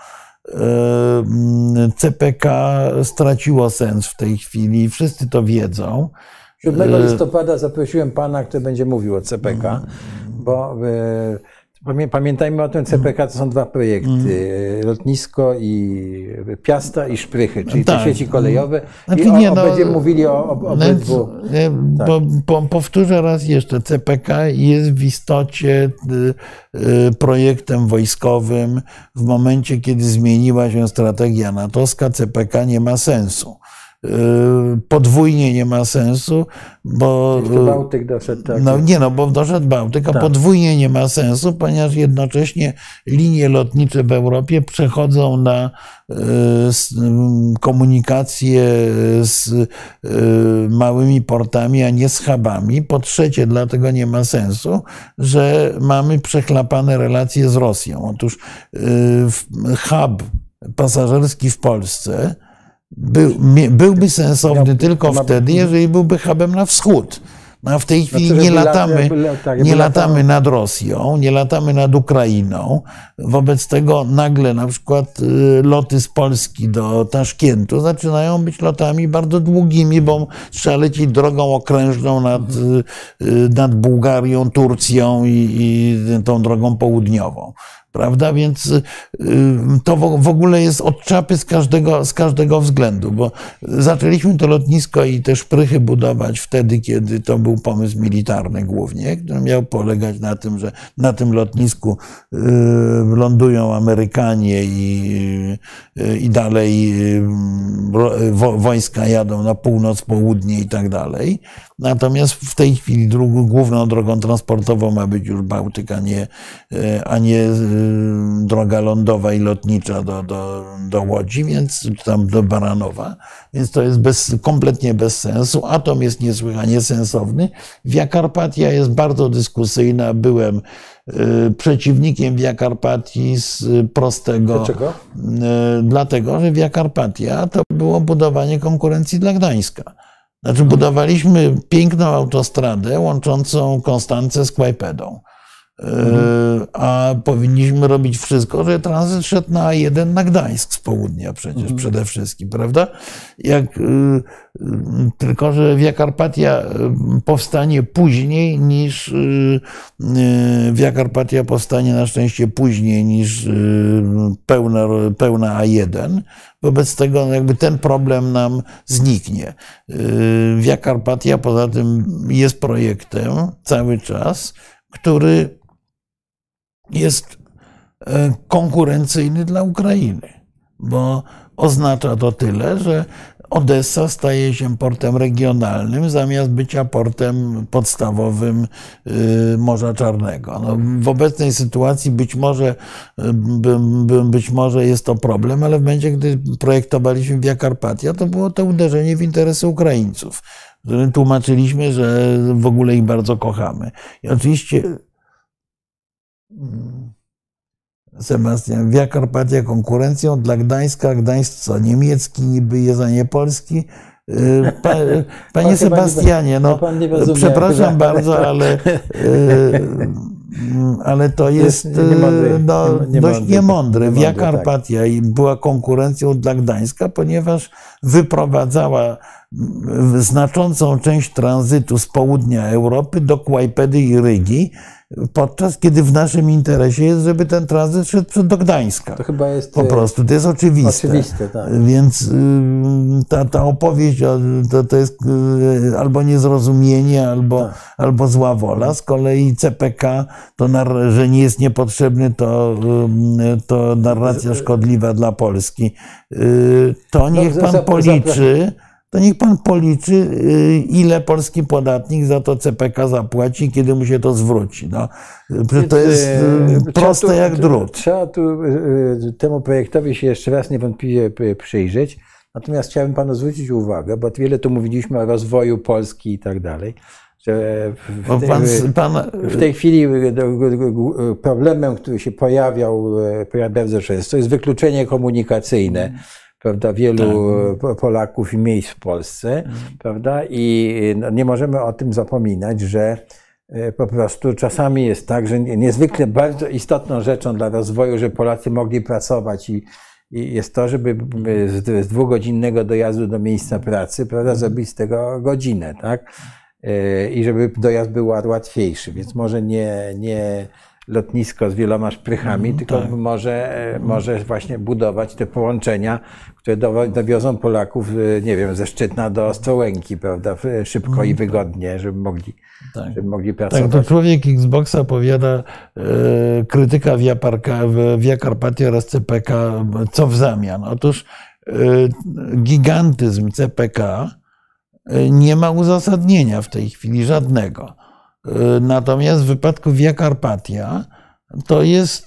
B: CPK straciło sens w tej chwili, wszyscy to wiedzą.
A: 7 listopada zaprosiłem pana, który będzie mówił o CPK, bo pamiętajmy o tym, CPK to są 2 projekty, lotnisko i Piasta i Szprychy, czyli te sieci kolejowe. Będziemy mówili o obydwu.
B: Powtórzę raz jeszcze, CPK jest w istocie projektem wojskowym. W momencie, kiedy zmieniła się strategia natowska, CPK nie ma sensu. podwójnie nie ma sensu, bo
A: Bałtyk doszedł, tak.
B: bo doszedł Bałtyk, a
A: Tak.
B: podwójnie nie ma sensu, ponieważ jednocześnie linie lotnicze w Europie przechodzą na komunikację z małymi portami, a nie z hubami. Po trzecie, dlatego nie ma sensu, że mamy przechlapane relacje z Rosją. Otóż hub pasażerski w Polsce byłby sensowny tylko wtedy, jeżeli byłby hubem na wschód. No a w tej chwili nie latamy nad Rosją, nie latamy nad Ukrainą. Wobec tego nagle na przykład loty z Polski do Taszkentu zaczynają być lotami bardzo długimi, bo trzeba lecieć drogą okrężną nad Bułgarią, Turcją i tą drogą południową. Prawda? Więc to w ogóle jest od czapy z każdego względu, bo zaczęliśmy to lotnisko i te szprychy budować wtedy, kiedy to był pomysł militarny głównie, który miał polegać na tym, że na tym lotnisku lądują Amerykanie i dalej wojska jadą na północ, południe i tak dalej. Natomiast w tej chwili główną drogą transportową ma być już Bałtyk, a nie droga lądowa i lotnicza do Łodzi, więc czy tam do Baranowa. Więc to jest kompletnie bez sensu. Atom jest niesłychanie sensowny. Via Carpatia jest bardzo dyskusyjna. Byłem przeciwnikiem Via Carpatii z prostego...
A: Dlaczego?
B: Dlatego, że Via Carpatia to było budowanie konkurencji dla Gdańska. Znaczy budowaliśmy piękną autostradę łączącą Konstancę z Kłajpedą. A powinniśmy robić wszystko, żeby tranzyt szedł na A1 na Gdańsk z południa przecież przede wszystkim, prawda? Tylko że Via Carpatia powstanie później niż Via Carpatia powstanie na szczęście później niż pełna A1. Wobec tego jakby ten problem nam zniknie. Via Carpatia poza tym jest projektem cały czas, który jest konkurencyjny dla Ukrainy, bo oznacza to tyle, że Odessa staje się portem regionalnym zamiast bycia portem podstawowym Morza Czarnego. No, w obecnej sytuacji być może jest to problem, ale w momencie, gdy projektowaliśmy Via Carpatia, to było to uderzenie w interesy Ukraińców, którym tłumaczyliśmy, że w ogóle ich bardzo kochamy. I oczywiście Sebastian, Via Carpatia konkurencją dla Gdańska. Gdańsk co? Niemiecki, niby jest, a nie polski. Panie Sebastianie, no przepraszam bardzo, ale to jest dość niemądre. Via Carpatia była konkurencją dla Gdańska, ponieważ wyprowadzała znaczącą część tranzytu z południa Europy do Kłajpedy i Rygi, podczas kiedy w naszym interesie jest, żeby ten tranzyt szedł do Gdańska.
A: To chyba jest
B: po prostu, to jest oczywiste.
A: Tak.
B: Więc ta opowieść to jest albo niezrozumienie, albo zła wola. Z kolei CPK, że nie jest niepotrzebny, to narracja szkodliwa dla Polski. To niech pan policzy. To niech pan policzy, ile polski podatnik za to CPK zapłaci, kiedy mu się to zwróci. No, to jest proste jak drut.
A: Trzeba temu projektowi się jeszcze raz niewątpliwie przyjrzeć. Natomiast chciałbym panu zwrócić uwagę, bo wiele tu mówiliśmy o rozwoju Polski i tak dalej, że w tej chwili problemem, który się pojawia bardzo często, jest wykluczenie komunikacyjne. Prawda, wielu Polaków i miejsc w Polsce, prawda? I nie możemy o tym zapominać, że po prostu czasami jest tak, że niezwykle bardzo istotną rzeczą dla rozwoju, że Polacy mogli pracować i jest to, żeby z dwugodzinnego dojazdu do miejsca pracy, prawda, zrobić z tego godzinę, tak? I żeby dojazd był łatwiejszy, więc może nie lotnisko z wieloma szprychami, tylko może właśnie budować te połączenia, które dowiozą Polaków, nie wiem, ze Szczytna do Ostrołęki, prawda, szybko i wygodnie, żeby mogli pracować.
B: Tak, to człowiek Xboxa powiada, krytyka Via Carpatia oraz CPK, co w zamian? Otóż gigantyzm CPK nie ma uzasadnienia w tej chwili żadnego. Natomiast w wypadku Via Carpatia to jest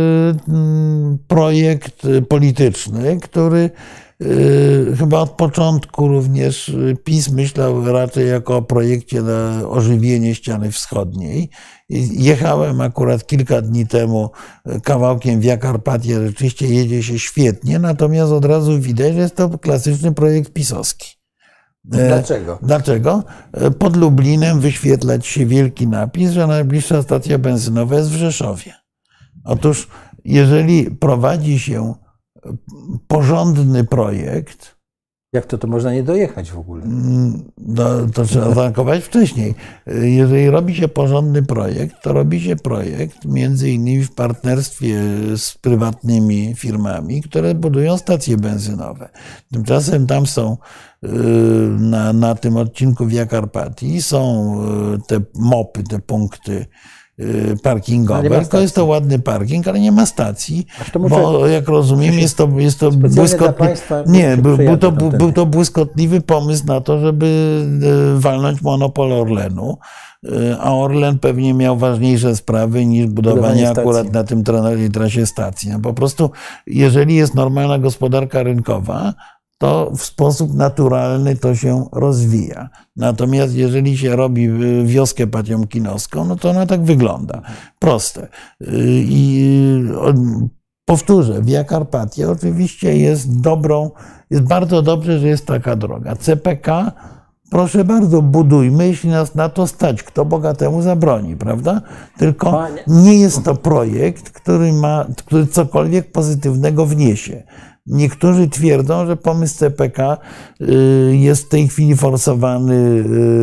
B: projekt polityczny, który chyba od początku również PiS myślał raczej jako o projekcie na ożywienie ściany wschodniej. Jechałem akurat kilka dni temu kawałkiem Via Carpatia, rzeczywiście jedzie się świetnie, natomiast od razu widać, że jest to klasyczny projekt pisowski.
A: Dlaczego?
B: Dlaczego? Pod Lublinem wyświetlać się wielki napis, że najbliższa stacja benzynowa jest w Rzeszowie. Otóż jeżeli prowadzi się porządny projekt,
A: jak to można nie dojechać w ogóle?
B: To trzeba tankować wcześniej. Jeżeli robi się porządny projekt, to robi się projekt między innymi w partnerstwie z prywatnymi firmami, które budują stacje benzynowe. Tymczasem tam są na tym odcinku Via Carpatii są te mopy, te punkty parkingowe. To jest to ładny parking, ale nie ma stacji, bo jak rozumiem jest to błyskotliwy. Nie, był to błyskotliwy pomysł na to, żeby walnąć monopol Orlenu, a Orlen pewnie miał ważniejsze sprawy niż budowanie akurat na tym trasie stacji. Po prostu, jeżeli jest normalna gospodarka rynkowa, to w sposób naturalny to się rozwija. Natomiast jeżeli się robi wioskę patiomkinowską, no to ona tak wygląda. Proste. I powtórzę, Via Carpatia oczywiście jest bardzo dobrze, że jest taka droga. CPK, proszę bardzo, budujmy, jeśli nas na to stać. Kto bogatemu zabroni, prawda? Tylko nie jest to projekt, który cokolwiek pozytywnego wniesie. Niektórzy twierdzą, że pomysł CPK jest w tej chwili forsowany,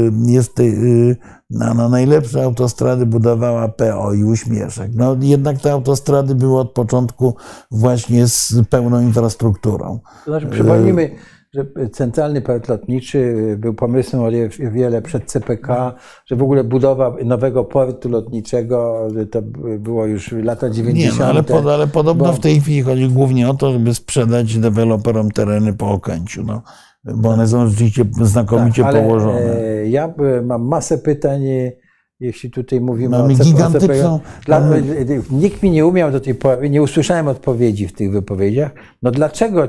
B: na najlepsze autostrady budowała PO i Uśmieszek. No, jednak te autostrady były od początku właśnie z pełną infrastrukturą.
A: Znaczy, przypomnijmy, że Centralny Port Lotniczy był pomysłem o wiele przed CPK, że w ogóle budowa nowego portu lotniczego, to było już lata 90.
B: Nie, ale podobno w tej chwili chodzi głównie o to, żeby sprzedać deweloperom tereny po Okęciu, no, bo one są rzeczywiście znakomicie położone.
A: Ja mam masę pytań, jeśli tutaj mówimy
B: o gigantyczną...
A: Nikt mi nie umiał do tej pory, nie usłyszałem odpowiedzi w tych wypowiedziach, no dlaczego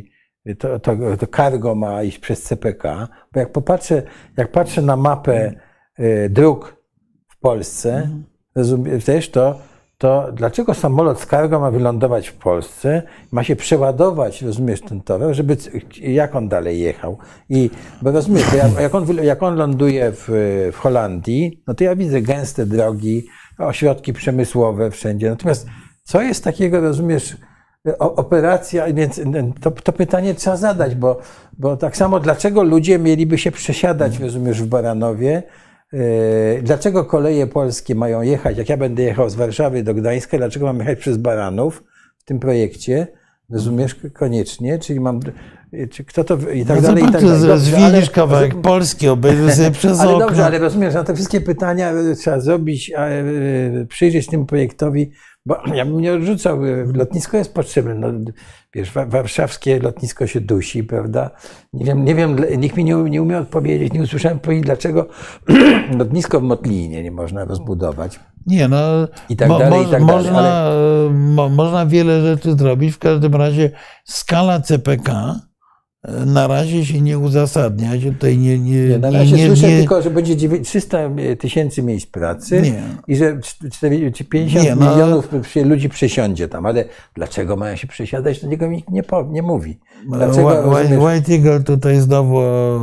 A: to cargo ma iść przez CPK, bo jak patrzę na mapę dróg w Polsce, też to dlaczego samolot z cargo ma wylądować w Polsce, ma się przeładować, rozumiesz, ten towar, jak on dalej jechał. Bo rozumiesz, jak on ląduje w Holandii, no to ja widzę gęste drogi, ośrodki przemysłowe wszędzie. Natomiast co jest takiego, rozumiesz, operacja, więc to pytanie trzeba zadać, bo tak samo dlaczego ludzie mieliby się przesiadać, rozumiesz, w Baranowie, dlaczego koleje polskie mają jechać, jak ja będę jechał z Warszawy do Gdańska, dlaczego mam jechać przez Baranów w tym projekcie, rozumiesz, koniecznie, czyli kto to i tak dalej, i tak dalej.
B: Zwiedzisz kawałek Polski, obejrzysz sobie przez okno.
A: Ale dobrze, ale rozumiesz, na te wszystkie pytania trzeba zrobić, przyjrzeć temu projektowi, bo ja bym nie odrzucał, lotnisko jest potrzebne. No, wiesz, warszawskie lotnisko się dusi, prawda? Nie wiem, nikt mi nie umie odpowiedzieć, nie usłyszałem powiedzieć, dlaczego lotnisko w Motlinie nie można rozbudować.
B: Nie, no,
A: i tak dalej, i tak dalej.
B: Można wiele rzeczy zrobić, w każdym razie skala CPK na razie się nie uzasadnia.
A: Na razie słyszę tylko, że będzie 300 tysięcy miejsc pracy i że 50 milionów ludzi przesiądzie tam. Ale dlaczego mają się przesiadać, to nikt nie mówi.
B: White Eagle tutaj znowu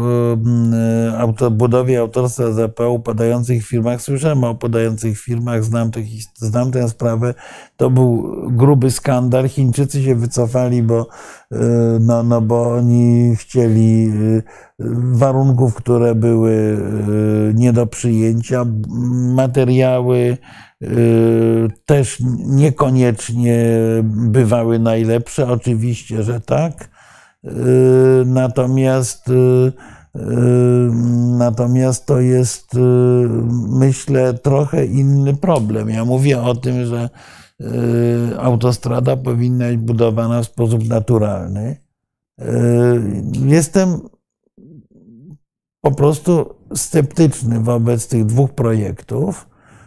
B: o budowie autorstwa za upadających firmach. Słyszałem o upadających firmach, znam tę sprawę. To był gruby skandal. Chińczycy się wycofali, bo oni chcieli warunków, które były nie do przyjęcia. Materiały też niekoniecznie bywały najlepsze. Oczywiście, że tak. Natomiast to jest, myślę, trochę inny problem. Ja mówię o tym, że autostrada powinna być budowana w sposób naturalny. Jestem po prostu sceptyczny wobec tych dwóch projektów.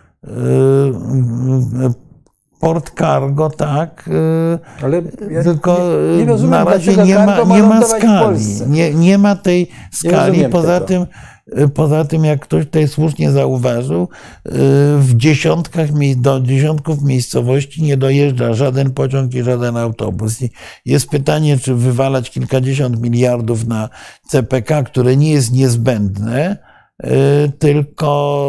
B: Port cargo, tak,
A: ale
B: tylko
A: nie rozumiem,
B: na razie nie ma skali. Nie ma tej skali. Poza tym, jak ktoś tutaj słusznie zauważył, do dziesiątków miejscowości nie dojeżdża żaden pociąg i żaden autobus. I jest pytanie, czy wywalać kilkadziesiąt miliardów na CPK, które nie jest niezbędne, tylko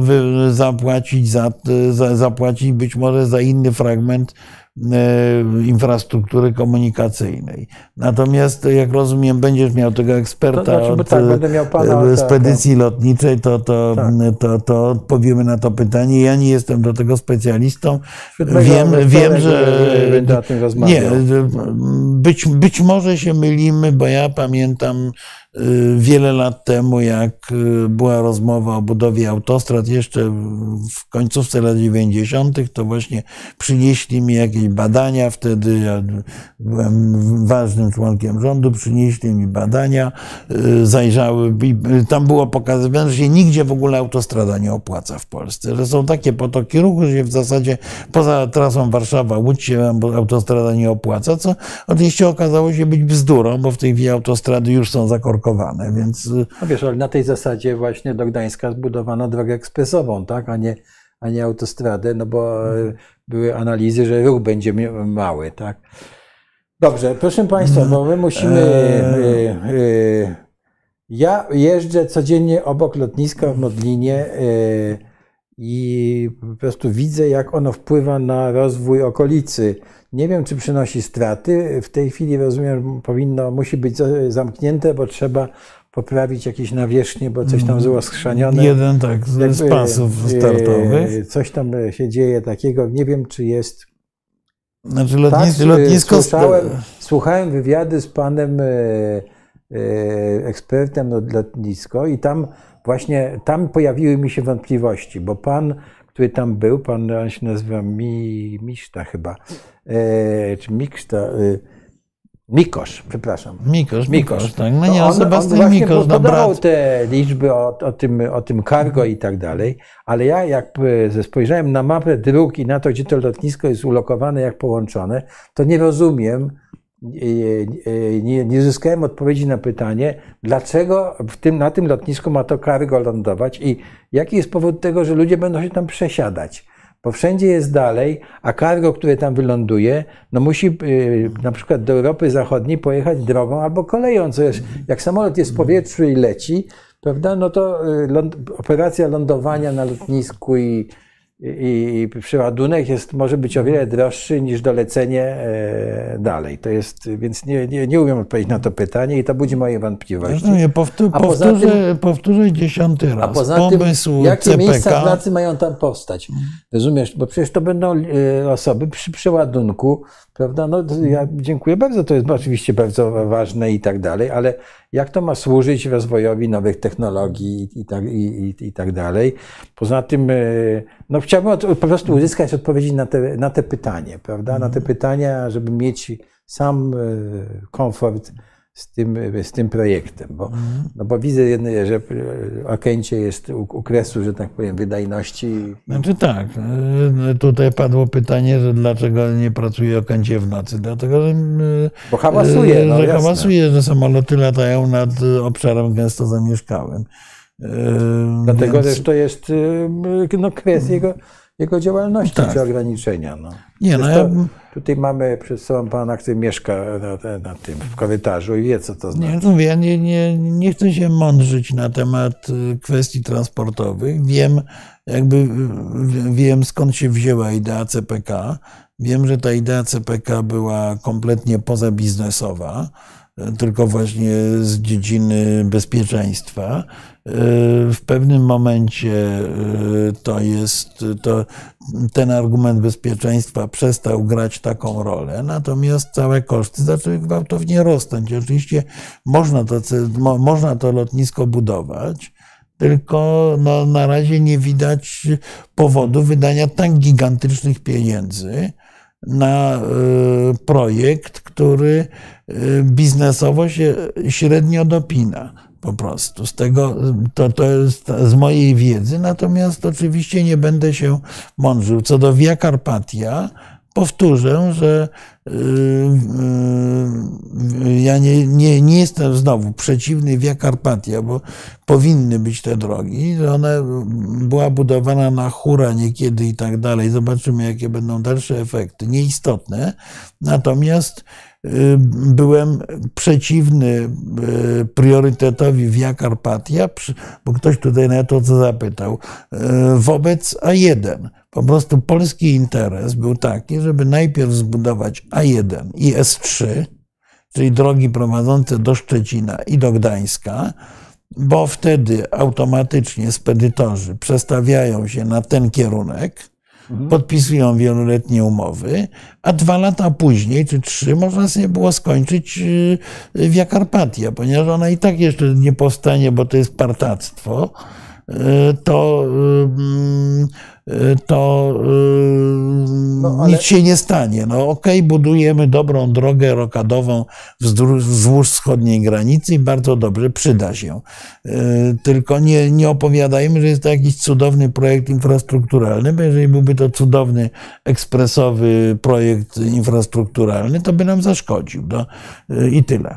B: zapłacić być może za inny fragment infrastruktury komunikacyjnej. Natomiast, jak rozumiem, będziesz miał tego eksperta od spedycji lotniczej, to odpowiemy na to pytanie. Ja nie jestem do tego specjalistą. Wiem, że
A: będę o tym rozmawiał.
B: Być może się mylimy, bo ja pamiętam wiele lat temu, jak była rozmowa o budowie autostrad, jeszcze w końcówce lat 90., to właśnie przynieśli mi jakieś badania, wtedy ja byłem ważnym członkiem rządu, przynieśli mi badania, zajrzały, tam było pokazywane, że się nigdzie w ogóle autostrada nie opłaca w Polsce, że są takie potoki ruchu, że się w zasadzie poza trasą Warszawa-Łódź się autostrada nie opłaca, co oczywiście okazało się być bzdurą, bo w tej chwili autostrady już są zakorkowane. Więc...
A: No wiesz, ale na tej zasadzie właśnie do Gdańska zbudowano drogę ekspresową, tak? a nie autostradę, no bo były analizy, że ruch będzie mały. Tak? Dobrze, proszę Państwa, bo my musimy... Ja jeżdżę codziennie obok lotniska w Modlinie i po prostu widzę, jak ono wpływa na rozwój okolicy. Nie wiem, czy przynosi straty. W tej chwili, rozumiem, musi być zamknięte, bo trzeba poprawić jakieś nawierzchnie, bo coś tam było skrzanione.
B: Jeden z pasów startowych.
A: Coś tam się dzieje takiego. Nie wiem, czy jest...
B: Znaczy lotnisko...
A: Słuchałem wywiady z panem ekspertem od lotnisko i tam pojawiły mi się wątpliwości, bo pan, który tam był, on się nazywa Miszta chyba, czy Mikszta, Mikosz, przepraszam.
B: Mikosz, tak. No nie, Sebastian Mikosz,
A: podawał te liczby o tym cargo i tak dalej, ale ja jak spojrzałem na mapę dróg i na to, gdzie to lotnisko jest ulokowane, jak połączone, to nie rozumiem, nie zyskałem odpowiedzi na pytanie, dlaczego na tym lotnisku ma to cargo lądować i jaki jest powód tego, że ludzie będą się tam przesiadać. Bo wszędzie jest dalej, a cargo, które tam wyląduje, no musi na przykład do Europy Zachodniej pojechać drogą albo koleją, co jest, jak samolot jest w powietrzu i leci, prawda, no to operacja lądowania na lotnisku i przeładunek może być o wiele droższy niż dolecenie dalej. To jest, więc nie umiem odpowiedzieć na to pytanie i to budzi moje wątpliwości.
B: Powtórzę 10. raz.
A: A poza tym, jakie miejsca pracy mają tam powstać? Rozumiesz? Bo przecież to będą osoby przy przeładunku, prawda? No, ja dziękuję bardzo, to jest oczywiście bardzo ważne i tak dalej, ale jak to ma służyć rozwojowi nowych technologii i tak dalej? Poza tym, no chciałbym po prostu uzyskać odpowiedzi na te pytanie, prawda? Na te pytania, żeby mieć sam komfort z tym projektem, bo widzę, że Okęcie jest u kresu, że tak powiem, wydajności.
B: Znaczy tak, tutaj padło pytanie, że dlaczego nie pracuje Okęcie w nocy, dlatego, że
A: bo hałasuje, no,
B: hałasuje, że samoloty latają nad obszarem gęsto zamieszkałym.
A: Dlatego też to jest kres jego działalności, tak, czy ograniczenia. No. Tutaj mamy przed sobą pana, który mieszka na tym w korytarzu i wie, co to znaczy.
B: Nie chcę się mądrzyć na temat kwestii transportowych. Wiem, skąd się wzięła idea CPK. Wiem, że ta idea CPK była kompletnie pozabiznesowa, tylko właśnie z dziedziny bezpieczeństwa. W pewnym momencie ten argument bezpieczeństwa przestał grać taką rolę, natomiast całe koszty zaczęły gwałtownie rosnąć. Oczywiście można to lotnisko budować, tylko na razie nie widać powodu wydania tak gigantycznych pieniędzy na projekt, który biznesowo się średnio dopina. Po prostu. To jest z mojej wiedzy, natomiast oczywiście nie będę się mądrzył. Co do Via Carpatia, powtórzę, że ja nie jestem znowu przeciwny Via Carpatia, bo powinny być te drogi, że ona była budowana na hura niekiedy i tak dalej. Zobaczymy, jakie będą dalsze efekty. Nieistotne. Natomiast byłem przeciwny priorytetowi Via Carpatia, bo ktoś tutaj na to co zapytał, wobec A1. Po prostu polski interes był taki, żeby najpierw zbudować A1 i S3, czyli drogi prowadzące do Szczecina i do Gdańska, bo wtedy automatycznie spedytorzy przestawiają się na ten kierunek, podpisują wieloletnie umowy, a 2 lata później, czy 3, można sobie było skończyć Via Carpatia, ponieważ ona i tak jeszcze nie powstanie, bo to jest partactwo, nic się nie stanie. No okej, budujemy dobrą drogę rokadową wzdłuż wschodniej granicy i bardzo dobrze, przyda się. Tylko nie opowiadajmy, że jest to jakiś cudowny projekt infrastrukturalny, bo jeżeli byłby to cudowny, ekspresowy projekt infrastrukturalny, to by nam zaszkodził. No, i tyle.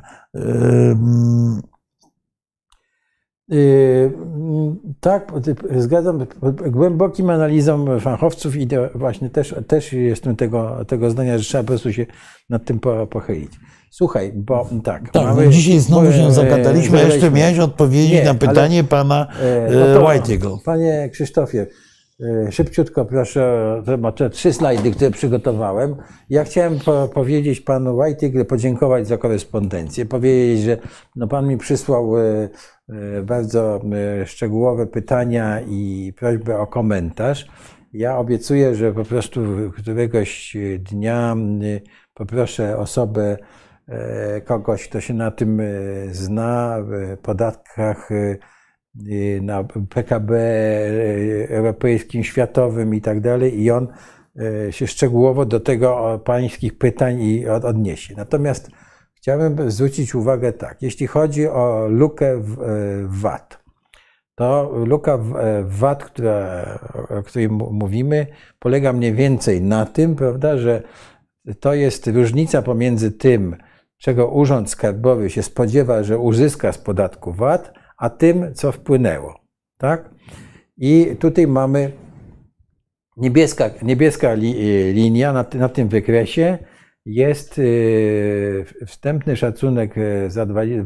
A: Tak, zgadzam. Głębokim analizą fachowców i właśnie też jestem tego zdania, że trzeba po prostu się nad tym pochylić. Słuchaj, bo tak.
B: Tak, dzisiaj znowu się zagadaliśmy. Jeszcze miałeś odpowiedzieć na pytanie pana Whiteeagle.
A: Panie Krzysztofie, szybciutko proszę, bo te 3 slajdy, które przygotowałem. Ja chciałem powiedzieć panu Whiteeagle, podziękować za korespondencję, powiedzieć, że no pan mi przysłał bardzo szczegółowe pytania i prośbę o komentarz. Ja obiecuję, że po prostu któregoś dnia poproszę osobę, kogoś, kto się na tym zna, w podatkach, na PKB europejskim, światowym i tak dalej, i on się szczegółowo do tego pańskich pytań odniesie. Natomiast chciałbym zwrócić uwagę tak, jeśli chodzi o lukę w VAT, to luka w VAT, o której mówimy, polega mniej więcej na tym, prawda, że to jest różnica pomiędzy tym, czego Urząd Skarbowy się spodziewa, że uzyska z podatku VAT, a tym, co wpłynęło. Tak? I tutaj mamy niebieska linia na tym wykresie. Jest wstępny szacunek za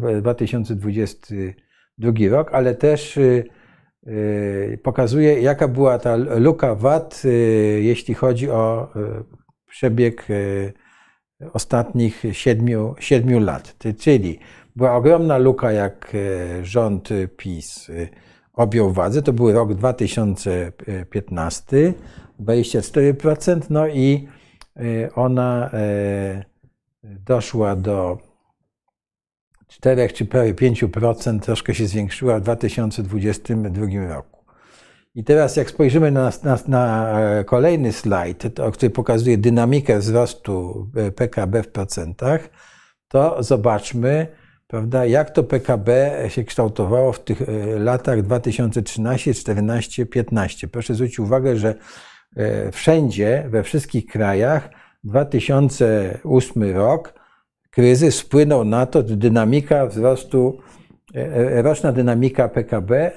A: 2022 rok, ale też pokazuje, jaka była ta luka VAT, jeśli chodzi o przebieg ostatnich 7 lat. Czyli była ogromna luka, jak rząd PiS objął władzę. To był rok 2015, 24%, no i ona doszła do 4 czy prawie 5%, troszkę się zwiększyła w 2022 roku. I teraz jak spojrzymy na kolejny slajd, który pokazuje dynamikę wzrostu PKB w procentach, to zobaczmy, prawda, jak to PKB się kształtowało w tych latach 2013, 2014, 2015. Proszę zwrócić uwagę, że wszędzie, we wszystkich krajach 2008 rok kryzys wpłynął na to, że dynamika wzrostu, roczna dynamika PKB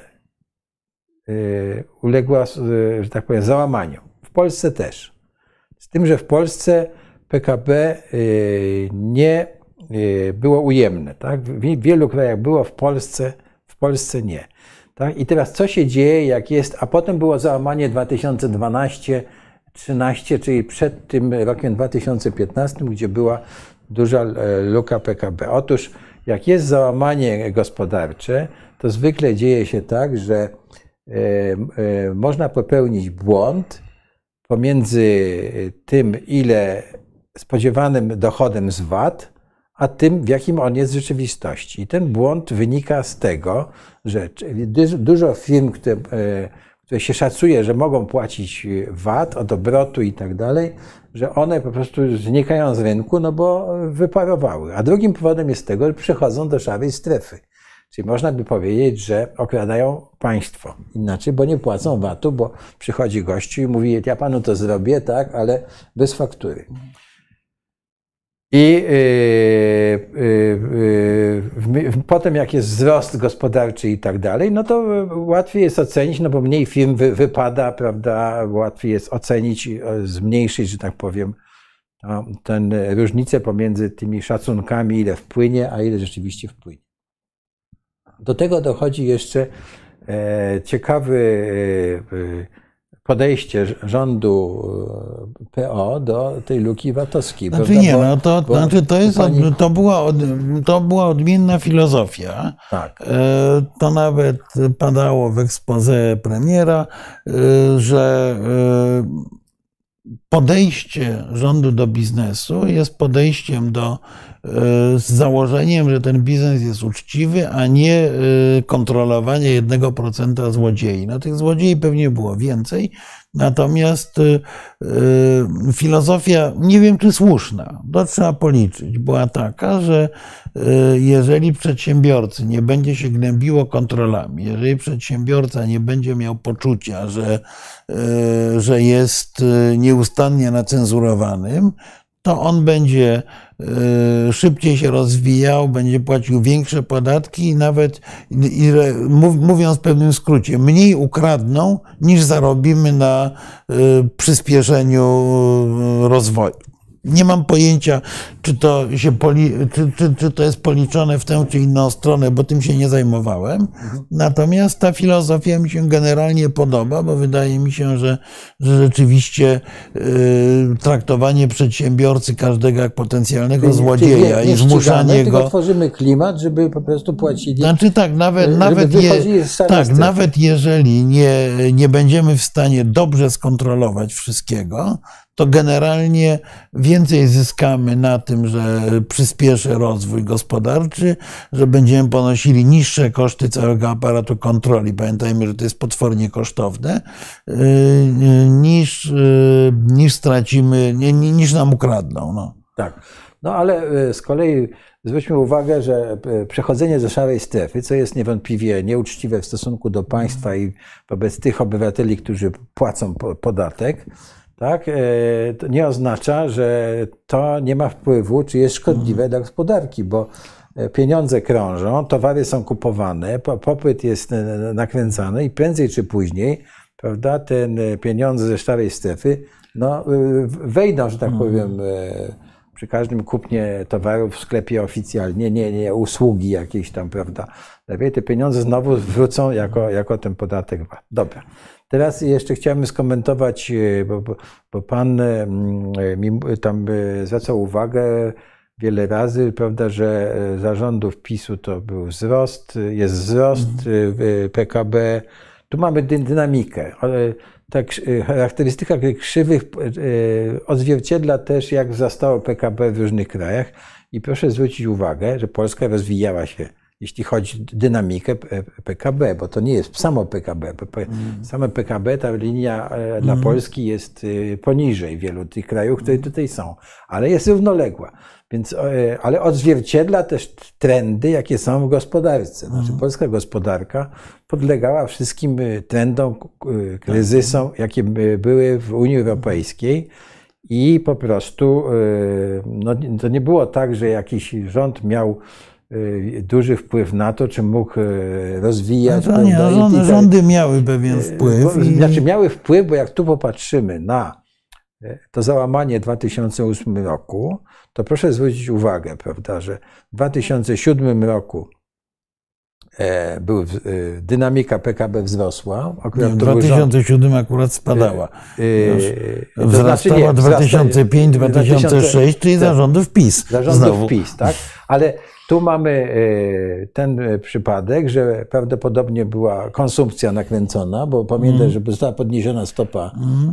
A: uległa, że tak powiem, załamaniu. W Polsce też. Z tym, że w Polsce PKB nie było ujemne. Tak? W wielu krajach było, w Polsce nie. Tak? I teraz co się dzieje, jak jest, a potem było załamanie 2012-2013, czyli przed tym rokiem 2015, gdzie była duża luka PKB. Otóż jak jest załamanie gospodarcze, to zwykle dzieje się tak, że można popełnić błąd pomiędzy tym, ile spodziewanym dochodem z VAT, a tym, w jakim on jest w rzeczywistości. I ten błąd wynika z tego, że dużo firm, które się szacuje, że mogą płacić VAT od obrotu i tak dalej, że one po prostu znikają z rynku, no bo wyparowały. A drugim powodem jest tego, że przechodzą do szarej strefy. Czyli można by powiedzieć, że okradają państwo. Inaczej, bo nie płacą VAT-u, bo przychodzi gościu i mówi, ja panu to zrobię, tak, ale bez faktury. I potem jak jest wzrost gospodarczy i tak dalej, no to łatwiej jest ocenić, no bo mniej firm wypada, prawda, łatwiej jest ocenić, zmniejszyć, że tak powiem, tę różnicę pomiędzy tymi szacunkami, ile wpłynie, a ile rzeczywiście wpłynie. Do tego dochodzi jeszcze ciekawe podejście rządu PO do tej luki VAT-owskiej.
B: Znaczy nie, no to była odmienna filozofia.
A: Tak.
B: To nawet padało w exposé premiera, że podejście rządu do biznesu jest podejściem z założeniem, że ten biznes jest uczciwy, a nie kontrolowanie 1% złodziei. No tych złodziei pewnie było więcej, natomiast filozofia, nie wiem czy słuszna, to trzeba policzyć, była taka, że jeżeli przedsiębiorcy nie będzie się gnębiło kontrolami, jeżeli przedsiębiorca nie będzie miał poczucia, że jest nieustannie nacenzurowanym, to on będzie szybciej się rozwijał, będzie płacił większe podatki i nawet, mówiąc w pewnym skrócie, mniej ukradną niż zarobimy na przyspieszeniu rozwoju. Nie mam pojęcia, czy to jest policzone w tę czy inną stronę, bo tym się nie zajmowałem. Natomiast ta filozofia mi się generalnie podoba, bo wydaje mi się, że rzeczywiście traktowanie przedsiębiorcy każdego jak potencjalnego złodzieja i zmuszanie go...
A: Tylko tworzymy klimat, żeby po prostu płacili...
B: Znaczy tak, nawet jeżeli nie będziemy w stanie dobrze skontrolować wszystkiego, to generalnie więcej zyskamy na tym, że przyspieszy rozwój gospodarczy, że będziemy ponosili niższe koszty całego aparatu kontroli. Pamiętajmy, że to jest potwornie kosztowne, niż stracimy, niż nam ukradną. No.
A: Tak. No ale z kolei zwróćmy uwagę, że przechodzenie ze szarej strefy, co jest niewątpliwie nieuczciwe w stosunku do państwa i wobec tych obywateli, którzy płacą podatek, tak, to nie oznacza, że to nie ma wpływu, czy jest szkodliwe dla gospodarki, bo pieniądze krążą, towary są kupowane, popyt jest nakręcany i prędzej czy później, prawda, te pieniądze ze szarej strefy no, wejdą, że tak powiem, przy każdym kupnie towarów w sklepie oficjalnie, nie usługi jakieś tam, prawda. Lepiej te pieniądze znowu wrócą jako ten podatek VAT. Dobra. Teraz jeszcze chciałem skomentować, bo pan mi tam zwracał uwagę wiele razy, prawda, że za rządów PiS-u to był wzrost, jest wzrost PKB. Tu mamy dynamikę. Tak, charakterystyka krzywych odzwierciedla też, jak wzrastało PKB w różnych krajach. I proszę zwrócić uwagę, że Polska rozwijała się, jeśli chodzi o dynamikę PKB, bo to nie jest samo PKB. Same PKB, ta linia dla Polski jest poniżej wielu tych krajów, które tutaj są, ale jest równoległa. Więc, ale odzwierciedla też trendy, jakie są w gospodarce. Znaczy, polska gospodarka podlegała wszystkim trendom, kryzysom, jakie były w Unii Europejskiej. I po prostu no, to nie było tak, że jakiś rząd miał duży wpływ na to, czy mógł rozwijać.
B: No nie, rządy miały pewien wpływ.
A: Znaczy miały wpływ, bo jak tu popatrzymy na to załamanie w 2008 roku, to proszę zwrócić uwagę, prawda, że w 2007 roku dynamika PKB wzrosła.
B: W 2007 akurat spadała. Wzrastała 2005, 2006, czyli za rządów PiS.
A: Za rządów PiS, tak? Ale tu mamy ten przypadek, że prawdopodobnie była konsumpcja nakręcona, bo pamiętaj, że została podniesiona stopa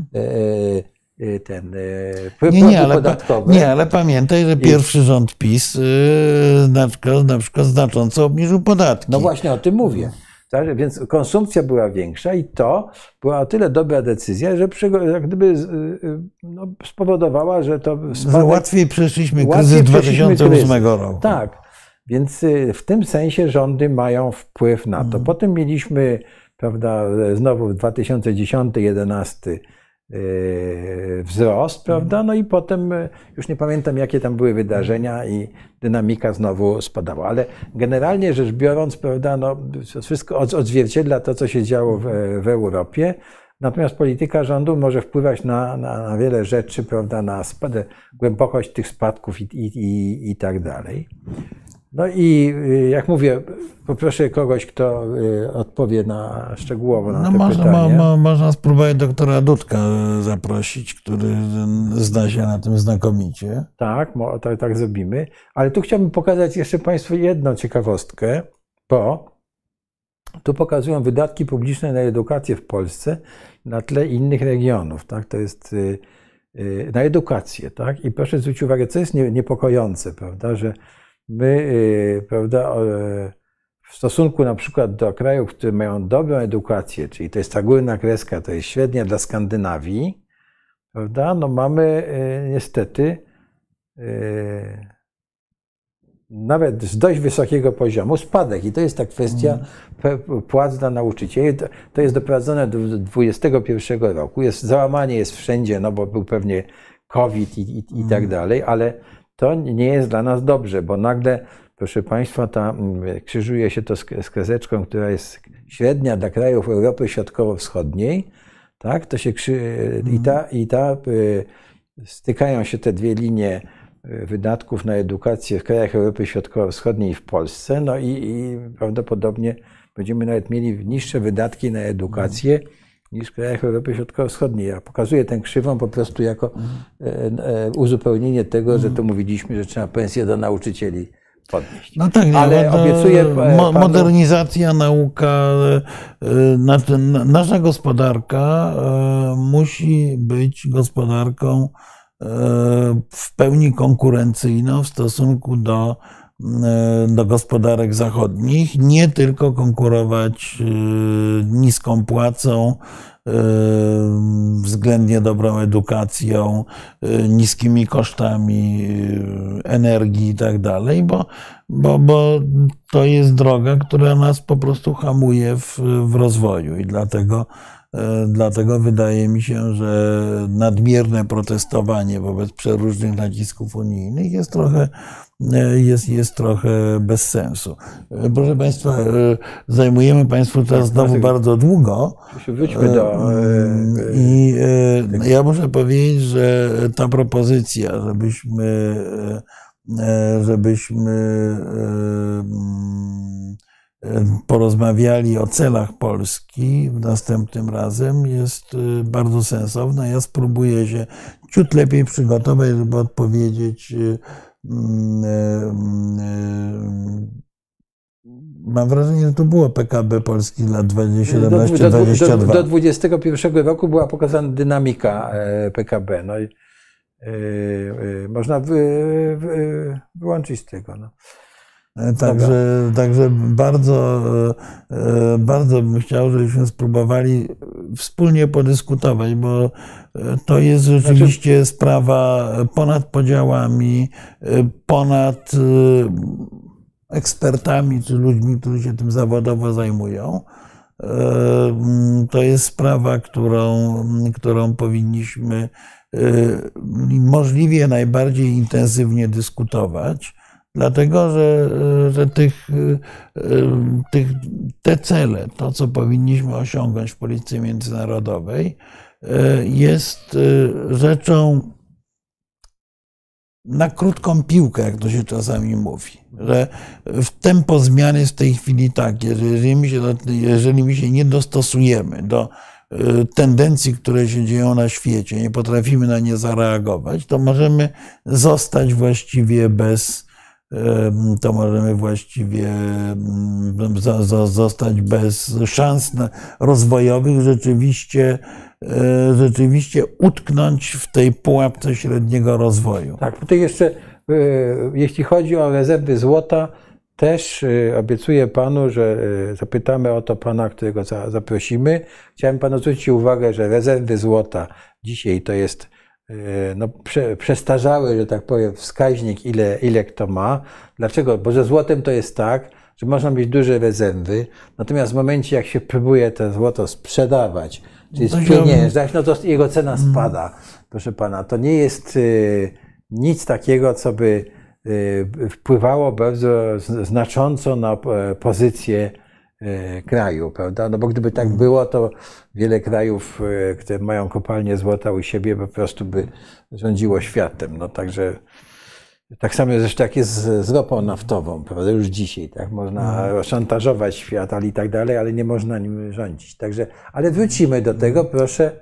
B: Nie, ale pamiętaj, że pierwszy rząd PiS na przykład znacząco obniżył podatki.
A: No właśnie o tym mówię. Tak? Więc konsumpcja była większa i to była o tyle dobra decyzja, że jak gdyby spowodowała, że to
B: że łatwiej przeszliśmy kryzys 2008 roku.
A: Tak, więc w tym sensie rządy mają wpływ na to. Potem mieliśmy, prawda, znowu w 2010-2011 wzrost, prawda, no i potem już nie pamiętam, jakie tam były wydarzenia i dynamika znowu spadała, ale generalnie rzecz biorąc, prawda, no, wszystko odzwierciedla to, co się działo w Europie, natomiast polityka rządu może wpływać na wiele rzeczy, prawda, na głębokość tych spadków i tak dalej. No i jak mówię, poproszę kogoś, kto odpowie szczegółowo na te pytania.
B: Można spróbować doktora Dudka zaprosić, który zna się na tym znakomicie.
A: Tak zrobimy. Ale tu chciałbym pokazać jeszcze Państwu jedną ciekawostkę, bo tu pokazują wydatki publiczne na edukację w Polsce na tle innych regionów. Tak? To jest na edukację. Tak? I proszę zwrócić uwagę, co jest niepokojące, prawda, że my, prawda, w stosunku na przykład do krajów, które mają dobrą edukację, czyli to jest ta górna kreska, to jest średnia dla Skandynawii, prawda, no mamy niestety nawet z dość wysokiego poziomu spadek i to jest ta kwestia płac dla nauczycieli. To jest doprowadzone do 2021 roku. Załamanie jest wszędzie, no bo był pewnie COVID i tak dalej, ale to nie jest dla nas dobrze, bo nagle, proszę Państwa, krzyżuje się to z kreseczką, która jest średnia dla krajów Europy Środkowo-Wschodniej, tak? To się stykają się te dwie linie wydatków na edukację w krajach Europy Środkowo-Wschodniej i w Polsce, no i prawdopodobnie będziemy nawet mieli niższe wydatki na edukację niż w krajach Europy Środkowo-Wschodniej. Ja pokazuję tę krzywą po prostu jako uzupełnienie tego, że tu mówiliśmy, że trzeba pensję do nauczycieli podnieść.
B: No tak,
A: ale obiecuję panu...
B: Modernizacja, nauka, nasza gospodarka musi być gospodarką w pełni konkurencyjną w stosunku do gospodarek zachodnich, nie tylko konkurować niską płacą, względnie dobrą edukacją, niskimi kosztami energii i tak dalej, bo to jest droga, która nas po prostu hamuje w rozwoju i dlatego wydaje mi się, że nadmierne protestowanie wobec przeróżnych nacisków unijnych jest trochę bez sensu. Proszę Państwa, zajmujemy Państwu teraz znowu bardzo długo.
A: Wróćmy do...
B: I ja muszę powiedzieć, że ta propozycja, żebyśmy porozmawiali o celach Polski następnym razem, jest bardzo sensowna. Ja spróbuję się ciut lepiej przygotować, żeby odpowiedzieć. Mam wrażenie, że to było PKB Polski lat 2017-2022.
A: Do 2021 roku była pokazana dynamika PKB. No i można wyłączyć z tego. No.
B: Także bardzo bym chciał, żebyśmy spróbowali wspólnie podyskutować, bo to jest rzeczywiście sprawa ponad podziałami, ponad ekspertami czy ludźmi, którzy się tym zawodowo zajmują. To jest sprawa, którą powinniśmy możliwie najbardziej intensywnie dyskutować. Dlatego, że te cele, to co powinniśmy osiągnąć w polityce międzynarodowej, jest rzeczą na krótką piłkę, jak to się czasami mówi. Że tempo zmiany jest w tej chwili takie, że jeżeli my się nie dostosujemy do tendencji, które się dzieją na świecie, nie potrafimy na nie zareagować, to możemy zostać właściwie zostać bez szans rozwojowych, rzeczywiście utknąć w tej pułapce średniego rozwoju.
A: Tak, tutaj jeszcze, jeśli chodzi o rezerwy złota, też obiecuję panu, że zapytamy o to pana, którego zaprosimy. Chciałem panu zwrócić uwagę, że rezerwy złota dzisiaj to jest no, przestarzały, że tak powiem, wskaźnik, ile kto ma. Dlaczego? Bo ze złotem to jest tak, że można mieć duże rezerwy, natomiast w momencie, jak się próbuje to złoto sprzedawać, czyli spieniężać, no to jego cena spada. Proszę pana, to nie jest nic takiego, co by wpływało bardzo znacząco na pozycję kraju, prawda? No bo gdyby tak było, to wiele krajów, które mają kopalnie złota u siebie, po prostu by rządziło światem. No także tak samo zresztą jak jest z ropą naftową, prawda? Już dzisiaj, tak? Można szantażować świat, ale i tak dalej, ale nie można nim rządzić. Także, ale wrócimy do tego, proszę.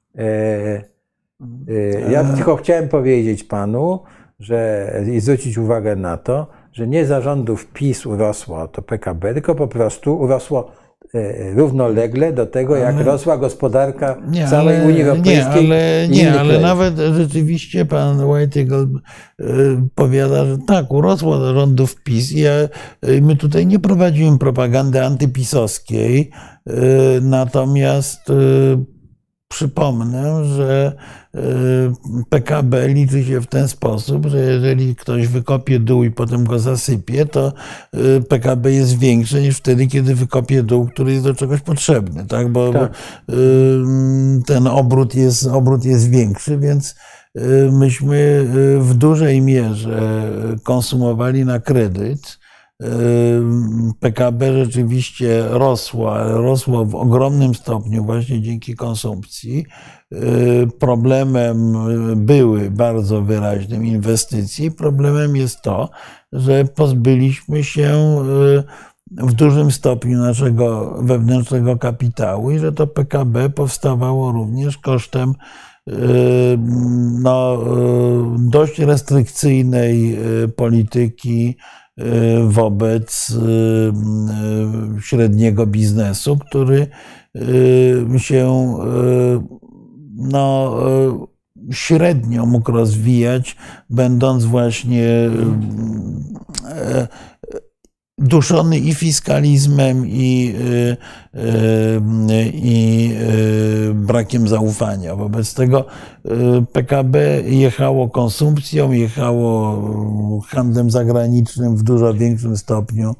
A: Ja tylko chciałem powiedzieć panu, i zwrócić uwagę na to, że nie za rządów PiS urosło to PKB, tylko po prostu urosło równolegle do tego, jak rosła gospodarka całej Unii Europejskiej.
B: Ale nawet rzeczywiście pan White Eagle powiada, że tak, urosło do rządów PiS. My tutaj nie prowadzimy propagandy antypisowskiej, natomiast przypomnę, że PKB liczy się w ten sposób, że jeżeli ktoś wykopie dół i potem go zasypie, to PKB jest większe niż wtedy, kiedy wykopie dół, który jest do czegoś potrzebny, tak? Bo ten obrót jest większy, więc myśmy w dużej mierze konsumowali na kredyt. PKB rzeczywiście rosło, ale rosło w ogromnym stopniu właśnie dzięki konsumpcji. Problemem były bardzo wyraźnym inwestycje. Problemem jest to, że pozbyliśmy się w dużym stopniu naszego wewnętrznego kapitału i że to PKB powstawało również kosztem dość restrykcyjnej polityki wobec średniego biznesu, który się średnio mógł rozwijać, będąc właśnie duszony i fiskalizmem, i brakiem zaufania. Wobec tego PKB jechało konsumpcją, jechało handlem zagranicznym w dużo większym stopniu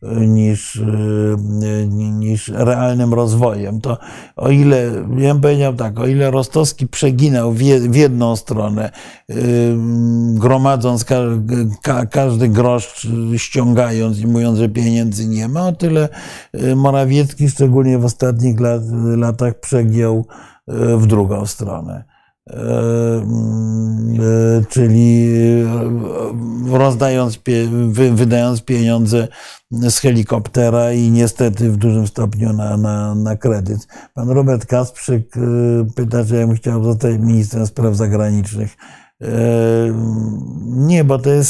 B: niż realnym rozwojem. To o ile, ja bym powiedział tak, o ile Rostowski przeginał w jedną stronę, gromadząc każdy grosz, ściągając i mówiąc, że pieniędzy nie ma, o tyle Morawiecki, szczególnie w ostatnich latach, przegiął w drugą stronę. Czyli wydając pieniądze z helikoptera i niestety w dużym stopniu na kredyt. Pan Robert Kasprzyk pyta, czy ja bym chciał zostać ministrem spraw zagranicznych. Nie, bo to jest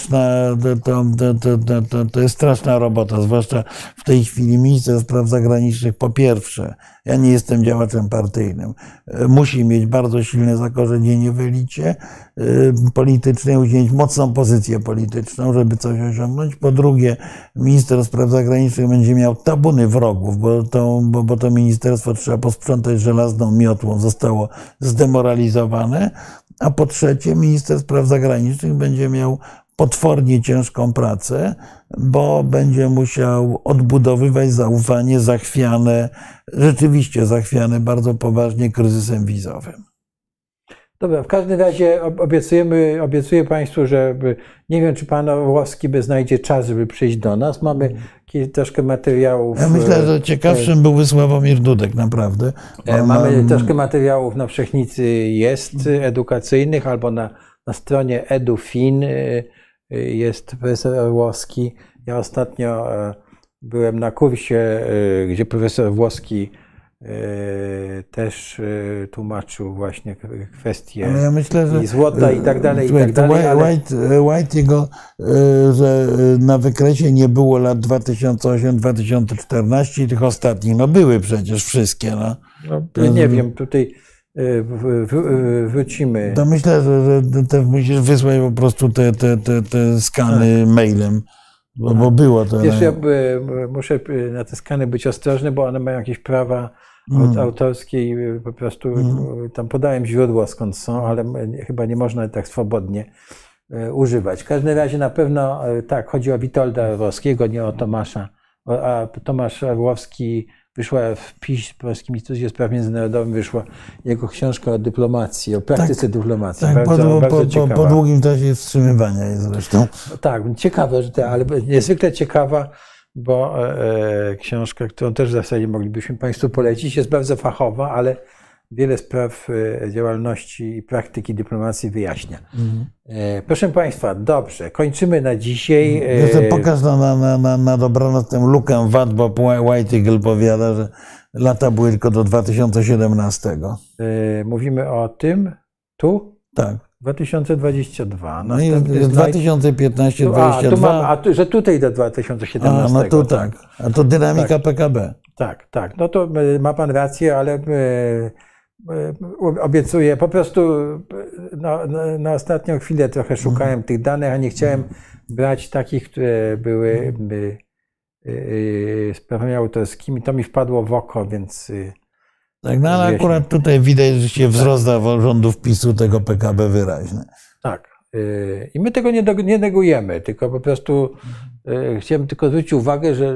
B: straszna robota, zwłaszcza w tej chwili minister spraw zagranicznych. Po pierwsze, ja nie jestem działaczem partyjnym. Musi mieć bardzo silne zakorzenienie w elicie politycznej, musi mieć mocną pozycję polityczną, żeby coś osiągnąć. Po drugie, minister spraw zagranicznych będzie miał tabuny wrogów, bo to ministerstwo trzeba posprzątać żelazną miotłą, zostało zdemoralizowane. A po trzecie, minister spraw zagranicznych będzie miał potwornie ciężką pracę, bo będzie musiał odbudowywać zaufanie rzeczywiście zachwiane bardzo poważnie kryzysem wizowym.
A: Dobra, w każdym razie obiecuję Państwu, że nie wiem, czy Pan Orłowski znajdzie czas, żeby przyjść do nas. Mamy troszkę materiałów.
B: Ja myślę, że ciekawszym był Sławomir Dudek, naprawdę.
A: Mamy troszkę materiałów na Wszechnicy edukacyjnych, albo na stronie EduFin jest profesor Orłowski. Ja ostatnio byłem na kursie, gdzie profesor Orłowski też tłumaczył właśnie kwestie i złota i tak dalej, i tak dalej.
B: White Eagle, że na wykresie nie było lat 2008-2014 i tych ostatnich, no były przecież wszystkie.
A: Nie wiem, tutaj wrócimy.
B: To myślę, że musisz wysłać po prostu te skany mailem. Bo było to.
A: Wiesz, ja muszę na te skany być ostrożny, bo one mają jakieś prawa autorskie i po prostu tam podałem źródło skąd są, ale chyba nie można tak swobodnie używać. W każdym razie na pewno tak, chodzi o Witolda Orłowskiego, nie o Tomasza. A Tomasz Orłowski, wyszła w PiS, Polskim Instytucie Spraw Międzynarodowych, wyszła jego książka o dyplomacji, o praktyce dyplomacji.
B: Tak,
A: bardzo ciekawa.
B: Po długim czasie wstrzymywania jest zresztą.
A: Tak, ciekawe, ale niezwykle ciekawa, bo książka, którą też w zasadzie moglibyśmy Państwu polecić, jest bardzo fachowa, ale wiele spraw działalności i praktyki dyplomacji wyjaśnia. Proszę Państwa, dobrze, kończymy na dzisiaj.
B: Jeszcze pokaż na dobranoc tę lukę VAT, bo White Eagle powiada, że lata były tylko do 2017.
A: Mówimy o tym tu?
B: Tak.
A: 2022.
B: No i 2015, 2022.
A: Że tutaj do 2017.
B: No tu tak. A to dynamika PKB.
A: Tak. No to ma Pan rację, ale obiecuję, po prostu na ostatnią chwilę trochę szukałem tych danych, a nie chciałem brać takich, które były sprawami autorskimi. To mi wpadło w oko, więc...
B: Tak, no ale akurat tutaj widać, że się wzrost rządów PiS-u tego PKB wyraźny.
A: Tak. I my tego nie negujemy, tylko po prostu chciałem tylko zwrócić uwagę, że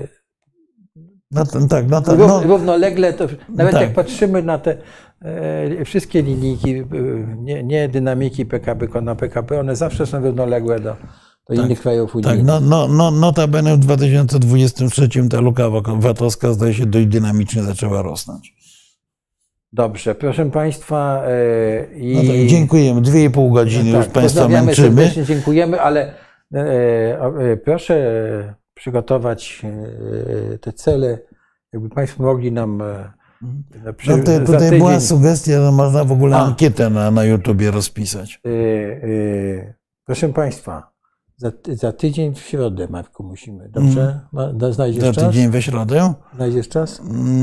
A: równolegle, to nawet jak patrzymy na te wszystkie linijki, nie dynamiki PKB, tylko na PKB, one zawsze są równoległe do innych krajów unijnych.
B: Tak, notabene w 2023 ta luka VAT-owska zdaje się dość dynamicznie zaczęła rosnąć.
A: Dobrze, proszę Państwa.
B: Tak, dziękujemy. 2,5 godziny już Państwa męczymy.
A: Serdecznie dziękujemy, ale proszę przygotować te cele, jakby Państwo mogli nam...
B: Tutaj była sugestia, że można w ogóle ankietę na YouTubie rozpisać.
A: Proszę Państwa, za tydzień w środę, Marku, musimy. Dobrze? Znajdziesz czas?
B: Za tydzień we środę?
A: Znajdziesz czas?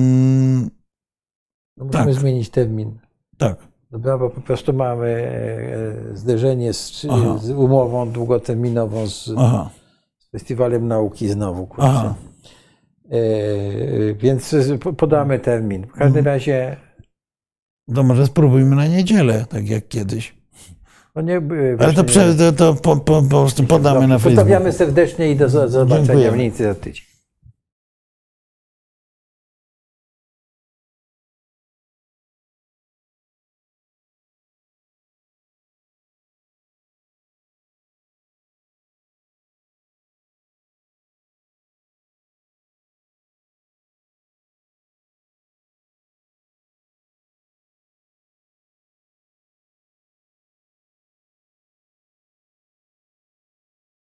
A: No musimy zmienić termin.
B: Tak.
A: Dobra, bo po prostu mamy zderzenie z umową długoterminową z Festiwalem Nauki znowu. Więc podamy termin. W każdym razie...
B: To może spróbujmy na niedzielę, tak jak kiedyś.
A: No nie,
B: ale to po prostu podamy na Facebooku.
A: Pozdrawiamy serdecznie i do zobaczenia mniej więcej za tydzień.